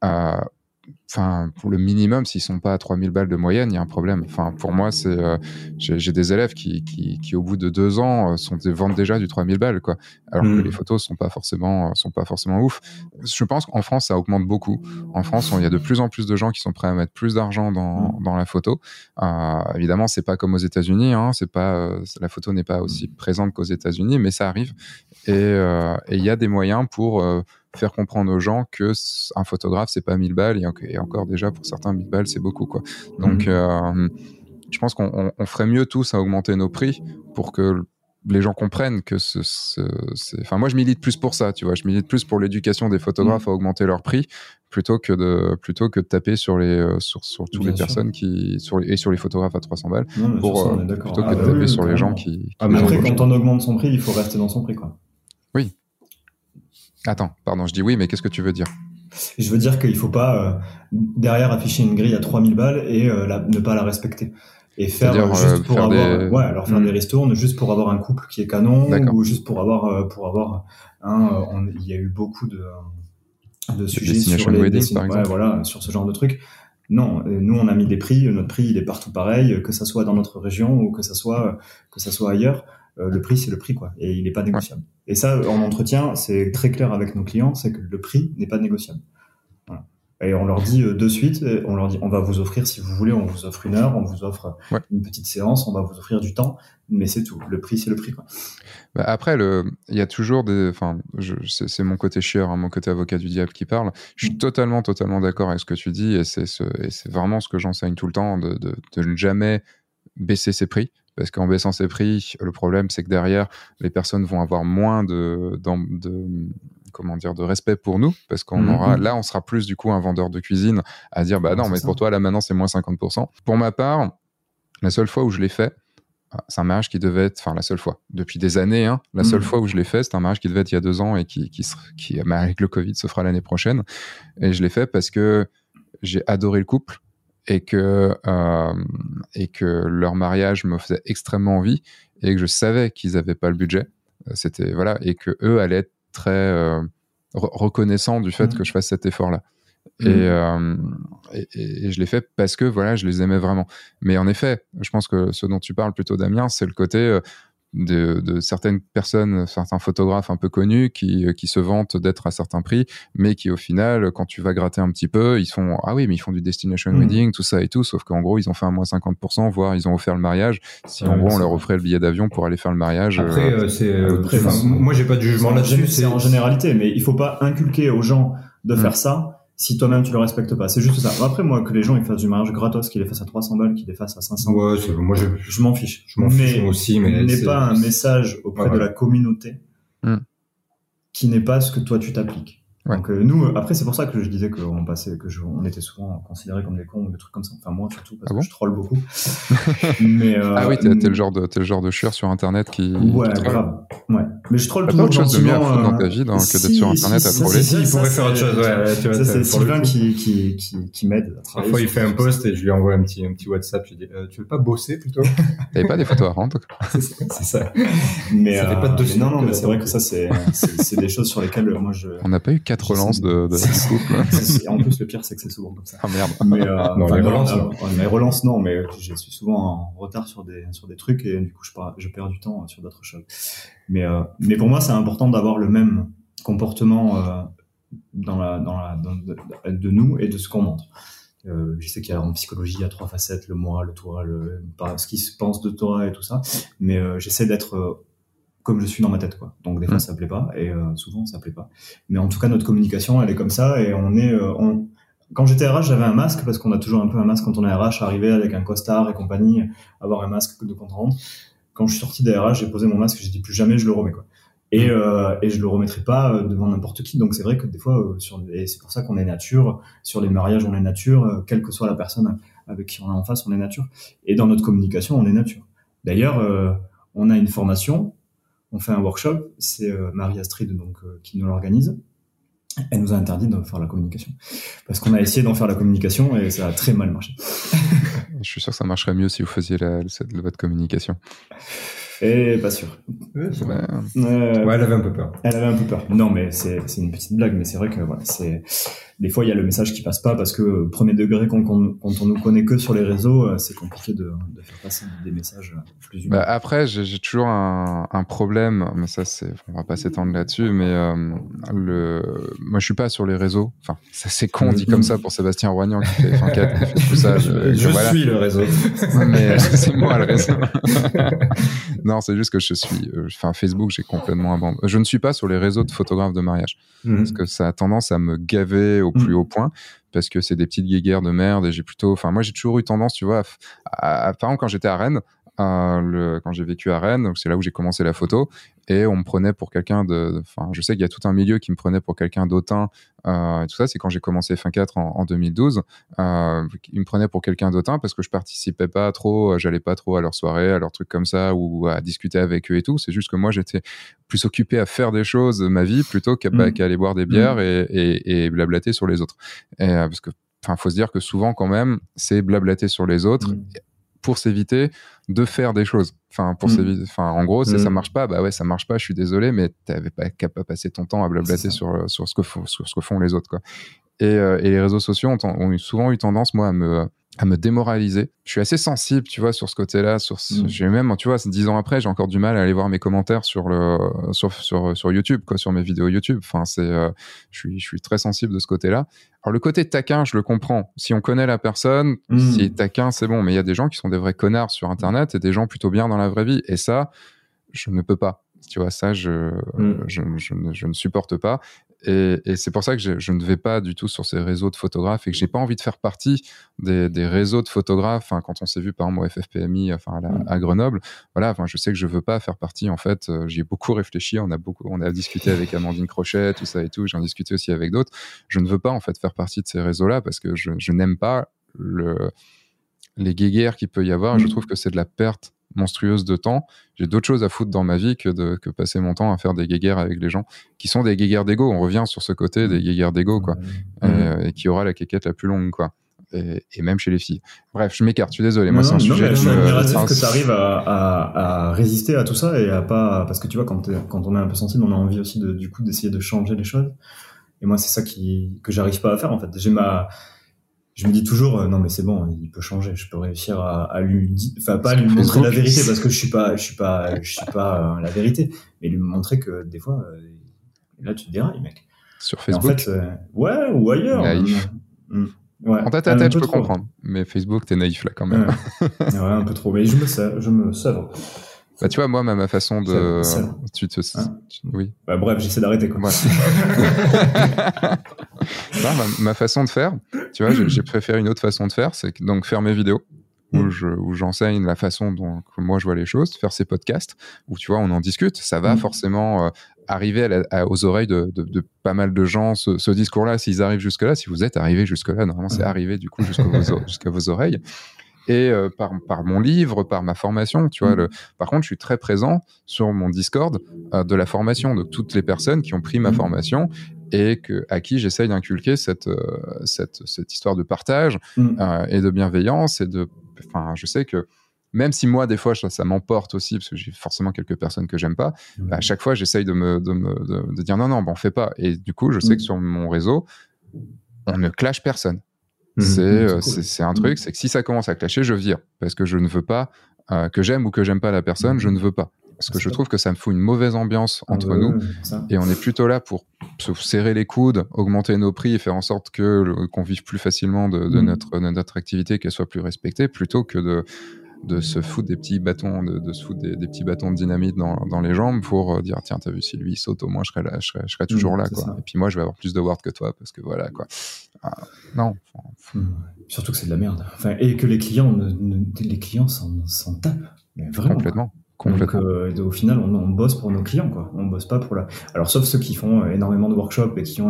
Speaker 1: Pour le minimum, s'ils sont pas à 3000 balles de moyenne, il y a un problème. Pour moi, j'ai des élèves qui au bout de 2 ans vendent déjà du 3000 balles, quoi. Alors que les photos sont pas forcément ouf. Je pense qu'en France, ça augmente beaucoup. En France, il y a de plus en plus de gens qui sont prêts à mettre plus d'argent dans la photo. Évidemment, c'est pas comme aux États-Unis, hein. La photo n'est pas aussi présente qu'aux États-Unis, mais ça arrive. Et il y a des moyens pour faire comprendre aux gens que un photographe c'est pas 1000 balles et encore déjà pour certains 1000 balles c'est beaucoup, quoi. Donc je pense qu'on ferait mieux tous à augmenter nos prix pour que les gens comprennent que moi je milite plus pour ça, tu vois, je milite plus pour l'éducation des photographes à augmenter leur prix plutôt que de taper sur toutes les personnes sur les photographes à 300 balles plutôt que de taper sur les gens qui
Speaker 3: après quand on augmente son prix il faut rester dans son prix, quoi.
Speaker 1: Oui. Attends, pardon, je dis oui, mais qu'est-ce que tu veux dire ?
Speaker 3: Je veux dire qu'il faut pas derrière afficher une grille à 3000 balles et ne pas la respecter. Et faire juste pour avoir faire des ristournes juste pour avoir un couple qui est canon. D'accord. Ou juste pour avoir il y a eu beaucoup de sujets sur les
Speaker 1: weddings, par exemple.
Speaker 3: Voilà, sur ce genre de trucs. Non, nous on a mis des prix, notre prix il est partout pareil, que ça soit dans notre région ou que ça soit ailleurs. Le prix, c'est le prix, quoi. Et il n'est pas négociable. Ouais. Et ça, en entretien, c'est très clair avec nos clients, c'est que le prix n'est pas négociable. Voilà. Et on leur dit de suite, on va vous offrir, si vous voulez, on vous offre 1 heure, on vous offre une petite séance, on va vous offrir du temps, mais c'est tout. Le prix, c'est le prix, quoi.
Speaker 1: Après, il y a toujours c'est mon côté chieur, hein, mon côté avocat du diable qui parle. Je suis totalement d'accord avec ce que tu dis, et c'est vraiment ce que j'enseigne tout le temps, de ne jamais baisser ses prix. Parce qu'en baissant ses prix, le problème, c'est que derrière, les personnes vont avoir moins de respect pour nous, parce qu'on on sera plus du coup un vendeur de cuisine à dire, bah non, mais pour toi, là maintenant, c'est moins 50%. Pour ma part, la seule fois où je l'ai fait, c'est un mariage qui devait être, enfin la seule fois, depuis des années, la seule fois où je l'ai fait, c'est un mariage qui devait être il y a 2 ans et qui avec le Covid, se fera l'année prochaine. Et je l'ai fait parce que j'ai adoré le couple, et que leur mariage me faisait extrêmement envie, et que je savais qu'ils n'avaient pas le budget. C'était, voilà, et que eux allaient être très reconnaissants du fait que je fasse cet effort-là. Et je l'ai fait parce que voilà, je les aimais vraiment. Mais en effet, je pense que ce dont tu parles plutôt, Damien, c'est le côté de certaines personnes, certains photographes un peu connus qui se vantent d'être à certains prix, mais qui au final, quand tu vas gratter un petit peu, ils font ah oui, mais ils font du destination wedding, tout ça et tout, sauf qu'en gros ils ont fait un moins 50%, voire ils ont offert le mariage. Si en gros on leur offrait le billet d'avion pour aller faire le mariage.
Speaker 2: Après, moi j'ai pas de jugement là-dessus.
Speaker 3: C'est en généralité, mais il faut pas inculquer aux gens de faire ça si toi-même tu le respectes pas. C'est juste ça. Après, moi, que les gens ils fassent du mariage gratos, qu'ils les fassent à 300 balles, qu'ils les fassent à 500.
Speaker 2: Ouais, moi
Speaker 3: je m'en fiche.
Speaker 2: Je m'en fiche moi aussi, mais
Speaker 3: n'est pas un message auprès de la communauté qui n'est pas ce que toi tu t'appliques. Ouais. Donc nous, après c'est pour ça que je disais qu'on passait, on était souvent considérés comme des cons ou des trucs comme ça. Enfin moi surtout parce que je troll beaucoup. Mais
Speaker 1: ah oui, t'es le genre de chieur sur internet qui.
Speaker 3: Ouais, grave. Ouais. Mais je troll
Speaker 1: toujours. T'as pas autre chose de mieux à foutre dans ta vie que d'être sur internet à troller.
Speaker 2: Il pourrait faire autre chose. Ouais.
Speaker 3: Tu vois, c'est Sylvain qui m'aide à travailler.
Speaker 2: Parfois il fait un post et je lui envoie un petit WhatsApp. Je lui dis tu veux pas bosser plutôt?
Speaker 1: T'avais pas des photos à rendre?
Speaker 3: C'est ça. Mais
Speaker 2: ça fait pas de
Speaker 3: non, mais c'est vrai que ça c'est des choses sur lesquelles moi je.
Speaker 1: On n'a pas eu 4 relances de couple.
Speaker 3: En plus, le pire, c'est que c'est souvent comme ça.
Speaker 1: Ah merde.
Speaker 3: Mais,
Speaker 2: non,
Speaker 3: les relances, non, mais je suis souvent en retard sur des trucs et du coup, je perds du temps sur d'autres choses. Mais pour moi, c'est important d'avoir le même comportement de nous et de ce qu'on montre. Je sais qu'il y a en psychologie, il y a 3 facettes, le moi, le toi, ce qui se pense de toi et tout ça. Mais j'essaie d'être comme je suis dans ma tête, quoi. Donc des fois ça plaît pas et souvent ça plaît pas. Mais en tout cas notre communication elle est comme ça et quand j'étais RH j'avais un masque parce qu'on a toujours un peu un masque quand on est RH, arriver avec un costard et compagnie, avoir un masque de compte rendu. Quand je suis sorti des RH j'ai posé mon masque, j'ai dit plus jamais je le remets, quoi. Et je le remettrai pas devant n'importe qui. Donc c'est vrai que des fois et c'est pour ça qu'on est nature sur les mariages, on est nature, quelle que soit la personne avec qui on est en face, on est nature. Et dans notre communication on est nature. D'ailleurs on a une formation. On fait un workshop, c'est Marie-Astrid donc qui nous l'organise. Elle nous a interdit de faire la communication. Parce qu'on a essayé d'en faire la communication et ça a très mal marché.
Speaker 1: Je suis sûr que ça marcherait mieux si vous faisiez votre communication.
Speaker 3: Et pas sûr.
Speaker 2: Ouais, elle avait un peu peur.
Speaker 3: Non, mais c'est une petite blague, mais c'est vrai que voilà, des fois il y a le message qui passe pas parce que premier degré quand on nous connaît que sur les réseaux, c'est compliqué de faire passer des messages plus humains.
Speaker 1: Après, j'ai toujours un problème, mais ça on va pas s'étendre là-dessus, mais moi je suis pas sur les réseaux. Enfin, ça c'est con dit comme ça pour Sébastien Roignan qui fait F1 qui fait tout ça.
Speaker 2: Je suis le réseau.
Speaker 1: Mais c'est moi le réseau. Non, c'est juste que Facebook, j'ai complètement abandonné. Je ne suis pas sur les réseaux de photographes de mariage. Parce que ça a tendance à me gaver au plus haut point. Parce que c'est des petites guéguerres de merde et moi, j'ai toujours eu tendance, tu vois, par exemple, quand j'étais à Rennes, quand j'ai vécu à Rennes, donc c'est là où j'ai commencé la photo, et on me prenait pour quelqu'un je sais qu'il y a tout un milieu qui me prenait pour quelqu'un d'autant, et tout ça, c'est quand j'ai commencé F1.4 en 2012, ils me prenaient pour quelqu'un d'autant parce que je participais pas trop, j'allais pas trop à leurs soirées, à leurs trucs comme ça, ou à discuter avec eux et tout, c'est juste que moi j'étais plus occupé à faire des choses ma vie plutôt qu'à aller boire des bières et blablater sur les autres. Et, parce que, faut se dire que souvent quand même, c'est blablater sur les autres, pour s'éviter de faire des choses. En gros, ça marche pas. Bah ouais, ça marche pas. Je suis désolé, mais t'avais pas qu'à pas passer ton temps à blablater sur ce que font les autres, quoi. Et les réseaux sociaux ont souvent eu tendance, moi, à me démoraliser. Je suis assez sensible, tu vois, sur ce côté-là. J'ai même, tu vois, 10 ans après, j'ai encore du mal à aller voir mes commentaires sur YouTube, quoi, sur mes vidéos YouTube. Je suis très sensible de ce côté-là. Alors, le côté taquin, je le comprends. Si on connaît la personne, si est taquin, c'est bon. Mais il y a des gens qui sont des vrais connards sur Internet et des gens plutôt bien dans la vraie vie. Et ça, je ne peux pas. Tu vois, ça, je ne supporte pas. Et c'est pour ça que je ne vais pas du tout sur ces réseaux de photographes et que j'ai pas envie de faire partie des réseaux de photographes. Enfin, quand on s'est vu par exemple au FFPMI, enfin à Grenoble, voilà. Enfin, je sais que je veux pas faire partie. En fait, j'y ai beaucoup réfléchi. On a discuté avec Amandine Crochet, tout ça et tout. J'en ai discuté aussi avec d'autres. Je ne veux pas en fait faire partie de ces réseaux-là parce que je n'aime pas les guéguerres qu'il peut y avoir. Je trouve que c'est de la perte monstrueuse de temps. J'ai d'autres choses à foutre dans ma vie que passer mon temps à faire des guéguerres avec les gens qui sont des guéguerres d'ego. On revient sur ce côté des guéguerres d'ego, quoi. Et qui aura la quéquette la plus longue, quoi. Et même chez les filles. Bref, je m'écarte, je suis désolé. Moi, c'est un sujet.
Speaker 3: Je suis admiratif que tu arrives à résister à tout ça et à pas, parce que tu vois, quand on est un peu sensible, on a envie aussi du coup, d'essayer de changer les choses. Et moi, c'est ça que j'arrive pas à faire, en fait. Je me dis toujours, non, mais c'est bon, il peut changer. Je peux réussir à lui pas lui montrer la vérité parce que je suis pas la vérité, mais lui montrer que des fois, là, tu te dérailles, mec.
Speaker 1: Sur Facebook.
Speaker 3: Et en fait, ouais, ou ailleurs.
Speaker 1: Ouais. En tête à tête, je peux comprendre. Mais Facebook, t'es naïf, là, quand même.
Speaker 3: Ouais, un peu trop. Mais je me savre.
Speaker 1: Bah, tu vois, moi, ma façon de... Oui.
Speaker 3: Bah, bref, j'essaie d'arrêter, quoi.
Speaker 1: Ouais. Non, ma façon de faire, tu vois, j'ai préféré une autre façon de faire, c'est donc faire mes vidéos, où j'enseigne la façon dont moi je vois les choses, faire ces podcasts, où tu vois, on en discute, ça va forcément arriver aux oreilles de pas mal de gens, ce discours-là, s'ils arrivent jusque-là, si vous êtes arrivé jusque-là, normalement c'est arrivé du coup jusqu'à vos oreilles. Et par mon livre, par ma formation, tu vois. Par contre, je suis très présent sur mon Discord de la formation de toutes les personnes qui ont pris ma formation et à qui j'essaye d'inculquer cette histoire de partage et de bienveillance enfin, je sais que même si moi, des fois, ça m'emporte aussi, parce que j'ai forcément quelques personnes que j'aime pas, à chaque fois, j'essaye de dire non, on fait pas. Et du coup, je sais que sur mon réseau, on ne clash personne. C'est un truc, c'est que si ça commence à clasher, je vire. Parce que je ne veux pas, que j'aime ou que j'aime pas la personne, je ne veux pas. Parce que je trouve que ça me fout une mauvaise ambiance entre nous. Et on est plutôt là pour se serrer les coudes, augmenter nos prix et faire en sorte qu'on vive plus facilement de notre activité, qu'elle soit plus respectée, plutôt que de se foutre des petits bâtons, de se foutre des petits bâtons de dynamite dans les jambes pour dire tiens, t'as vu, si lui il saute, au moins je serai toujours là, quoi. Ça. Et puis moi je vais avoir plus de word que toi parce que voilà, quoi. Non.
Speaker 3: Surtout que c'est de la merde. Enfin, et que les clients s'en tapent. Mais vraiment.
Speaker 1: Complètement.
Speaker 3: Donc, au final, on bosse pour nos clients, quoi. On bosse pas pour Alors, sauf ceux qui font énormément de workshops et qui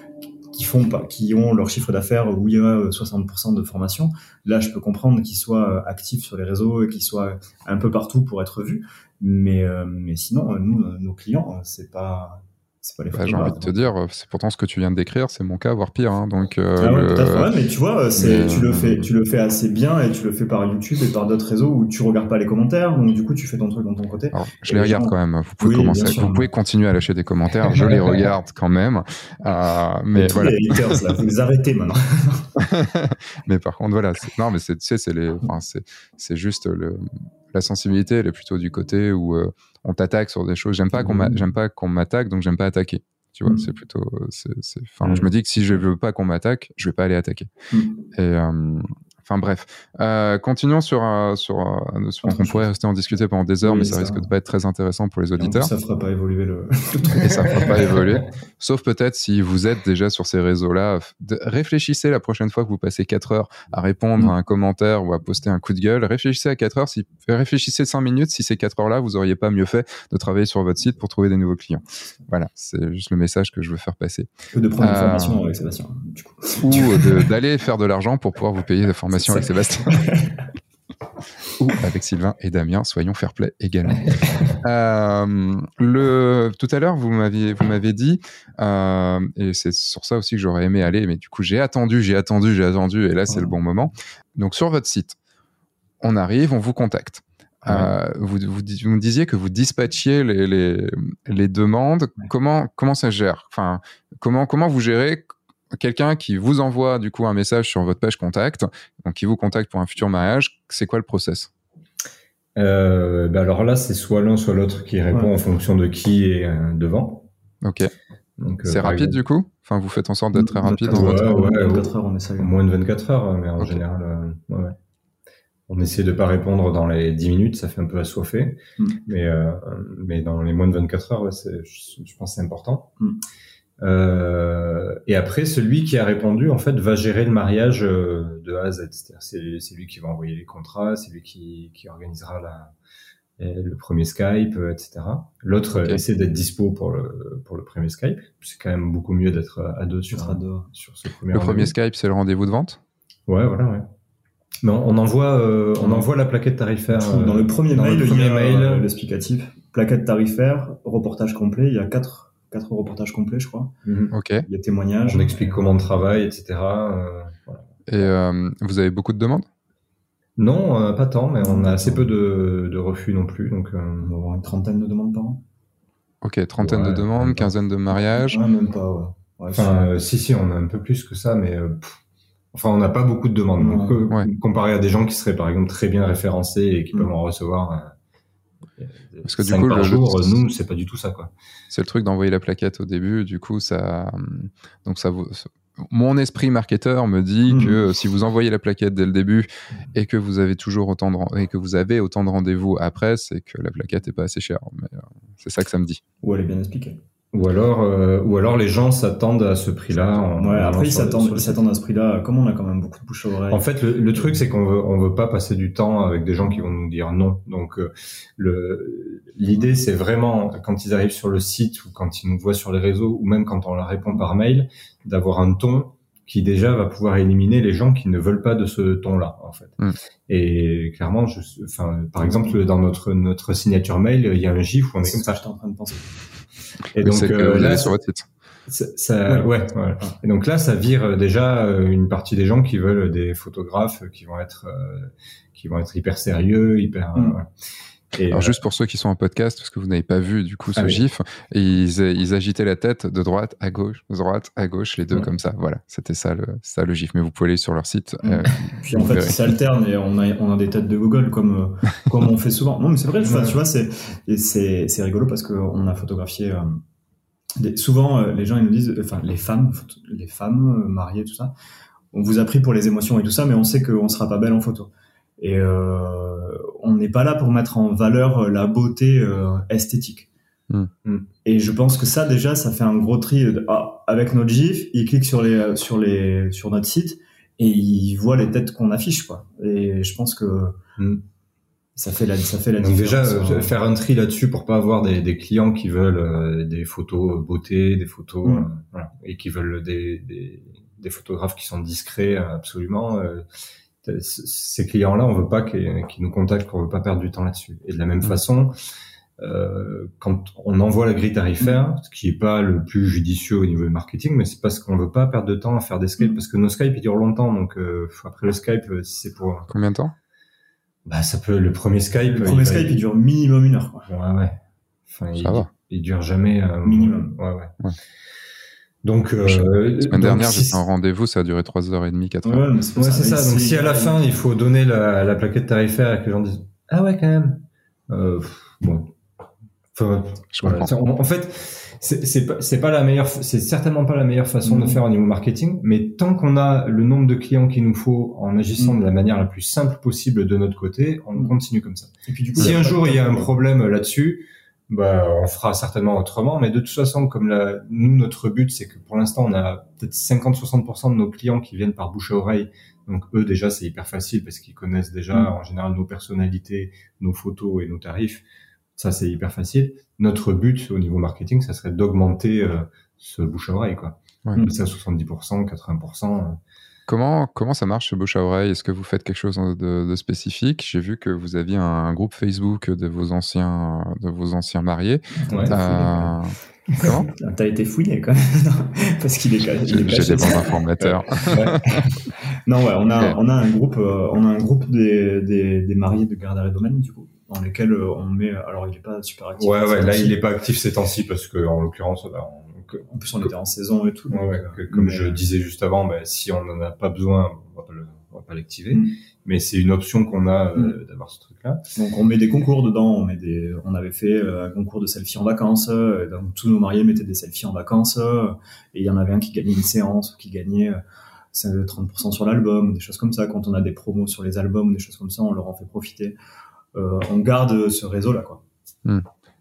Speaker 3: ont leur chiffre d'affaires où il y a 60% de formation. Là, je peux comprendre qu'ils soient actifs sur les réseaux et qu'ils soient un peu partout pour être vus. Mais sinon, nous, nos clients, c'est pas les photographes.
Speaker 1: J'ai envie de te dire, c'est pourtant ce que tu viens de décrire, c'est mon cas, voire pire. Hein, donc,
Speaker 3: peut-être, ouais, mais tu vois, tu le fais assez bien et tu le fais par YouTube et par d'autres réseaux où tu regardes pas les commentaires, donc du coup tu fais ton truc dans ton côté.
Speaker 1: Alors, je les regarde quand même. Vous pouvez continuer à lâcher des commentaires. Je les regarde quand même. Mais
Speaker 3: tous
Speaker 1: voilà.
Speaker 3: les haters, là, vous les arrêtez maintenant.
Speaker 1: Mais par contre, voilà. C'est juste la sensibilité, elle est plutôt du côté où on t'attaque sur des choses. J'aime pas qu'on m'attaque, donc j'aime pas attaquer. Tu vois, c'est plutôt, je me dis que si je veux pas qu'on m'attaque, je vais pas aller attaquer. Et enfin bref, continuons sur on pourrait rester en discuter pendant des heures, mais ça risque de pas être très intéressant pour les auditeurs.
Speaker 3: Ça fera pas évoluer le truc.
Speaker 1: Et ça fera pas évoluer. Sauf peut-être si vous êtes déjà sur ces réseaux-là, réfléchissez la prochaine fois que vous passez 4 heures à répondre à un commentaire ou à poster un coup de gueule. Réfléchissez à 4 heures. Réfléchissez 5 minutes si ces 4 heures-là, vous auriez pas mieux fait de travailler sur votre site pour trouver des nouveaux clients. Voilà, c'est juste le message que je veux faire passer.
Speaker 3: Ou de prendre une formation avec Sébastien, du coup.
Speaker 1: Ou d'aller faire de l'argent pour pouvoir vous payer des formations avec Sébastien. Ou avec Sylvain et Damien, soyons fair play également. Tout à l'heure, vous m'avez dit, et c'est sur ça aussi que j'aurais aimé aller, mais du coup j'ai attendu, et là c'est le bon moment. Donc sur votre site, on arrive, on vous contacte. Vous me disiez que vous dispatchiez les demandes. Comment ça se gère? Enfin, comment vous gérez quelqu'un qui vous envoie du coup un message sur votre page contact, donc qui vous contacte pour un futur mariage? C'est quoi le process?
Speaker 2: Alors là, c'est soit l'un soit l'autre qui répond en fonction de qui est devant.
Speaker 1: Ok. Donc, c'est rapide du coup? Enfin, vous faites en sorte d'être très rapide dans
Speaker 3: votre... 24 heures, on essaie.
Speaker 2: Moins de 24 heures, mais en général, on essaie de pas répondre dans les 10 minutes, ça fait un peu assoiffé. Mais dans les moins de 24 heures, je pense que c'est important. Et après, celui qui a répondu, en fait, va gérer le mariage de A à Z. C'est-à-dire, c'est lui qui va envoyer les contrats, c'est lui qui organisera le premier Skype, etc. L'autre essaie d'être dispo pour le premier Skype. C'est quand même beaucoup mieux d'être à deux sur ce premier.
Speaker 1: Le premier Skype, c'est le rendez-vous de vente.
Speaker 2: Ouais, voilà, ouais. Mais on envoie la plaquette tarifaire.
Speaker 3: Dans le premier mail, il y a l'explicatif. Plaquette tarifaire, reportage complet. Il y a quatre reportages complets, je crois.
Speaker 1: Ok.
Speaker 3: Il y a témoignages.
Speaker 2: On explique comment on travaille, etc.
Speaker 1: Voilà. Et vous avez beaucoup de demandes?
Speaker 2: Non, pas tant, mais on a assez peu de refus non plus. Donc,
Speaker 3: on va avoir une trentaine de demandes par an.
Speaker 1: Ok, trentaine de demandes, quinzaine de mariages.
Speaker 3: Ouais, même pas, ouais.
Speaker 2: Enfin, si, on a un peu plus que ça, mais enfin, on n'a pas beaucoup de demandes. Donc, comparé à des gens qui seraient, par exemple, très bien référencés et qui peuvent en recevoir
Speaker 1: parce que du coup,
Speaker 2: par jour, nous, c'est pas du tout ça, quoi.
Speaker 1: C'est le truc d'envoyer la plaquette au début, du coup, donc ça vaut... Mon esprit marketeur me dit que si vous envoyez la plaquette dès le début et que vous avez toujours autant de rendez-vous après, c'est que la plaquette est pas assez chère. Mais c'est ça que ça me dit.
Speaker 3: Ou elle est bien expliquée.
Speaker 2: Ou alors les gens s'attendent à ce prix-là.
Speaker 3: Après ils s'attendent à ce prix-là. Comme on a quand même beaucoup de bouche à oreille.
Speaker 2: En fait, le truc c'est qu'on veut pas passer du temps avec des gens qui vont nous dire non. Donc l'idée c'est vraiment quand ils arrivent sur le site ou quand ils nous voient sur les réseaux ou même quand on leur répond par mail, d'avoir un ton qui déjà va pouvoir éliminer les gens qui ne veulent pas de ce ton-là, en fait. Et clairement, par exemple, dans notre signature mail, il y a un gif où on est comme ça.
Speaker 3: J'étais en train de penser.
Speaker 1: Et donc là, sur votre site.
Speaker 2: Ouais. Et donc là, ça vire déjà une partie des gens qui veulent des photographes qui vont être hyper sérieux, voilà.
Speaker 1: Et alors juste pour ceux qui sont en podcast, parce que vous n'avez pas vu du coup ce gif, ils agitaient la tête de droite à gauche, les deux comme ça. Voilà, c'était ça le gif. Mais vous pouvez aller sur leur site.
Speaker 3: Puis en fait, ça alterne et on a des têtes de Google comme on fait souvent. Non, mais c'est vrai. Tu vois, c'est rigolo parce que on a photographié. Souvent, les gens ils nous disent, enfin les femmes mariées tout ça, on vous a pris pour les émotions et tout ça, mais on sait qu'on sera pas belle en photo. Et on n'est pas là pour mettre en valeur la beauté esthétique. Et je pense que ça déjà, ça fait un gros tri. Avec notre gif, ils cliquent sur notre site et ils voient les têtes qu'on affiche, quoi. Et je pense que ça fait la différence.
Speaker 2: Donc déjà, faire un tri là-dessus pour pas avoir des clients qui veulent des photos beauté, des photos voilà, et qui veulent des photographes qui sont discrets absolument. Ces clients-là, on veut pas qu'ils nous contactent, qu'on veut pas perdre du temps là-dessus. Et de la même façon, quand on envoie la grille tarifaire, ce qui est pas le plus judicieux au niveau du marketing, mais c'est parce qu'on veut pas perdre de temps à faire des Skype, parce que nos Skype ils durent longtemps, donc après le Skype, si c'est pour
Speaker 1: combien de temps?
Speaker 2: Ça peut le premier Skype.
Speaker 3: Il dure minimum 1 heure, quoi.
Speaker 2: Ouais. Enfin,
Speaker 1: ça va.
Speaker 2: Il dure jamais
Speaker 3: minimum.
Speaker 2: Ouais. Donc,
Speaker 1: la semaine dernière, j'étais en rendez-vous, ça a duré 3h30, 4h.
Speaker 2: Ouais, c'est ça. Donc, si à la fin, il faut donner la plaquette tarifaire et que les gens disent, ah ouais, quand même. Bon. Enfin, voilà. En fait, c'est pas la meilleure, c'est certainement pas la meilleure façon de faire au niveau marketing, mais tant qu'on a le nombre de clients qu'il nous faut en agissant de la manière la plus simple possible de notre côté, on continue comme ça. Et puis, du coup, si un jour il y a un problème là-dessus, on fera certainement autrement, mais de toute façon, comme nous, notre but, c'est que pour l'instant, on a peut-être 50-60% de nos clients qui viennent par bouche à oreille. Donc, eux, déjà, c'est hyper facile parce qu'ils connaissent déjà, en général, nos personnalités, nos photos et nos tarifs. Ça, c'est hyper facile. Notre but, au niveau marketing, ça serait d'augmenter, ce bouche à oreille, quoi. Ouais. Ça, 70%, 80%.
Speaker 1: Comment ça marche ce bouche à oreille? Est-ce que vous faites quelque chose de spécifique? J'ai vu que vous aviez un groupe Facebook de vos anciens mariés.
Speaker 2: Ouais.
Speaker 1: Comment?
Speaker 3: T'as été fouillé quand même, parce qu'il est caché.
Speaker 1: J'ai des bons informateurs.
Speaker 3: Non, ouais, on a un groupe des mariés de Gardère et Domaine, du coup, dans lesquels on met. Alors, il est pas super actif.
Speaker 2: Ouais, là, il est pas actif ces temps-ci parce que, en l'occurrence,
Speaker 3: en plus, on était en saison et tout.
Speaker 2: Comme je disais juste avant, si on n'en a pas besoin, on va pas l'activer. Mais c'est une option qu'on a d'avoir ce truc-là.
Speaker 3: Donc on met des concours dedans. On avait fait un concours de selfies en vacances. Donc tous nos mariés mettaient des selfies en vacances. Et il y en avait un qui gagnait une séance, qui gagnait 30% sur l'album, des choses comme ça. Quand on a des promos sur les albums, des choses comme ça, on leur en fait profiter. On garde ce réseau-là, quoi.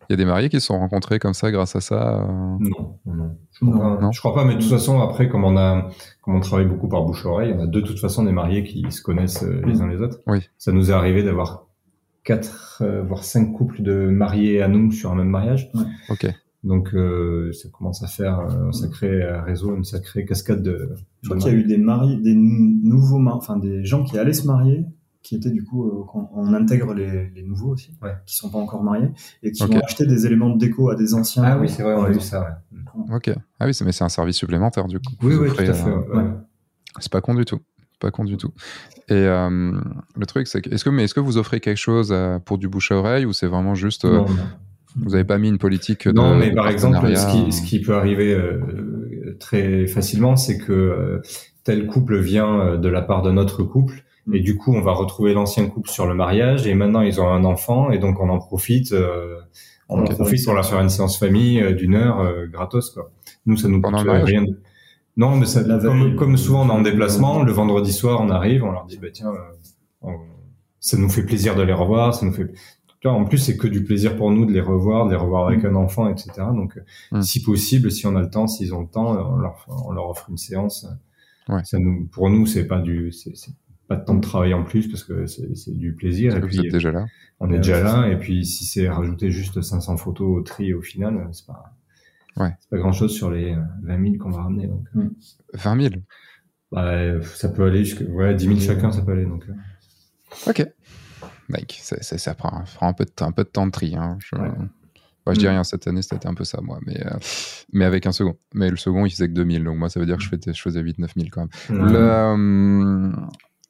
Speaker 1: Il y a des mariés qui se sont rencontrés comme ça grâce à ça.
Speaker 2: Non. Je crois pas, mais de toute façon, après, comme on travaille beaucoup par bouche-oreille, on a de toute façon des mariés qui se connaissent les uns les autres.
Speaker 1: Oui.
Speaker 2: Ça nous est arrivé d'avoir 4, voire 5 couples de mariés à nous sur un même mariage.
Speaker 3: Ouais.
Speaker 1: Ok.
Speaker 2: Donc, ça commence à faire un sacré réseau, une sacrée cascade de...
Speaker 3: Je crois qu'il y a eu des nouveaux des gens qui allaient se marier, qui étaient du coup, on intègre les nouveaux aussi, qui sont pas encore mariés, et qui ont acheté des éléments de déco à des anciens.
Speaker 2: Ah oui, c'est vrai, on a eu ça,
Speaker 1: Ok. Ah oui, mais c'est un service supplémentaire, du coup.
Speaker 2: Oui, tout à fait.
Speaker 1: C'est pas con du tout. Et le truc, c'est que, est-ce que vous offrez quelque chose pour du bouche à oreille, ou c'est vraiment juste...
Speaker 2: Non.
Speaker 1: Vous n'avez pas mis une politique
Speaker 2: Non, mais par exemple, ce qui peut arriver très facilement, c'est que tel couple vient de la part d'un autre couple, et du coup, on va retrouver l'ancien couple sur le mariage, et maintenant ils ont un enfant, et donc on en profite. On profite pour leur faire une séance famille d'1 heure gratos, quoi. Nous, ça nous coûte rien. Non, mais ça, comme souvent on est en déplacement, le vendredi soir, on arrive, on leur dit, tiens, ça nous fait plaisir de les revoir, ça nous fait. En plus, c'est que du plaisir pour nous de les revoir avec un enfant, etc. Donc, si possible, si on a le temps, s'ils ont le temps, on leur offre une séance.
Speaker 1: Ouais.
Speaker 2: Pour nous, c'est pas de temps de travail en plus, parce que c'est du plaisir. Et puis,
Speaker 1: vous êtes déjà là.
Speaker 2: On est déjà là. Et puis, si c'est rajouter juste 500 photos au tri au final, c'est pas grand chose sur les 20 000 qu'on va ramener. Donc,
Speaker 1: 20 000?
Speaker 2: Ça peut aller jusqu'à 10 000 chacun, ça peut aller. Donc,
Speaker 1: Ok. Mec, ça prend un peu de temps de tri. Hein. Je dis rien, cette année, c'était un peu ça, moi. Mais avec un second. Mais le second, il faisait que 2000. Donc, moi, ça veut dire que je faisais 8-9 000 quand même.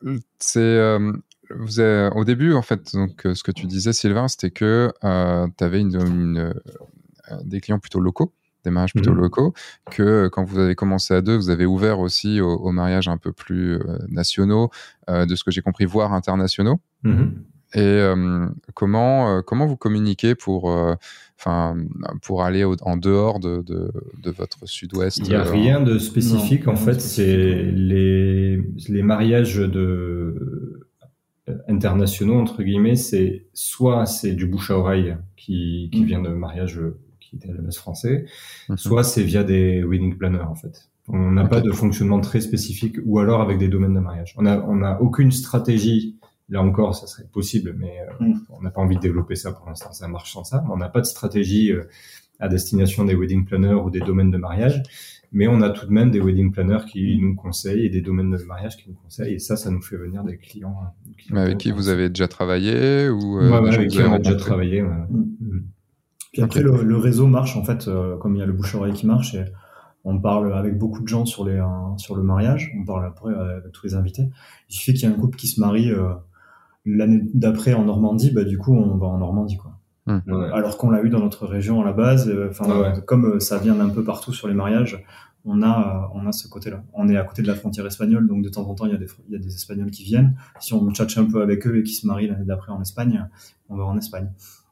Speaker 1: Au début, en fait, donc, ce que tu disais, Sylvain, c'était que tu avais des clients plutôt locaux, des mariages plutôt locaux, que quand vous avez commencé à 2, vous avez ouvert aussi aux mariages un peu plus nationaux, de ce que j'ai compris, voire internationaux. Et comment vous communiquez pour aller en dehors de votre sud-ouest?
Speaker 2: Il n'y a rien de spécifique, en fait. C'est les mariages internationaux, entre guillemets, c'est du bouche à oreille qui vient de mariage qui était à la base français, soit c'est via des wedding planners, en fait. On n'a pas de fonctionnement très spécifique, ou alors avec des domaines de mariage. On n'a aucune stratégie. Là encore, ça serait possible, mais on n'a pas envie de développer ça pour l'instant. Ça marche sans ça. On n'a pas de stratégie à destination des wedding planners ou des domaines de mariage, mais on a tout de même des wedding planners qui nous conseillent et des domaines de mariage qui nous conseillent. Et ça nous fait venir des clients.
Speaker 1: Mais avec qui vous avez déjà travaillé ou
Speaker 2: avec qui on a déjà travaillé.
Speaker 3: Puis après, le réseau marche en fait, comme il y a le bouche-oreille qui marche. Et on parle avec beaucoup de gens sur le mariage. On parle après avec tous les invités. Il suffit qu'il y ait un couple qui se marie l'année d'après en Normandie, du coup on va en Normandie, quoi. Alors qu'on l'a eu dans notre région à la base. Comme ça vient d'un peu partout sur les mariages, on a ce côté-là. On est à côté de la frontière espagnole, donc de temps en temps il y a des Espagnols qui viennent. Si on tchatche un peu avec eux et qui se marient l'année d'après en Espagne, on va en Espagne.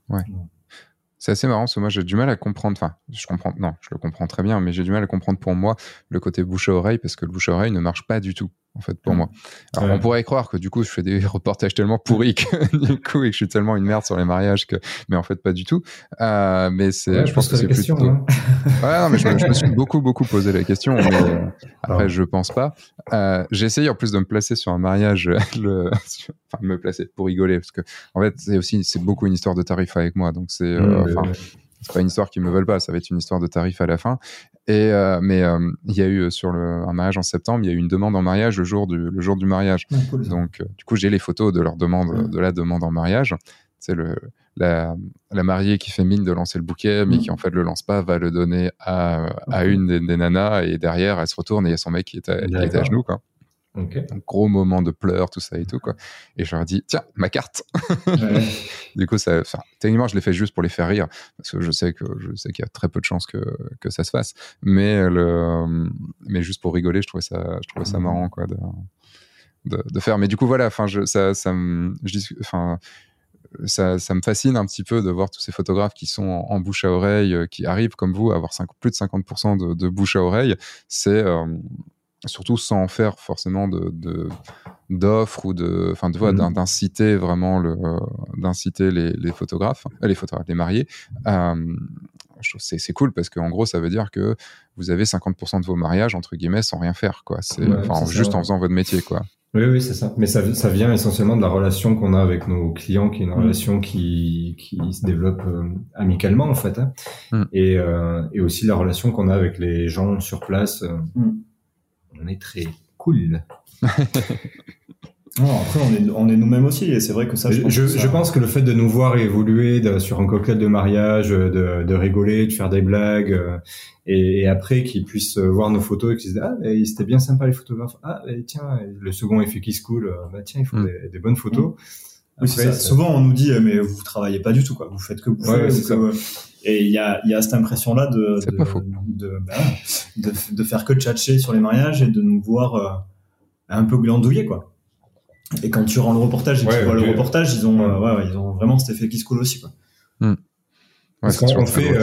Speaker 1: C'est assez marrant, parce que moi j'ai du mal à comprendre, je le comprends très bien, mais j'ai du mal à comprendre pour moi le côté bouche à oreille, parce que le bouche à oreille ne marche pas du tout, en fait, pour moi. Alors on pourrait croire que du coup je fais des reportages tellement pourris que du coup, et que je suis tellement une merde sur les mariages mais en fait pas du tout. Mais je pense que c'est plutôt... non, mais je me suis beaucoup posé la question, mais après je pense pas. J'ai essayé en plus de me placer sur un mariage, me placer pour rigoler, parce que en fait c'est beaucoup une histoire de tarif avec moi, donc c'est c'est pas une histoire qu'ils me veulent pas, ça va être une histoire de tarif à la fin. Et mais il y a eu sur un mariage en septembre, il y a eu une demande en mariage le jour du mariage.
Speaker 3: Cool,
Speaker 1: donc du coup j'ai les photos de leur demande, de la demande en mariage. C'est la mariée qui fait mine de lancer le bouquet, mais qui en fait le lance pas, va le donner à une des nanas, et derrière elle se retourne et il y a son mec qui est à genoux, quoi.
Speaker 2: Okay.
Speaker 1: Donc, gros moment de pleurs, tout ça et tout, quoi. Et je leur dis, tiens, ma carte. Du coup, techniquement, je l'ai fait juste pour les faire rire, parce que je sais qu'il y a très peu de chances que ça se fasse. Mais juste pour rigoler, je trouvais ça marrant, quoi, de faire. Mais du coup, voilà, ça me fascine un petit peu de voir tous ces photographes qui sont en bouche à oreille, qui arrivent comme vous à avoir plus de 50% de bouche à oreille. surtout sans faire forcément d'offres ou tu vois, d'inciter vraiment d'inciter les photographes, les mariés. Je trouve que c'est cool parce qu'en gros, ça veut dire que vous avez 50% de vos mariages, entre guillemets, sans rien faire, quoi. Juste en faisant votre métier, quoi.
Speaker 2: Oui, c'est ça. Mais ça vient essentiellement de la relation qu'on a avec nos clients, qui est une relation qui se développe amicalement, en fait. Hein. Et aussi la relation qu'on a avec les gens sur place. On est très cool.
Speaker 3: Non, après, on est nous-mêmes aussi, et c'est vrai que ça,
Speaker 2: je pense que le fait de nous voir évoluer sur un cocktail de mariage, de rigoler, de faire des blagues, et après qu'ils puissent voir nos photos et qu'ils se disent, mais c'était bien sympa les photographes. Tiens, le second effet qui se coule, tiens, il faut des bonnes photos.
Speaker 3: Oui, c'est ça. Souvent, on nous dit, mais vous travaillez pas du tout, quoi. Vous faites que bouffer. Et il y a cette impression-là de faire que tchatcher sur les mariages et de nous voir un peu glandouiller, quoi. Et quand tu rends le reportage et que tu vois le reportage, ils ont vraiment cet effet qui se coule aussi, quoi.
Speaker 2: Parce qu'on fait,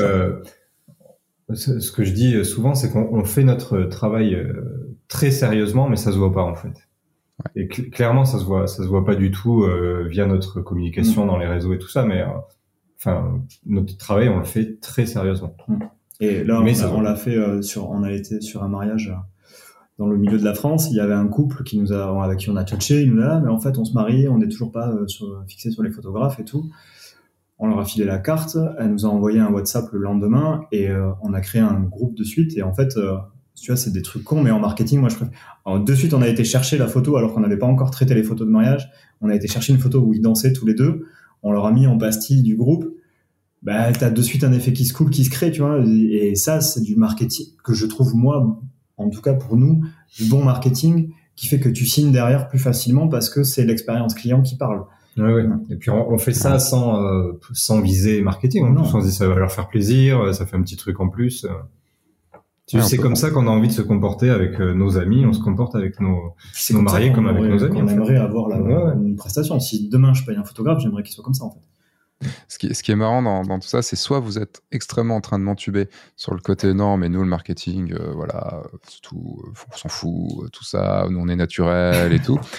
Speaker 2: ce que je dis souvent, c'est qu'on fait notre travail très sérieusement, mais ça se voit pas, en fait. Ouais. Et clairement, ça se voit pas du tout via notre communication dans les réseaux et tout ça, mais notre travail, on le fait très sérieusement.
Speaker 3: Et là, on l'a fait on a été sur un mariage dans le milieu de la France. Il y avait un couple avec qui on a tchatché. Il nous a dit, mais en fait, on se marie, on n'est toujours pas fixé sur les photographes et tout. On leur a filé la carte. Elle nous a envoyé un WhatsApp le lendemain et on a créé un groupe de suite. Et en fait, tu vois, c'est des trucs cons, mais en marketing, moi, je préfère. Alors, de suite, on a été chercher la photo alors qu'on n'avait pas encore traité les photos de mariage. On a été chercher une photo où ils dansaient tous les deux. On leur a mis en pastille du groupe. T'as de suite un effet qui se coule, qui se crée, tu vois. Et ça, c'est du marketing que je trouve, moi, en tout cas pour nous, du bon marketing qui fait que tu signes derrière plus facilement parce que c'est l'expérience client qui parle.
Speaker 2: Ouais. Et puis on fait ça sans viser marketing. On se dit ça va leur faire plaisir, ça fait un petit truc en plus. C'est comme ça qu'on a envie de se comporter avec nos amis. On se comporte avec nos mariés comme avec nos amis.
Speaker 3: On aimerait avoir une prestation. Si demain je paye un photographe, j'aimerais qu'il soit comme ça, en fait.
Speaker 1: Ce qui est marrant dans tout ça, c'est soit vous êtes extrêmement en train de m'entuber sur le côté non, mais nous le marketing, c'est tout, on s'en fout, tout ça, nous on est naturel et tout.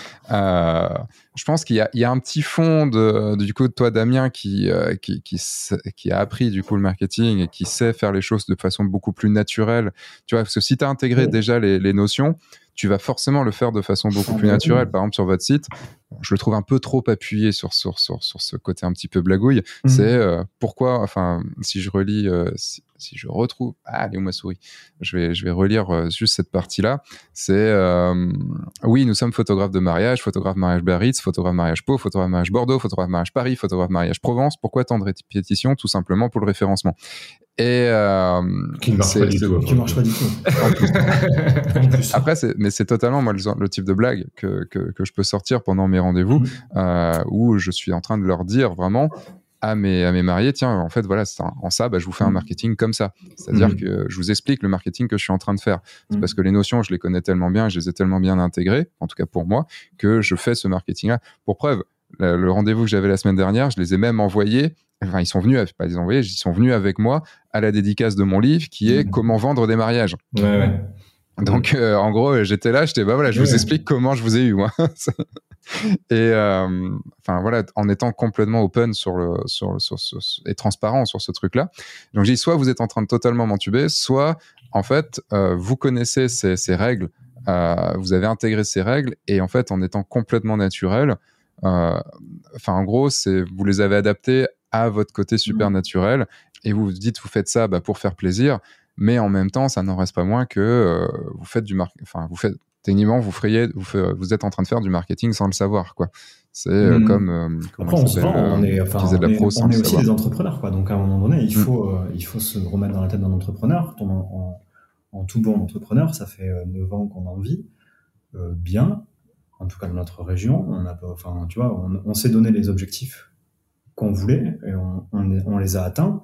Speaker 1: Je pense qu'il y a un petit fond du coup de toi, Damien, qui a appris du coup le marketing et qui sait faire les choses de façon beaucoup plus naturelle. Tu vois, parce que si tu as intégré déjà les notions, tu vas forcément le faire de façon beaucoup plus naturelle. Par exemple, sur votre site, je le trouve un peu trop appuyé sur ce côté un petit peu blagouille. C'est pourquoi, si je relis, si je retrouve, elle est où ma souris ? Je vais relire juste cette partie-là. C'est oui, nous sommes photographes de mariage, photographe mariage Biarritz, photographe mariage Pau, photographe mariage Bordeaux, photographe mariage Paris, photographe mariage Provence. Pourquoi tant de répétitions ? Tout simplement pour le référencement. Et
Speaker 2: qui ne marche pas du tout.
Speaker 3: Qui marche pas du tout.
Speaker 1: Après, c'est totalement moi le type de blague que je peux sortir pendant mes rendez-vous où je suis en train de leur dire vraiment à mes mariés, tiens, en fait, voilà, en ça, je vous fais un marketing comme ça. C'est-à-dire que je vous explique le marketing que je suis en train de faire. C'est parce que les notions, je les connais tellement bien, je les ai tellement bien intégrées, en tout cas pour moi, que je fais ce marketing-là. Pour preuve, le rendez-vous que j'avais la semaine dernière, je les ai même envoyés. Ils sont venus, ils sont venus avec moi à la dédicace de mon livre qui est Comment vendre des mariages.
Speaker 2: Ouais.
Speaker 1: Donc, en gros, j'étais là, je vous explique comment je vous ai eu, moi. Et en étant complètement open et transparent sur ce truc-là. Donc, j'ai dit, soit vous êtes en train de totalement m'entuber, soit, en fait, vous connaissez ces règles, vous avez intégré ces règles, et en fait, en étant complètement naturel, en gros, vous les avez adaptées à votre côté super naturel, et vous dites, vous faites ça pour faire plaisir, mais en même temps, ça n'en reste pas moins que vous faites techniquement, vous êtes en train de faire du marketing sans le savoir, quoi. C'est comme
Speaker 3: après, on est aussi des entrepreneurs, quoi. Donc à un moment donné, il faut se remettre dans la tête d'un entrepreneur. En tout bon entrepreneur, ça fait 9 ans qu'on en vit bien, en tout cas dans notre région. On s'est donné les objectifs qu'on voulait et on les a atteints.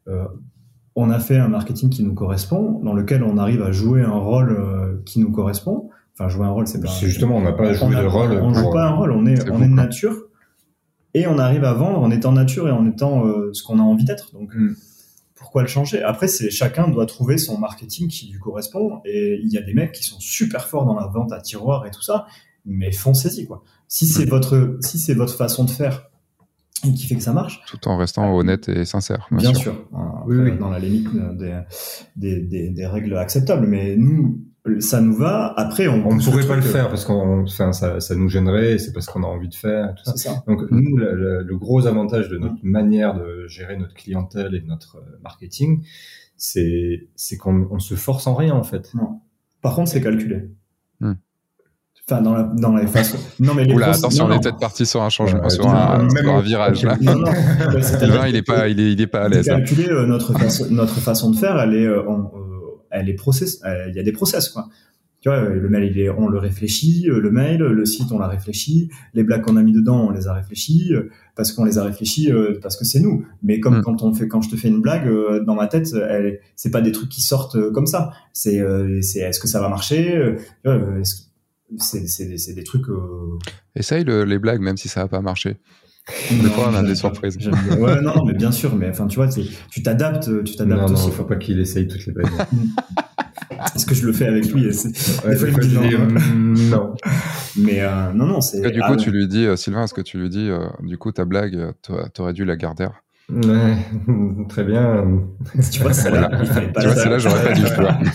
Speaker 3: On a fait un marketing qui nous correspond, dans lequel on arrive à jouer un rôle qui nous correspond. Enfin, jouer un rôle, c'est pas...
Speaker 2: C'est justement, on n'a pas joué de rôle.
Speaker 3: On joue pas un rôle, on est de nature. Et on arrive à vendre en étant nature et en étant ce qu'on a envie d'être. Donc, pourquoi le changer? Après, chacun doit trouver son marketing qui lui correspond. Et il y a des mecs qui sont super forts dans la vente à tiroir et tout ça, mais foncez-y, quoi. Si c'est votre façon de faire qui fait que ça marche.
Speaker 1: Tout en restant honnête et sincère.
Speaker 3: Bien sûr. Dans la limite des règles acceptables. Mais nous, ça nous va. Après, on
Speaker 2: ne pourrait pas le faire parce ça nous gênerait, et c'est parce qu'on a envie de faire. Tout ça. Donc, nous, le gros avantage de notre manière de gérer notre clientèle et notre marketing, c'est qu'on se force en rien, en fait.
Speaker 3: Non. Par contre, c'est calculé. Enfin, dans les façons. Non, mais
Speaker 1: attention, on est peut-être parti sur un changement, sur un virage, là.
Speaker 3: Non.
Speaker 1: Sylvain, il est pas à l'aise.
Speaker 3: Calculer, notre façon de faire, elle est process, il y a des process, quoi. Tu vois, le mail, on le réfléchit, le site, on l'a réfléchi, les blagues qu'on a mis dedans, on les a réfléchis, parce qu'on les a réfléchis, parce que c'est nous. Mais comme quand je te fais une blague, dans ma tête, c'est pas des trucs qui sortent comme ça. C'est est-ce que ça va marcher? C'est des trucs.
Speaker 1: Essaye les blagues, même si ça va pas marcher. Des fois, on a des surprises.
Speaker 3: Ouais, non, mais bien sûr, mais enfin, tu vois, tu t'adaptes aussi.
Speaker 2: Non, faut pas qu'il essaye toutes les blagues.
Speaker 3: Est-ce que je le fais avec lui? Des fois, il me dit non. Mais non, c'est.
Speaker 1: Du coup, tu lui dis, Sylvain, est-ce que tu lui dis, du coup, ta blague, t'aurais dû la garder?
Speaker 2: Ouais, très bien.
Speaker 3: Tu vois, celle-là, il fallait pas.
Speaker 1: Tu vois, celle-là, j'aurais pas dû, tu vois.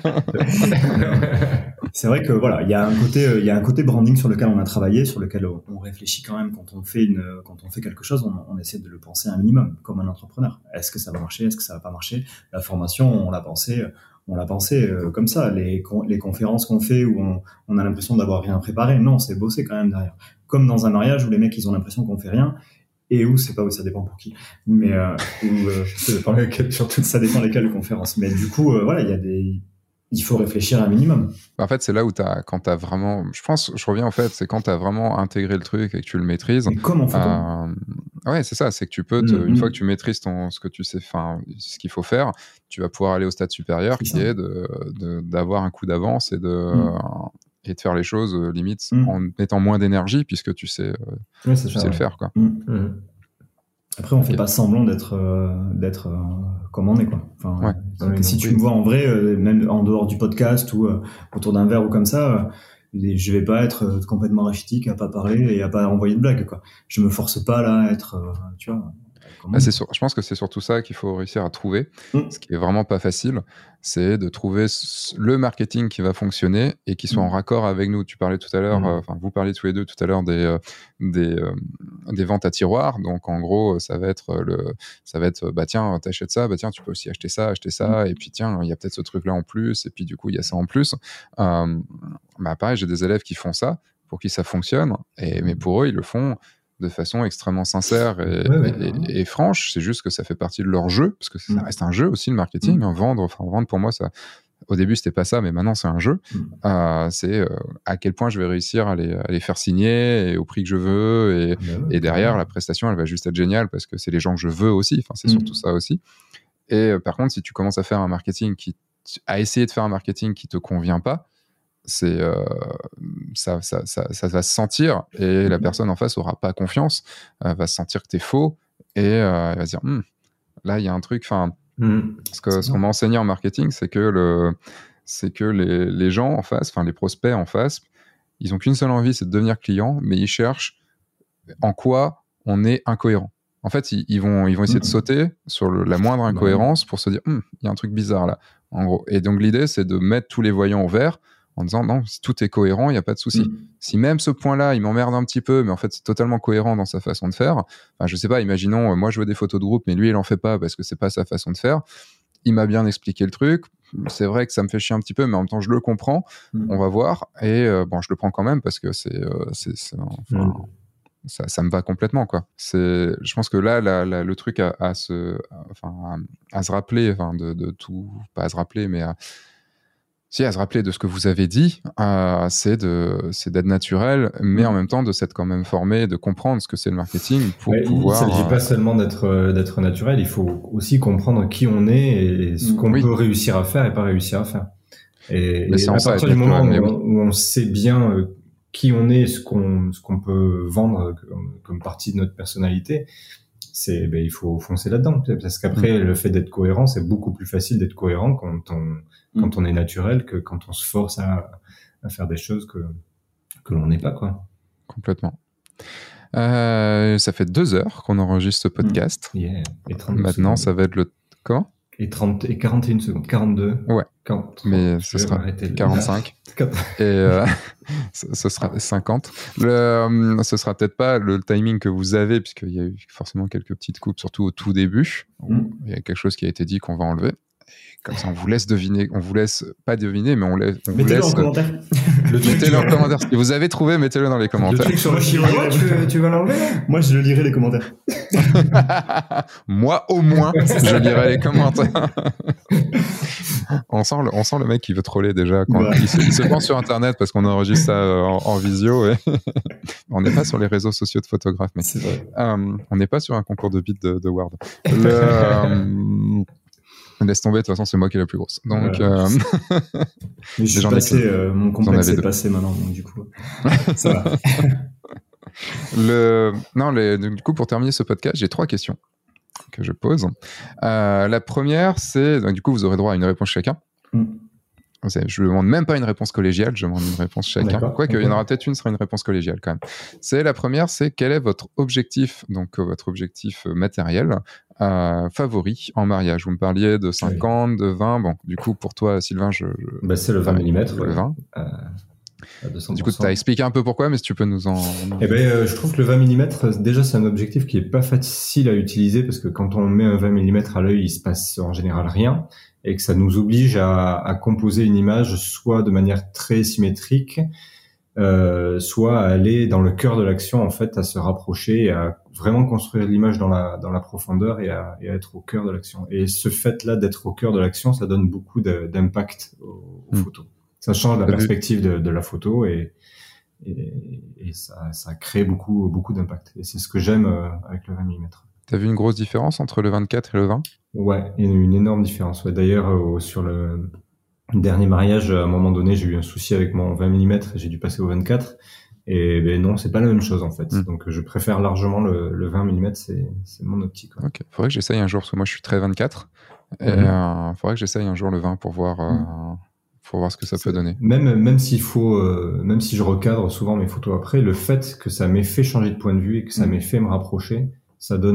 Speaker 3: C'est vrai que voilà, il y a un côté branding sur lequel on a travaillé, sur lequel on réfléchit quand même quand on fait quelque chose, on essaie de le penser un minimum, comme un entrepreneur. Est-ce que ça va marcher? Est-ce que ça va pas marcher? La formation, on l'a pensé comme ça. Les conférences qu'on fait où on a l'impression d'avoir rien préparé, non, c'est bossé quand même derrière. Comme dans un mariage où les mecs ils ont l'impression qu'on fait rien. Et où c'est pas où ça dépend pour qui, mais
Speaker 2: ça dépend lesquelles, surtout.
Speaker 3: Ça dépend lesquelles conférences. Mais du coup, voilà, il faut réfléchir un minimum.
Speaker 1: En fait, c'est là où quand t'as vraiment, je reviens en fait, c'est quand t'as vraiment intégré le truc et que tu le maîtrises.
Speaker 3: Mais comment fait-on?
Speaker 1: Ouais, c'est ça, c'est que tu peux, une fois que tu maîtrises ce que tu sais, ce qu'il faut faire, tu vas pouvoir aller au stade supérieur qui est d'avoir un coup d'avance et de faire les choses limite en mettant moins d'énergie puisque tu sais, le faire, quoi.
Speaker 3: Après, on fait pas semblant d'être comme on est, quoi. Enfin, si tu me vois en vrai, même en dehors du podcast ou autour d'un verre ou comme ça, je vais pas être complètement rachitique à pas parler et à pas envoyer de blagues, quoi. Je me force pas là à être, tu vois.
Speaker 1: Je pense que c'est surtout ça qu'il faut réussir à trouver. Ce qui est vraiment pas facile, c'est de trouver le marketing qui va fonctionner et qui soit en raccord avec nous. Tu parlais tout à l'heure, vous parliez tous les deux tout à l'heure des ventes à tiroir. Donc en gros, ça va être bah tiens, t'achètes ça, bah tiens, tu peux aussi acheter ça, et puis tiens, il y a peut-être ce truc-là en plus, et puis du coup il y a ça en plus. Bah pareil, j'ai des élèves qui font ça pour qui ça fonctionne, mais pour eux ils le font de façon extrêmement sincère et franche. C'est juste que ça fait partie de leur jeu, parce que ça reste un jeu aussi, le marketing. Vendre pour moi, ça, au début c'était pas ça, mais maintenant c'est un jeu. C'est à quel point je vais réussir à les faire signer et au prix que je veux, et derrière la prestation elle va juste être géniale parce que c'est les gens que je veux aussi. C'est surtout ça aussi. Et par contre, si tu commences à faire un marketing à essayer de faire un marketing qui te convient pas, ça va se sentir, et la personne en face aura pas confiance, va se sentir que t'es faux, et elle va se dire là il y a un truc. Ce qu'on m'a enseigné en marketing, c'est que les gens en face, les prospects en face, ils ont qu'une seule envie, c'est de devenir client, mais ils cherchent en quoi on est incohérent. En fait, ils vont essayer de sauter sur la moindre incohérence pour se dire il y a un truc bizarre là, en gros. Et donc l'idée, c'est de mettre tous les voyants au vert en disant non, si tout est cohérent, il n'y a pas de souci. Si même ce point-là, il m'emmerde un petit peu, mais en fait, c'est totalement cohérent dans sa façon de faire. Je sais pas, imaginons, moi, je veux des photos de groupe, mais lui, il en fait pas parce que c'est pas sa façon de faire. Il m'a bien expliqué le truc. C'est vrai que ça me fait chier un petit peu, mais en même temps, je le comprends. On va voir. Et je le prends quand même parce que ça me va complètement, quoi. Je pense que là, le truc à se rappeler, de tout, pas à se rappeler, mais à se rappeler de ce que vous avez dit, c'est d'être naturel, mais en même temps de s'être quand même formé, de comprendre ce que c'est le marketing pour pouvoir.
Speaker 2: Il ne s'agit pas seulement d'être naturel, il faut aussi comprendre qui on est et ce qu'on peut réussir à faire et pas réussir à faire. Et à partir du moment où on sait bien qui on est, ce qu'on peut vendre comme partie de notre personnalité, il faut foncer là-dedans. Parce qu'après, le fait d'être cohérent, c'est beaucoup plus facile d'être cohérent quand on est naturel que quand on se force à faire des choses que l'on n'est pas, quoi.
Speaker 1: Complètement. Ça fait 2 heures qu'on enregistre ce podcast.
Speaker 2: Yeah. Et 30
Speaker 1: Maintenant,
Speaker 2: secondes.
Speaker 1: ça va être le... Comment ?
Speaker 2: Et 41 secondes. 42.
Speaker 1: Ouais.
Speaker 2: 40.
Speaker 1: Mais ce sera 45. Et ce sera 50. Ce sera peut-être pas le timing que vous avez, puisqu'il y a eu forcément quelques petites coupes, surtout au tout début. Il y a quelque chose qui a été dit qu'on va enlever. Comme ça, on vous laisse deviner. On vous laisse pas deviner, mais on vous
Speaker 3: mettez-le
Speaker 1: laisse...
Speaker 3: en commentaire.
Speaker 1: Mettez-le en commentaire. Si vous avez trouvé, mettez-le dans les commentaires.
Speaker 2: Le truc sur le chinois, tu vas l'enlever?
Speaker 3: Moi, je lirai les commentaires.
Speaker 1: Moi, au moins, je lirai les commentaires. On sent le mec qui veut troller déjà. Il se pense sur Internet parce qu'on enregistre ça en visio. Et on n'est pas sur les réseaux sociaux de photographes, mais on n'est pas sur un concours de beats de Word. Laisse tomber, de toute façon, c'est moi qui ai la plus grosse. Donc,
Speaker 3: mais je suis passé, mon complexe est passé maintenant, donc du coup, ça va.
Speaker 1: Du coup, pour terminer ce podcast, j'ai 3 questions que je pose. La première, c'est, donc, du coup, vous aurez droit à une réponse chacun. Je ne demande même pas une réponse collégiale, je demande une réponse chacun. Quoique, il y en aura peut-être une, sera une réponse collégiale quand même. La première, c'est quel est votre objectif, donc votre objectif matériel favori en mariage. Vous me parliez de 50, de 20. Bon, du coup, pour toi, Sylvain,
Speaker 2: c'est le 20 mm.
Speaker 1: Le 20. Du coup, tu as expliqué un peu pourquoi, mais si tu peux nous en...
Speaker 2: je trouve que le 20 mm, déjà, c'est un objectif qui est pas facile à utiliser parce que quand on met un 20 mm à l'œil, il se passe en général rien et que ça nous oblige à composer une image soit de manière très symétrique, soit à aller dans le cœur de l'action, en fait, à se rapprocher et à vraiment construire l'image dans la profondeur et à être au cœur de l'action. Et ce fait-là d'être au cœur de l'action, ça donne beaucoup d'impact aux photos. Ça change la perspective de la photo et ça crée beaucoup d'impact. Et c'est ce que j'aime avec le 20 mm.
Speaker 1: T'as vu une grosse différence entre le 24 et le 20 ?
Speaker 2: Ouais, il y a une énorme différence. Ouais. D'ailleurs, sur le dernier mariage, à un moment donné, j'ai eu un souci avec mon 20 mm et j'ai dû passer au 24. Et non, c'est pas la même chose en fait. Donc je préfère largement le 20 mm, c'est mon optique. Ouais.
Speaker 1: Ok, faudrait que j'essaye un jour, parce que moi je suis très 24. Et faudrait que j'essaye un jour le 20 pour voir ce que ça peut donner.
Speaker 2: Même s'il faut, même si je recadre souvent mes photos après, le fait que ça m'ait fait changer de point de vue et que ça m'ait fait me rapprocher, ça donne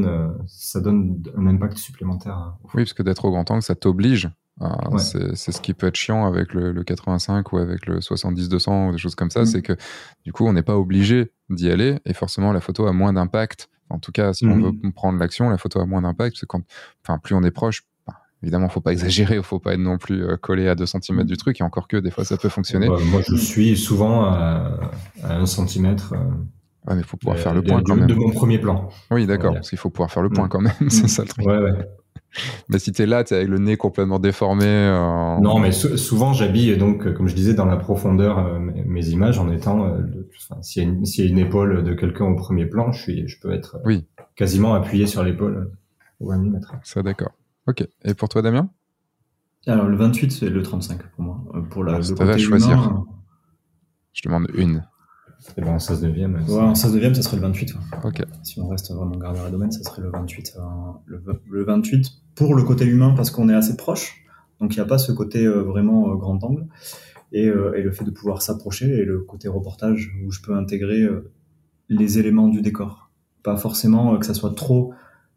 Speaker 2: un impact supplémentaire.
Speaker 1: Oui, parce que d'être au grand angle, ça t'oblige. C'est ce qui peut être chiant avec le 85 ou avec le 70-200 ou des choses comme ça, c'est que du coup on n'est pas obligé d'y aller et forcément la photo a moins d'impact. En tout cas, si on veut prendre l'action, la photo a moins d'impact parce que plus on est proche, évidemment, faut pas exagérer, faut pas être non plus collé à 2 cm du truc, et encore que des fois ça peut fonctionner.
Speaker 2: Moi je suis souvent à 1 cm.
Speaker 1: Ouais, mais il faut pouvoir faire le point quand même.
Speaker 2: De mon premier plan.
Speaker 1: Oui, d'accord, parce qu'il faut pouvoir faire le point quand même, c'est ça le truc.
Speaker 2: Ouais.
Speaker 1: Mais si t'es là, t'es avec le nez complètement déformé.
Speaker 2: Non, mais souvent j'habille donc, comme je disais, dans la profondeur mes images en étant. S'il y a une épaule de quelqu'un au premier plan, je peux être quasiment appuyé sur l'épaule au 20 mm.
Speaker 1: Ça, d'accord. Ok. Et pour toi, Damien ?
Speaker 3: Alors le 28, c'est le 35 pour moi. Pour le côté
Speaker 1: choisir.
Speaker 3: Humain,
Speaker 1: je demande une.
Speaker 2: Et en 16/9.
Speaker 3: Ouais, en 16/9, ça serait le 28. Ouais.
Speaker 1: Ok.
Speaker 3: Si on reste vraiment Gardner et Domaine, ça serait le 28. Le 28 pour le côté humain parce qu'on est assez proche, donc il n'y a pas ce côté vraiment grand angle et le fait de pouvoir s'approcher et le côté reportage où je peux intégrer les éléments du décor, pas forcément que ça soit trop.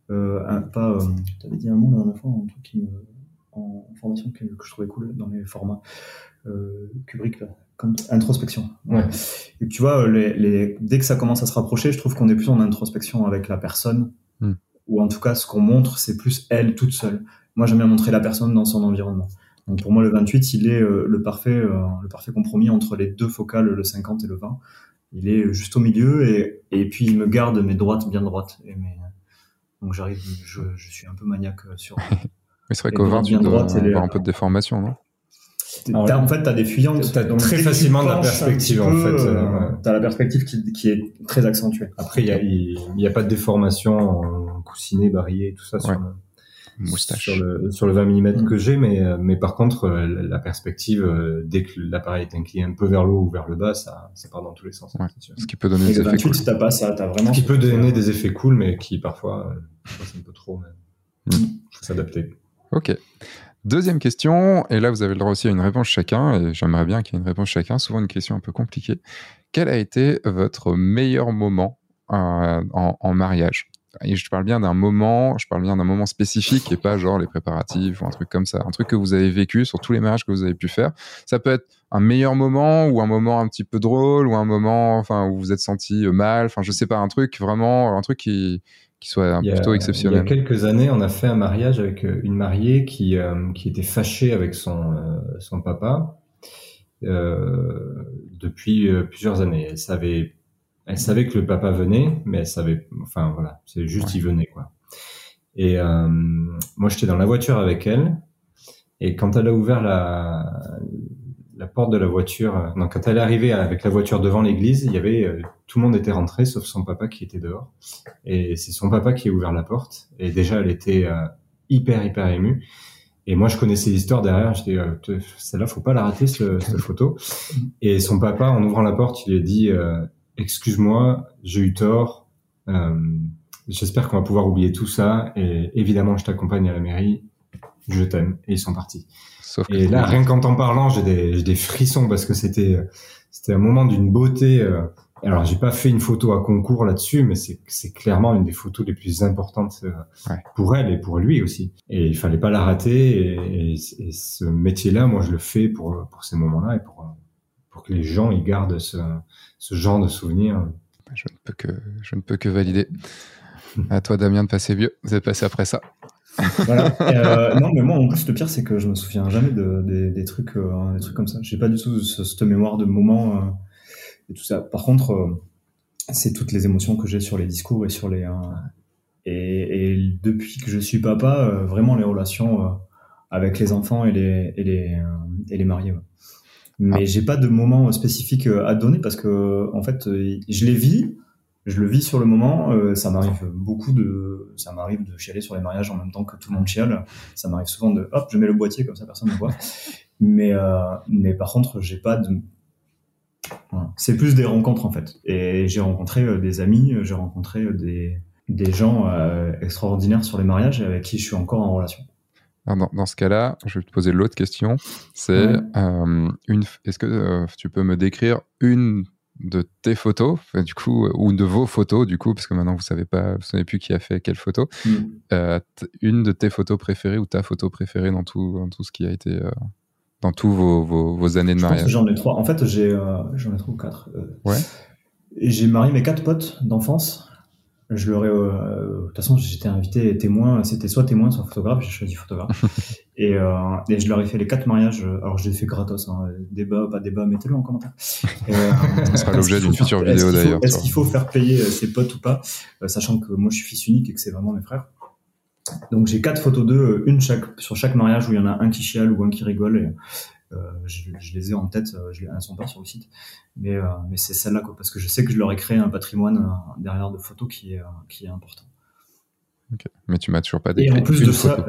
Speaker 3: T'avais dit un mot la dernière fois, un truc en formation que je trouvais cool dans les formats Kubrick là. Comme introspection.
Speaker 2: Ouais.
Speaker 3: Et tu vois, dès que ça commence à se rapprocher, je trouve qu'on est plus en introspection avec la personne, ou en tout cas, ce qu'on montre, c'est plus elle toute seule. Moi, j'aime bien montrer la personne dans son environnement. Donc pour moi, le 28, il est le parfait compromis entre les 2 focales, le 50 et le 20. Il est juste au milieu, et puis il me garde mes droites bien droites. Donc je suis un peu maniaque sur...
Speaker 1: Mais c'est vrai qu'au 20, tu dois avoir un peu de déformation, non ?
Speaker 3: En fait, t'as des fuyantes.
Speaker 2: T'as très facilement de la perspective, en fait.
Speaker 3: T'as la perspective qui est très accentuée.
Speaker 2: Après, il y a pas de déformation en coussinet, barillet, tout ça.
Speaker 1: moustache.
Speaker 2: Sur le 20 mm que j'ai, mais par contre, la perspective, dès que l'appareil est incliné un peu vers le haut ou vers le bas, ça part dans tous les sens.
Speaker 1: Ouais.
Speaker 2: C'est sûr.
Speaker 1: Ce qui peut donner des
Speaker 3: Et le
Speaker 1: effets
Speaker 3: 28,
Speaker 1: cool.
Speaker 3: t'as pas ça, t'as vraiment.
Speaker 2: Qui peut donner des effets cool, mais qui parfois c'est un peu trop. Mais faut s'adapter.
Speaker 1: Ok. Deuxième question, et là vous avez le droit aussi à une réponse chacun, et j'aimerais bien qu'il y ait une réponse chacun, souvent une question un peu compliquée. Quel a été votre meilleur moment en mariage ? Et je parle bien d'un moment spécifique et pas genre les préparatifs ou un truc comme ça, un truc que vous avez vécu sur tous les mariages que vous avez pu faire. Ça peut être un meilleur moment ou un moment un petit peu drôle ou un moment où vous vous êtes senti mal, je sais pas, un truc qui soit plutôt exceptionnel.
Speaker 2: Il y a quelques années, on a fait un mariage avec une mariée qui était fâchée avec son papa depuis plusieurs années. Elle savait que le papa venait, mais elle savait, c'est juste il venait quoi. Et moi j'étais dans la voiture avec elle, et quand elle a ouvert la porte de la voiture, quand elle est arrivée avec la voiture devant l'église, il y avait tout le monde était rentré sauf son papa qui était dehors, et c'est son papa qui a ouvert la porte, et déjà elle était hyper émue. Et moi, je connaissais l'histoire derrière. J'étais, celle-là, faut pas la rater, cette photo. Et son papa, en ouvrant la porte, il lui a dit, excuse-moi, j'ai eu tort. J'espère qu'on va pouvoir oublier tout ça. Et évidemment, je t'accompagne à la mairie. Je t'aime. Et ils sont partis. Et là, rien qu'en t'en parlant, j'ai des frissons parce que c'était un moment d'une beauté. Alors, j'ai pas fait une photo à concours là-dessus, mais c'est clairement une des photos les plus importantes pour elle et pour lui aussi. Et il fallait pas la rater. Et ce métier-là, moi, je le fais pour ces moments-là et pour que les gens ils gardent ce genre de souvenirs.
Speaker 1: Je ne peux que valider. À toi, Damien, de passer vieux. Vous êtes passé après ça.
Speaker 3: Voilà. Non, mais moi, en plus, le pire, c'est que je me souviens jamais des trucs comme ça. J'ai pas du tout cette mémoire de moments. Et tout ça. Par contre, c'est toutes les émotions que j'ai sur les discours et sur les et depuis que je suis papa, vraiment les relations avec les enfants et les mariés. Ouais. Mais j'ai pas de moment spécifique à donner parce que en fait, je le vis sur le moment. Ça m'arrive de chialer sur les mariages en même temps que tout le monde chiale. Ça m'arrive souvent de hop, je mets le boîtier comme ça personne ne voit. Mais par contre, j'ai pas de. Voilà. C'est plus des rencontres en fait. Et j'ai rencontré des amis, j'ai rencontré des gens extraordinaires sur les mariages et avec qui je suis encore en relation.
Speaker 1: Alors dans ce cas-là, je vais te poser l'autre question. C'est est-ce que tu peux me décrire une de tes photos, du coup, ou de vos photos, du coup, parce que maintenant vous savez plus qui a fait quelle photo. Une de tes photos préférées ou ta photo préférée dans tout ce qui a été. Dans tous vos années de mariage.
Speaker 3: Je pense que j'en ai 3. En fait, j'en ai 3 ou 4.
Speaker 1: Ouais.
Speaker 3: Et j'ai marié mes 4 potes d'enfance. Je leur ai, de toute façon, j'étais invité témoin. C'était soit témoin, soit photographe. J'ai choisi photographe. et je leur ai fait les 4 mariages. Alors, je les ai fait gratos. Débat, pas débat, mettez-le en commentaire.
Speaker 1: Ça sera l'objet d'une future vidéo d'ailleurs.
Speaker 3: Est-ce qu'il faut faire payer ses potes ou pas, sachant que moi, je suis fils unique et que c'est vraiment mes frères. Donc j'ai 4 photos d'eux, sur chaque mariage où il y en a un qui chiale ou un qui rigole. Et, je les ai en tête, elles sont pas sur le site, mais c'est celle-là quoi, parce que je sais que je leur ai créé un patrimoine derrière de photos qui est important.
Speaker 1: Ok. Mais tu m'as toujours pas décrit.
Speaker 3: Et en plus de
Speaker 1: photo.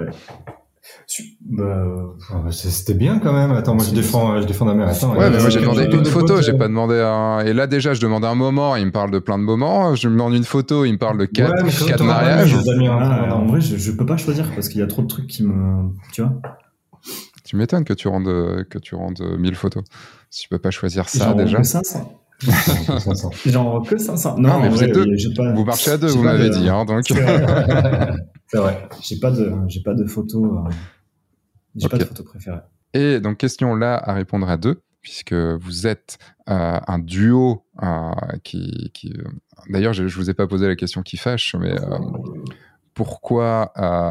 Speaker 3: Ça,
Speaker 2: c'était bien quand même. Attends, moi je défends Damien. Attends.
Speaker 1: Ouais, mais moi j'ai demandé une photo, j'ai pas demandé un. Et là déjà, je demande un moment, il me parle de plein de moments. Je me demande une photo, il me parle de 4 mariages.
Speaker 3: En vrai, je peux pas choisir parce qu'il y a trop de trucs qui me. Tu vois.
Speaker 1: Tu m'étonnes que tu rendes 1000 photos. Si tu peux pas choisir ça
Speaker 3: genre
Speaker 1: déjà.
Speaker 3: Que 500. Genre que 500. Non,
Speaker 1: mais vous êtes deux.
Speaker 3: Pas,
Speaker 1: vous marchez à deux, vous m'avez dit. Donc.
Speaker 3: C'est vrai. J'ai pas de photos. J'ai pas de photos préférées.
Speaker 1: Et donc, question là à répondre à 2, puisque vous êtes un duo qui... D'ailleurs, je vous ai pas posé la question qui fâche, mais pourquoi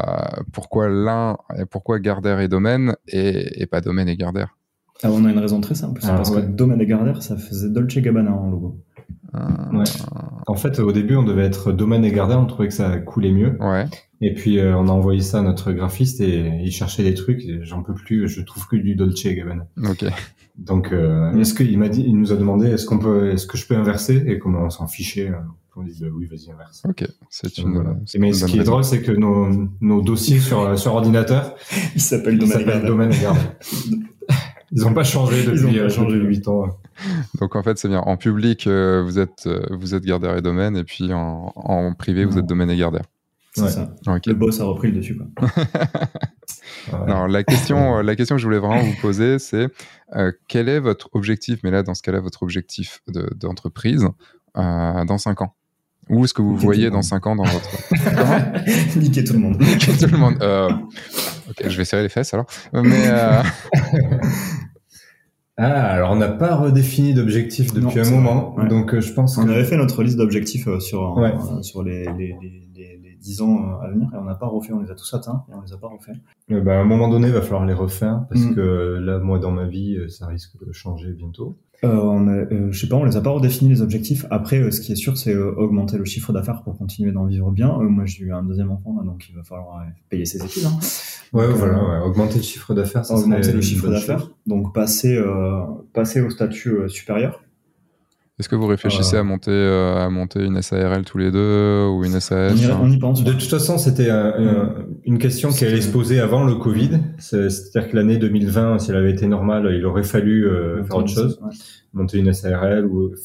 Speaker 1: Gardère et Domaine et pas Domaine et Gardère?
Speaker 3: On a une raison très simple. C'est parce que Domaine et Gardère, ça faisait Dolce & Gabbana en logo.
Speaker 2: Ouais. En fait, au début, on devait être Domaine et Gardère, on trouvait que ça coulait mieux.
Speaker 1: Ouais.
Speaker 2: Et puis, on a envoyé ça à notre graphiste et il cherchait des trucs. Et j'en peux plus, je trouve que du Dolce & Gabbana.
Speaker 1: Ok.
Speaker 2: Donc, il nous a demandé est-ce que je peux inverser, et comment on s'en fichait. On dit oui, vas-y, inverse.
Speaker 1: Ok,
Speaker 2: voilà. Mais ce qui est drôle, c'est que nos dossiers sur ordinateur,
Speaker 3: ils s'appellent
Speaker 2: domaine et Gardère. Ils n'ont pas changé depuis 8 ans.
Speaker 1: Donc en fait, c'est bien. En public, vous êtes Gardère et Domaine, et puis en privé, vous êtes Domaine et Gardère.
Speaker 3: C'est ça. Okay. Le boss a repris le dessus, quoi.
Speaker 1: Alors, la question que je voulais vraiment vous poser, c'est quel est votre objectif, mais là, dans ce cas-là, votre objectif d'entreprise dans 5 ans? Où est-ce que vous voyez dans 5 ans dans votre...
Speaker 3: Niquer tout le monde.
Speaker 1: Niquer tout le monde. Ok, je vais serrer les fesses alors. Mais
Speaker 2: alors on n'a pas redéfini d'objectifs depuis un moment, donc je pense
Speaker 3: on avait fait notre liste d'objectifs sur les 10 ans à venir, et on n'a pas refait, on les a tous atteints et on les a pas refait.
Speaker 2: À un moment donné, il va falloir les refaire, parce que là, moi, dans ma vie, ça risque de changer bientôt.
Speaker 3: Je sais pas, on les a pas redéfinis les objectifs. Après, ce qui est sûr, c'est augmenter le chiffre d'affaires pour continuer d'en vivre bien. Moi, j'ai eu un deuxième enfant, là, donc il va falloir payer ses études. Hein.
Speaker 2: Augmenter le chiffre d'affaires.
Speaker 3: Augmenter le chiffre d'affaires, donc passer au statut supérieur.
Speaker 1: Est-ce que vous réfléchissez à monter une SARL tous les deux, ou une SAS?
Speaker 3: On y pense.
Speaker 2: De toute façon, c'était une question qui allait se poser avant le Covid. C'est-à-dire que l'année 2020, si elle avait été normale, il aurait fallu faire autre chose. Monter une SARL,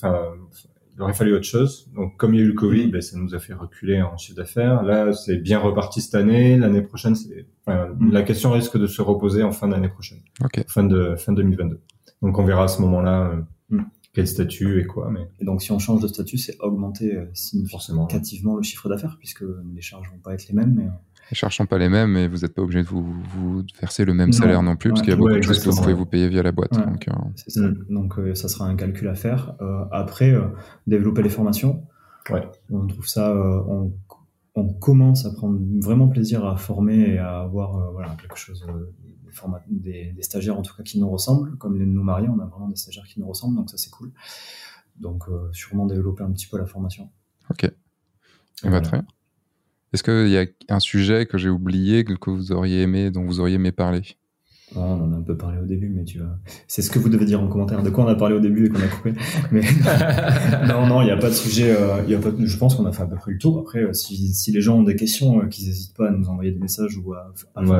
Speaker 2: il aurait fallu autre chose. Donc, comme il y a eu le Covid, ça nous a fait reculer en chiffre d'affaires. Là, c'est bien reparti cette année. L'année prochaine, la question risque de se reposer en fin d'année prochaine.
Speaker 1: Okay.
Speaker 2: Fin 2022. Donc, on verra à ce moment-là quel statut et quoi.
Speaker 3: Et donc, si on change de statut, c'est augmenter significativement le chiffre d'affaires, puisque les charges vont pas être les mêmes. Mais...
Speaker 1: Les charges sont pas les mêmes, mais vous n'êtes pas obligé de vous verser le même salaire non plus, parce qu'il y a beaucoup de choses que vous pouvez vous payer via la boîte.
Speaker 3: Ouais. C'est ça. Donc, ça sera un calcul à faire. Après, développer les formations.
Speaker 2: Ouais.
Speaker 3: On trouve ça... on commence à prendre vraiment plaisir à former et à avoir quelque chose... des stagiaires en tout cas qui nous ressemblent, comme nos mariés, on a vraiment des stagiaires qui nous ressemblent, donc ça c'est cool. Donc sûrement développer un petit peu la formation.
Speaker 1: Ok, très bien. Est-ce qu'il y a un sujet que j'ai oublié, que vous auriez aimé, dont vous auriez aimé parler?
Speaker 3: On en a un peu parlé au début, mais c'est ce que vous devez dire en commentaire. De quoi on a parlé au début et qu'on a coupé. Mais non, il n'y a pas de sujet. Je pense qu'on a fait à peu près le tour. Après, si les gens ont des questions, qu'ils n'hésitent pas à nous envoyer des messages ou à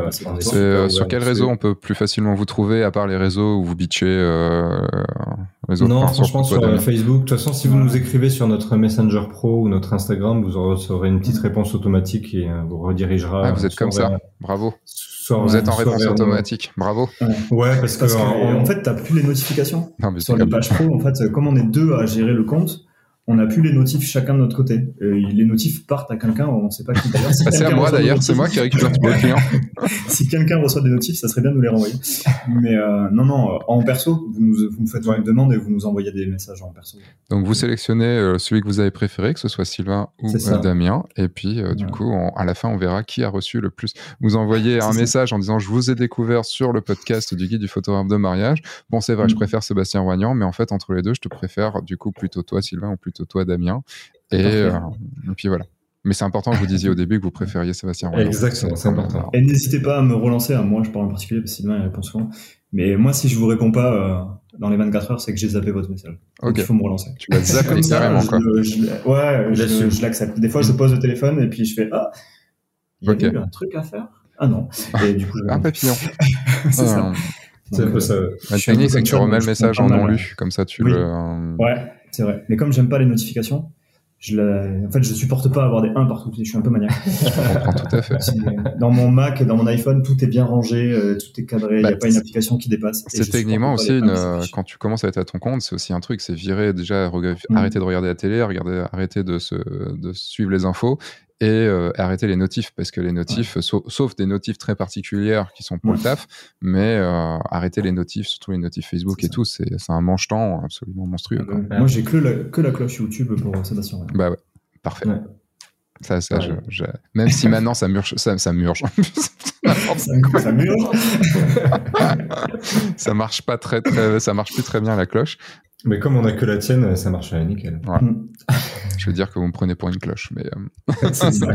Speaker 1: sur quel réseau on peut plus facilement vous trouver, à part les réseaux où vous bitchez
Speaker 2: Non, franchement, sur Facebook. De toute façon, si vous nous écrivez sur notre Messenger Pro ou notre Instagram, vous recevrez une petite réponse automatique et vous redirigera.
Speaker 1: Ah, vous êtes comme ça. Bravo. Vous êtes en réponse automatique. Bravo.
Speaker 3: Ouais, parce que en fait, t'as plus les notifications.
Speaker 1: Non, mais
Speaker 3: sur les pages pro, en fait, comme on est deux à gérer le compte, on n'a plus les notifs chacun de notre côté. Les notifs partent à quelqu'un, on ne sait pas qui d'ailleurs.
Speaker 1: C'est à moi d'ailleurs, c'est moi qui récupère tous les clients.
Speaker 3: Si quelqu'un reçoit des notifs, ça serait bien de nous les renvoyer. Mais non, en perso, vous me faites une demande et vous nous envoyez des messages en perso.
Speaker 1: Donc vous sélectionnez celui que vous avez préféré, que ce soit Sylvain ou Damien, et puis du coup, à la fin, on verra qui a reçu le plus. Vous envoyez un message en disant « Je vous ai découvert sur le podcast du guide du photographe de mariage. Bon, c'est vrai, je préfère Sébastien Roignan, mais en fait, entre les deux, je te préfère du coup plutôt toi, Sylvain, ou plutôt toi, Damien. » Et puis voilà. Mais c'est important que vous disiez au début que vous préfériez Sébastien Roignan.
Speaker 2: Exactement, c'est important.
Speaker 3: Et n'hésitez pas à me relancer, à moi je parle en particulier, parce que Sylvain il répond souvent. Mais moi, si je vous réponds pas dans les 24 heures, c'est que j'ai zappé votre message. Donc il faut me relancer.
Speaker 1: Tu vas zapper carrément, quoi.
Speaker 3: Je l'accepte. Des fois, je pose le téléphone et puis je fais il y a eu un truc à faire. Ah non. Et du coup,
Speaker 1: un papillon.
Speaker 3: C'est ça.
Speaker 2: C'est un peu ça.
Speaker 1: La technique, c'est que tu remets le message en non lu, comme ça tu le...
Speaker 3: Ouais, c'est vrai. Mais comme j'aime pas les notifications, en fait, je supporte pas avoir des 1 partout. Je suis un peu maniaque.
Speaker 1: Je comprends tout à fait.
Speaker 3: Dans mon Mac et dans mon iPhone, tout est bien rangé, tout est cadré. Il n'y a pas une application qui dépasse.
Speaker 1: C'est techniquement aussi quand tu commences à être à ton compte, c'est aussi un truc, c'est virer déjà, arrêter de regarder la télé, arrêter de suivre les infos. Et arrêter les notifs, parce que les notifs, sauf des notifs très particulières qui sont pour le taf, mais arrêter les notifs, surtout les notifs Facebook et tout, c'est un manche-temps absolument monstrueux.
Speaker 3: Moi, j'ai que la cloche YouTube pour Sébastien.
Speaker 1: Bah ouais, parfait. Ouais. Ça même si maintenant ça murge. Ça murge. Ça marche pas ça marche plus très bien la cloche.
Speaker 2: Mais comme on a que la tienne, ça marche nickel.
Speaker 1: Ouais. Je veux dire que vous me prenez pour une cloche, mais...
Speaker 3: C'est ça.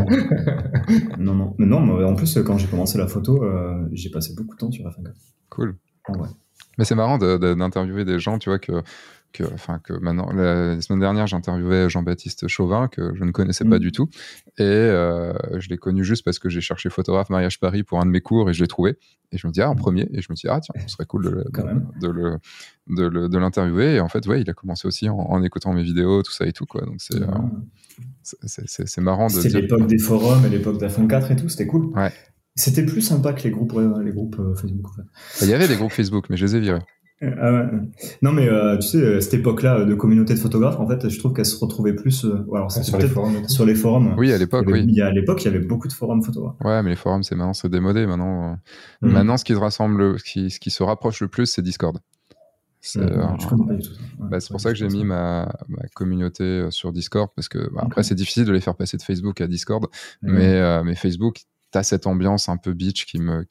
Speaker 3: Non, mais en plus, quand j'ai commencé la photo, j'ai passé beaucoup de temps sur Affinca.
Speaker 1: Cool.
Speaker 3: Ouais.
Speaker 1: Mais c'est marrant d'interviewer des gens, tu vois, que maintenant, la semaine dernière, j'interviewais Jean-Baptiste Chauvin, que je ne connaissais pas du tout. Et je l'ai connu juste parce que j'ai cherché photographe mariage Paris pour un de mes cours et je l'ai trouvé. Et je me dis, en premier. Et je me dis, tiens, ce serait cool de l'interviewer. Et en fait, ouais, il a commencé aussi en écoutant mes vidéos, tout ça et tout, quoi. Donc, c'est marrant de
Speaker 3: dire. C'était l'époque des forums et l'époque d'Afon 4 et tout, c'était cool.
Speaker 1: Ouais.
Speaker 3: C'était plus sympa que les groupes Facebook, en fait.
Speaker 1: Il y avait des groupes Facebook, mais je les ai virés.
Speaker 3: Ah ouais. Non mais tu sais cette époque-là de communauté de photographes, en fait, je trouve qu'elle se retrouvait plus. Alors c'était sur les forums.
Speaker 1: Oui, à l'époque, oui.
Speaker 3: Il y avait beaucoup de forums photographes.
Speaker 1: Ouais, mais les forums, c'est démodé maintenant. Maintenant, ce qui se rapproche le plus, c'est Discord.
Speaker 3: Je connais pas du tout ça.
Speaker 1: C'est pour ça que j'ai mis ma communauté sur Discord, parce que après c'est difficile de les faire passer de Facebook à Discord, mais Facebook, t'as cette ambiance un peu beach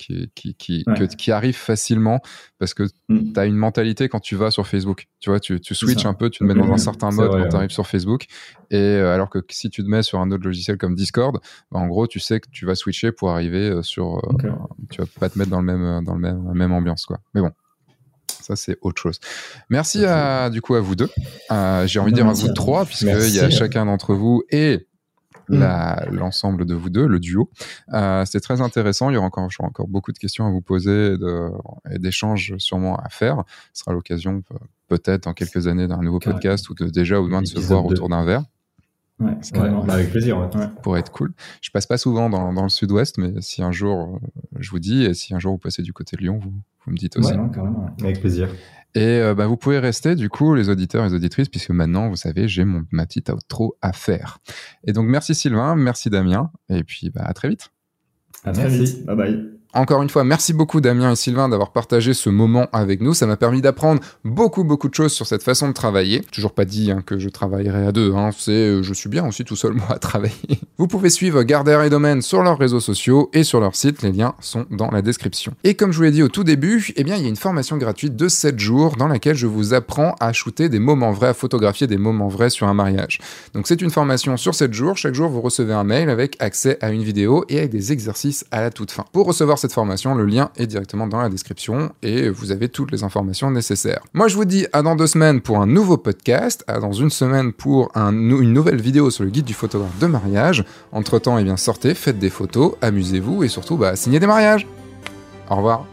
Speaker 1: qui arrive facilement parce que t'as une mentalité quand tu vas sur Facebook. Tu vois, tu switches un peu, tu te mets dans un certain mode quand t'arrives sur Facebook. Et alors que si tu te mets sur un autre logiciel comme Discord, en gros, tu sais que tu vas switcher pour arriver sur. Tu vas pas te mettre dans le même ambiance, quoi. Mais bon. Ça, c'est autre chose. Merci du coup à vous deux. J'ai envie de dire à vous trois, puisqu'il y a chacun d'entre vous et l'ensemble de vous deux, le duo. C'est très intéressant. Il y aura encore beaucoup de questions à vous poser et d'échanges sûrement à faire. Ce sera l'occasion peut-être dans quelques années d'un nouveau podcast ou au moins de se voir autour d'un verre.
Speaker 3: Ouais,
Speaker 2: avec plaisir. Ouais.
Speaker 1: Pour être cool. Je passe pas souvent dans le sud-ouest, mais si un jour, je vous dis, et si un jour vous passez du côté de Lyon, vous me dites aussi.
Speaker 3: Ouais, carrément.
Speaker 2: Avec plaisir.
Speaker 1: Et vous pouvez rester, du coup, les auditeurs et les auditrices, puisque maintenant, vous savez, j'ai ma petite outro à faire. Et donc, merci Sylvain, merci Damien, et puis à très vite.
Speaker 3: À très vite. Bye bye.
Speaker 1: Encore une fois, merci beaucoup Damien et Sylvain d'avoir partagé ce moment avec nous. Ça m'a permis d'apprendre beaucoup de choses sur cette façon de travailler. Toujours pas dit que je travaillerai à deux. Je suis bien aussi tout seul moi à travailler. Vous pouvez suivre Gardère et Domaine sur leurs réseaux sociaux et sur leur site. Les liens sont dans la description. Et comme je vous l'ai dit au tout début, il y a une formation gratuite de 7 jours dans laquelle je vous apprends à shooter des moments vrais, à photographier des moments vrais sur un mariage. Donc c'est une formation sur 7 jours. Chaque jour, vous recevez un mail avec accès à une vidéo et avec des exercices à la toute fin. Pour recevoir cette formation, le lien est directement dans la description et vous avez toutes les informations nécessaires. Moi, je vous dis à dans 2 semaines pour un nouveau podcast, à dans 1 semaine pour une nouvelle vidéo sur le guide du photographe de mariage. Entre-temps, sortez, faites des photos, amusez-vous et surtout, signez des mariages. Au revoir.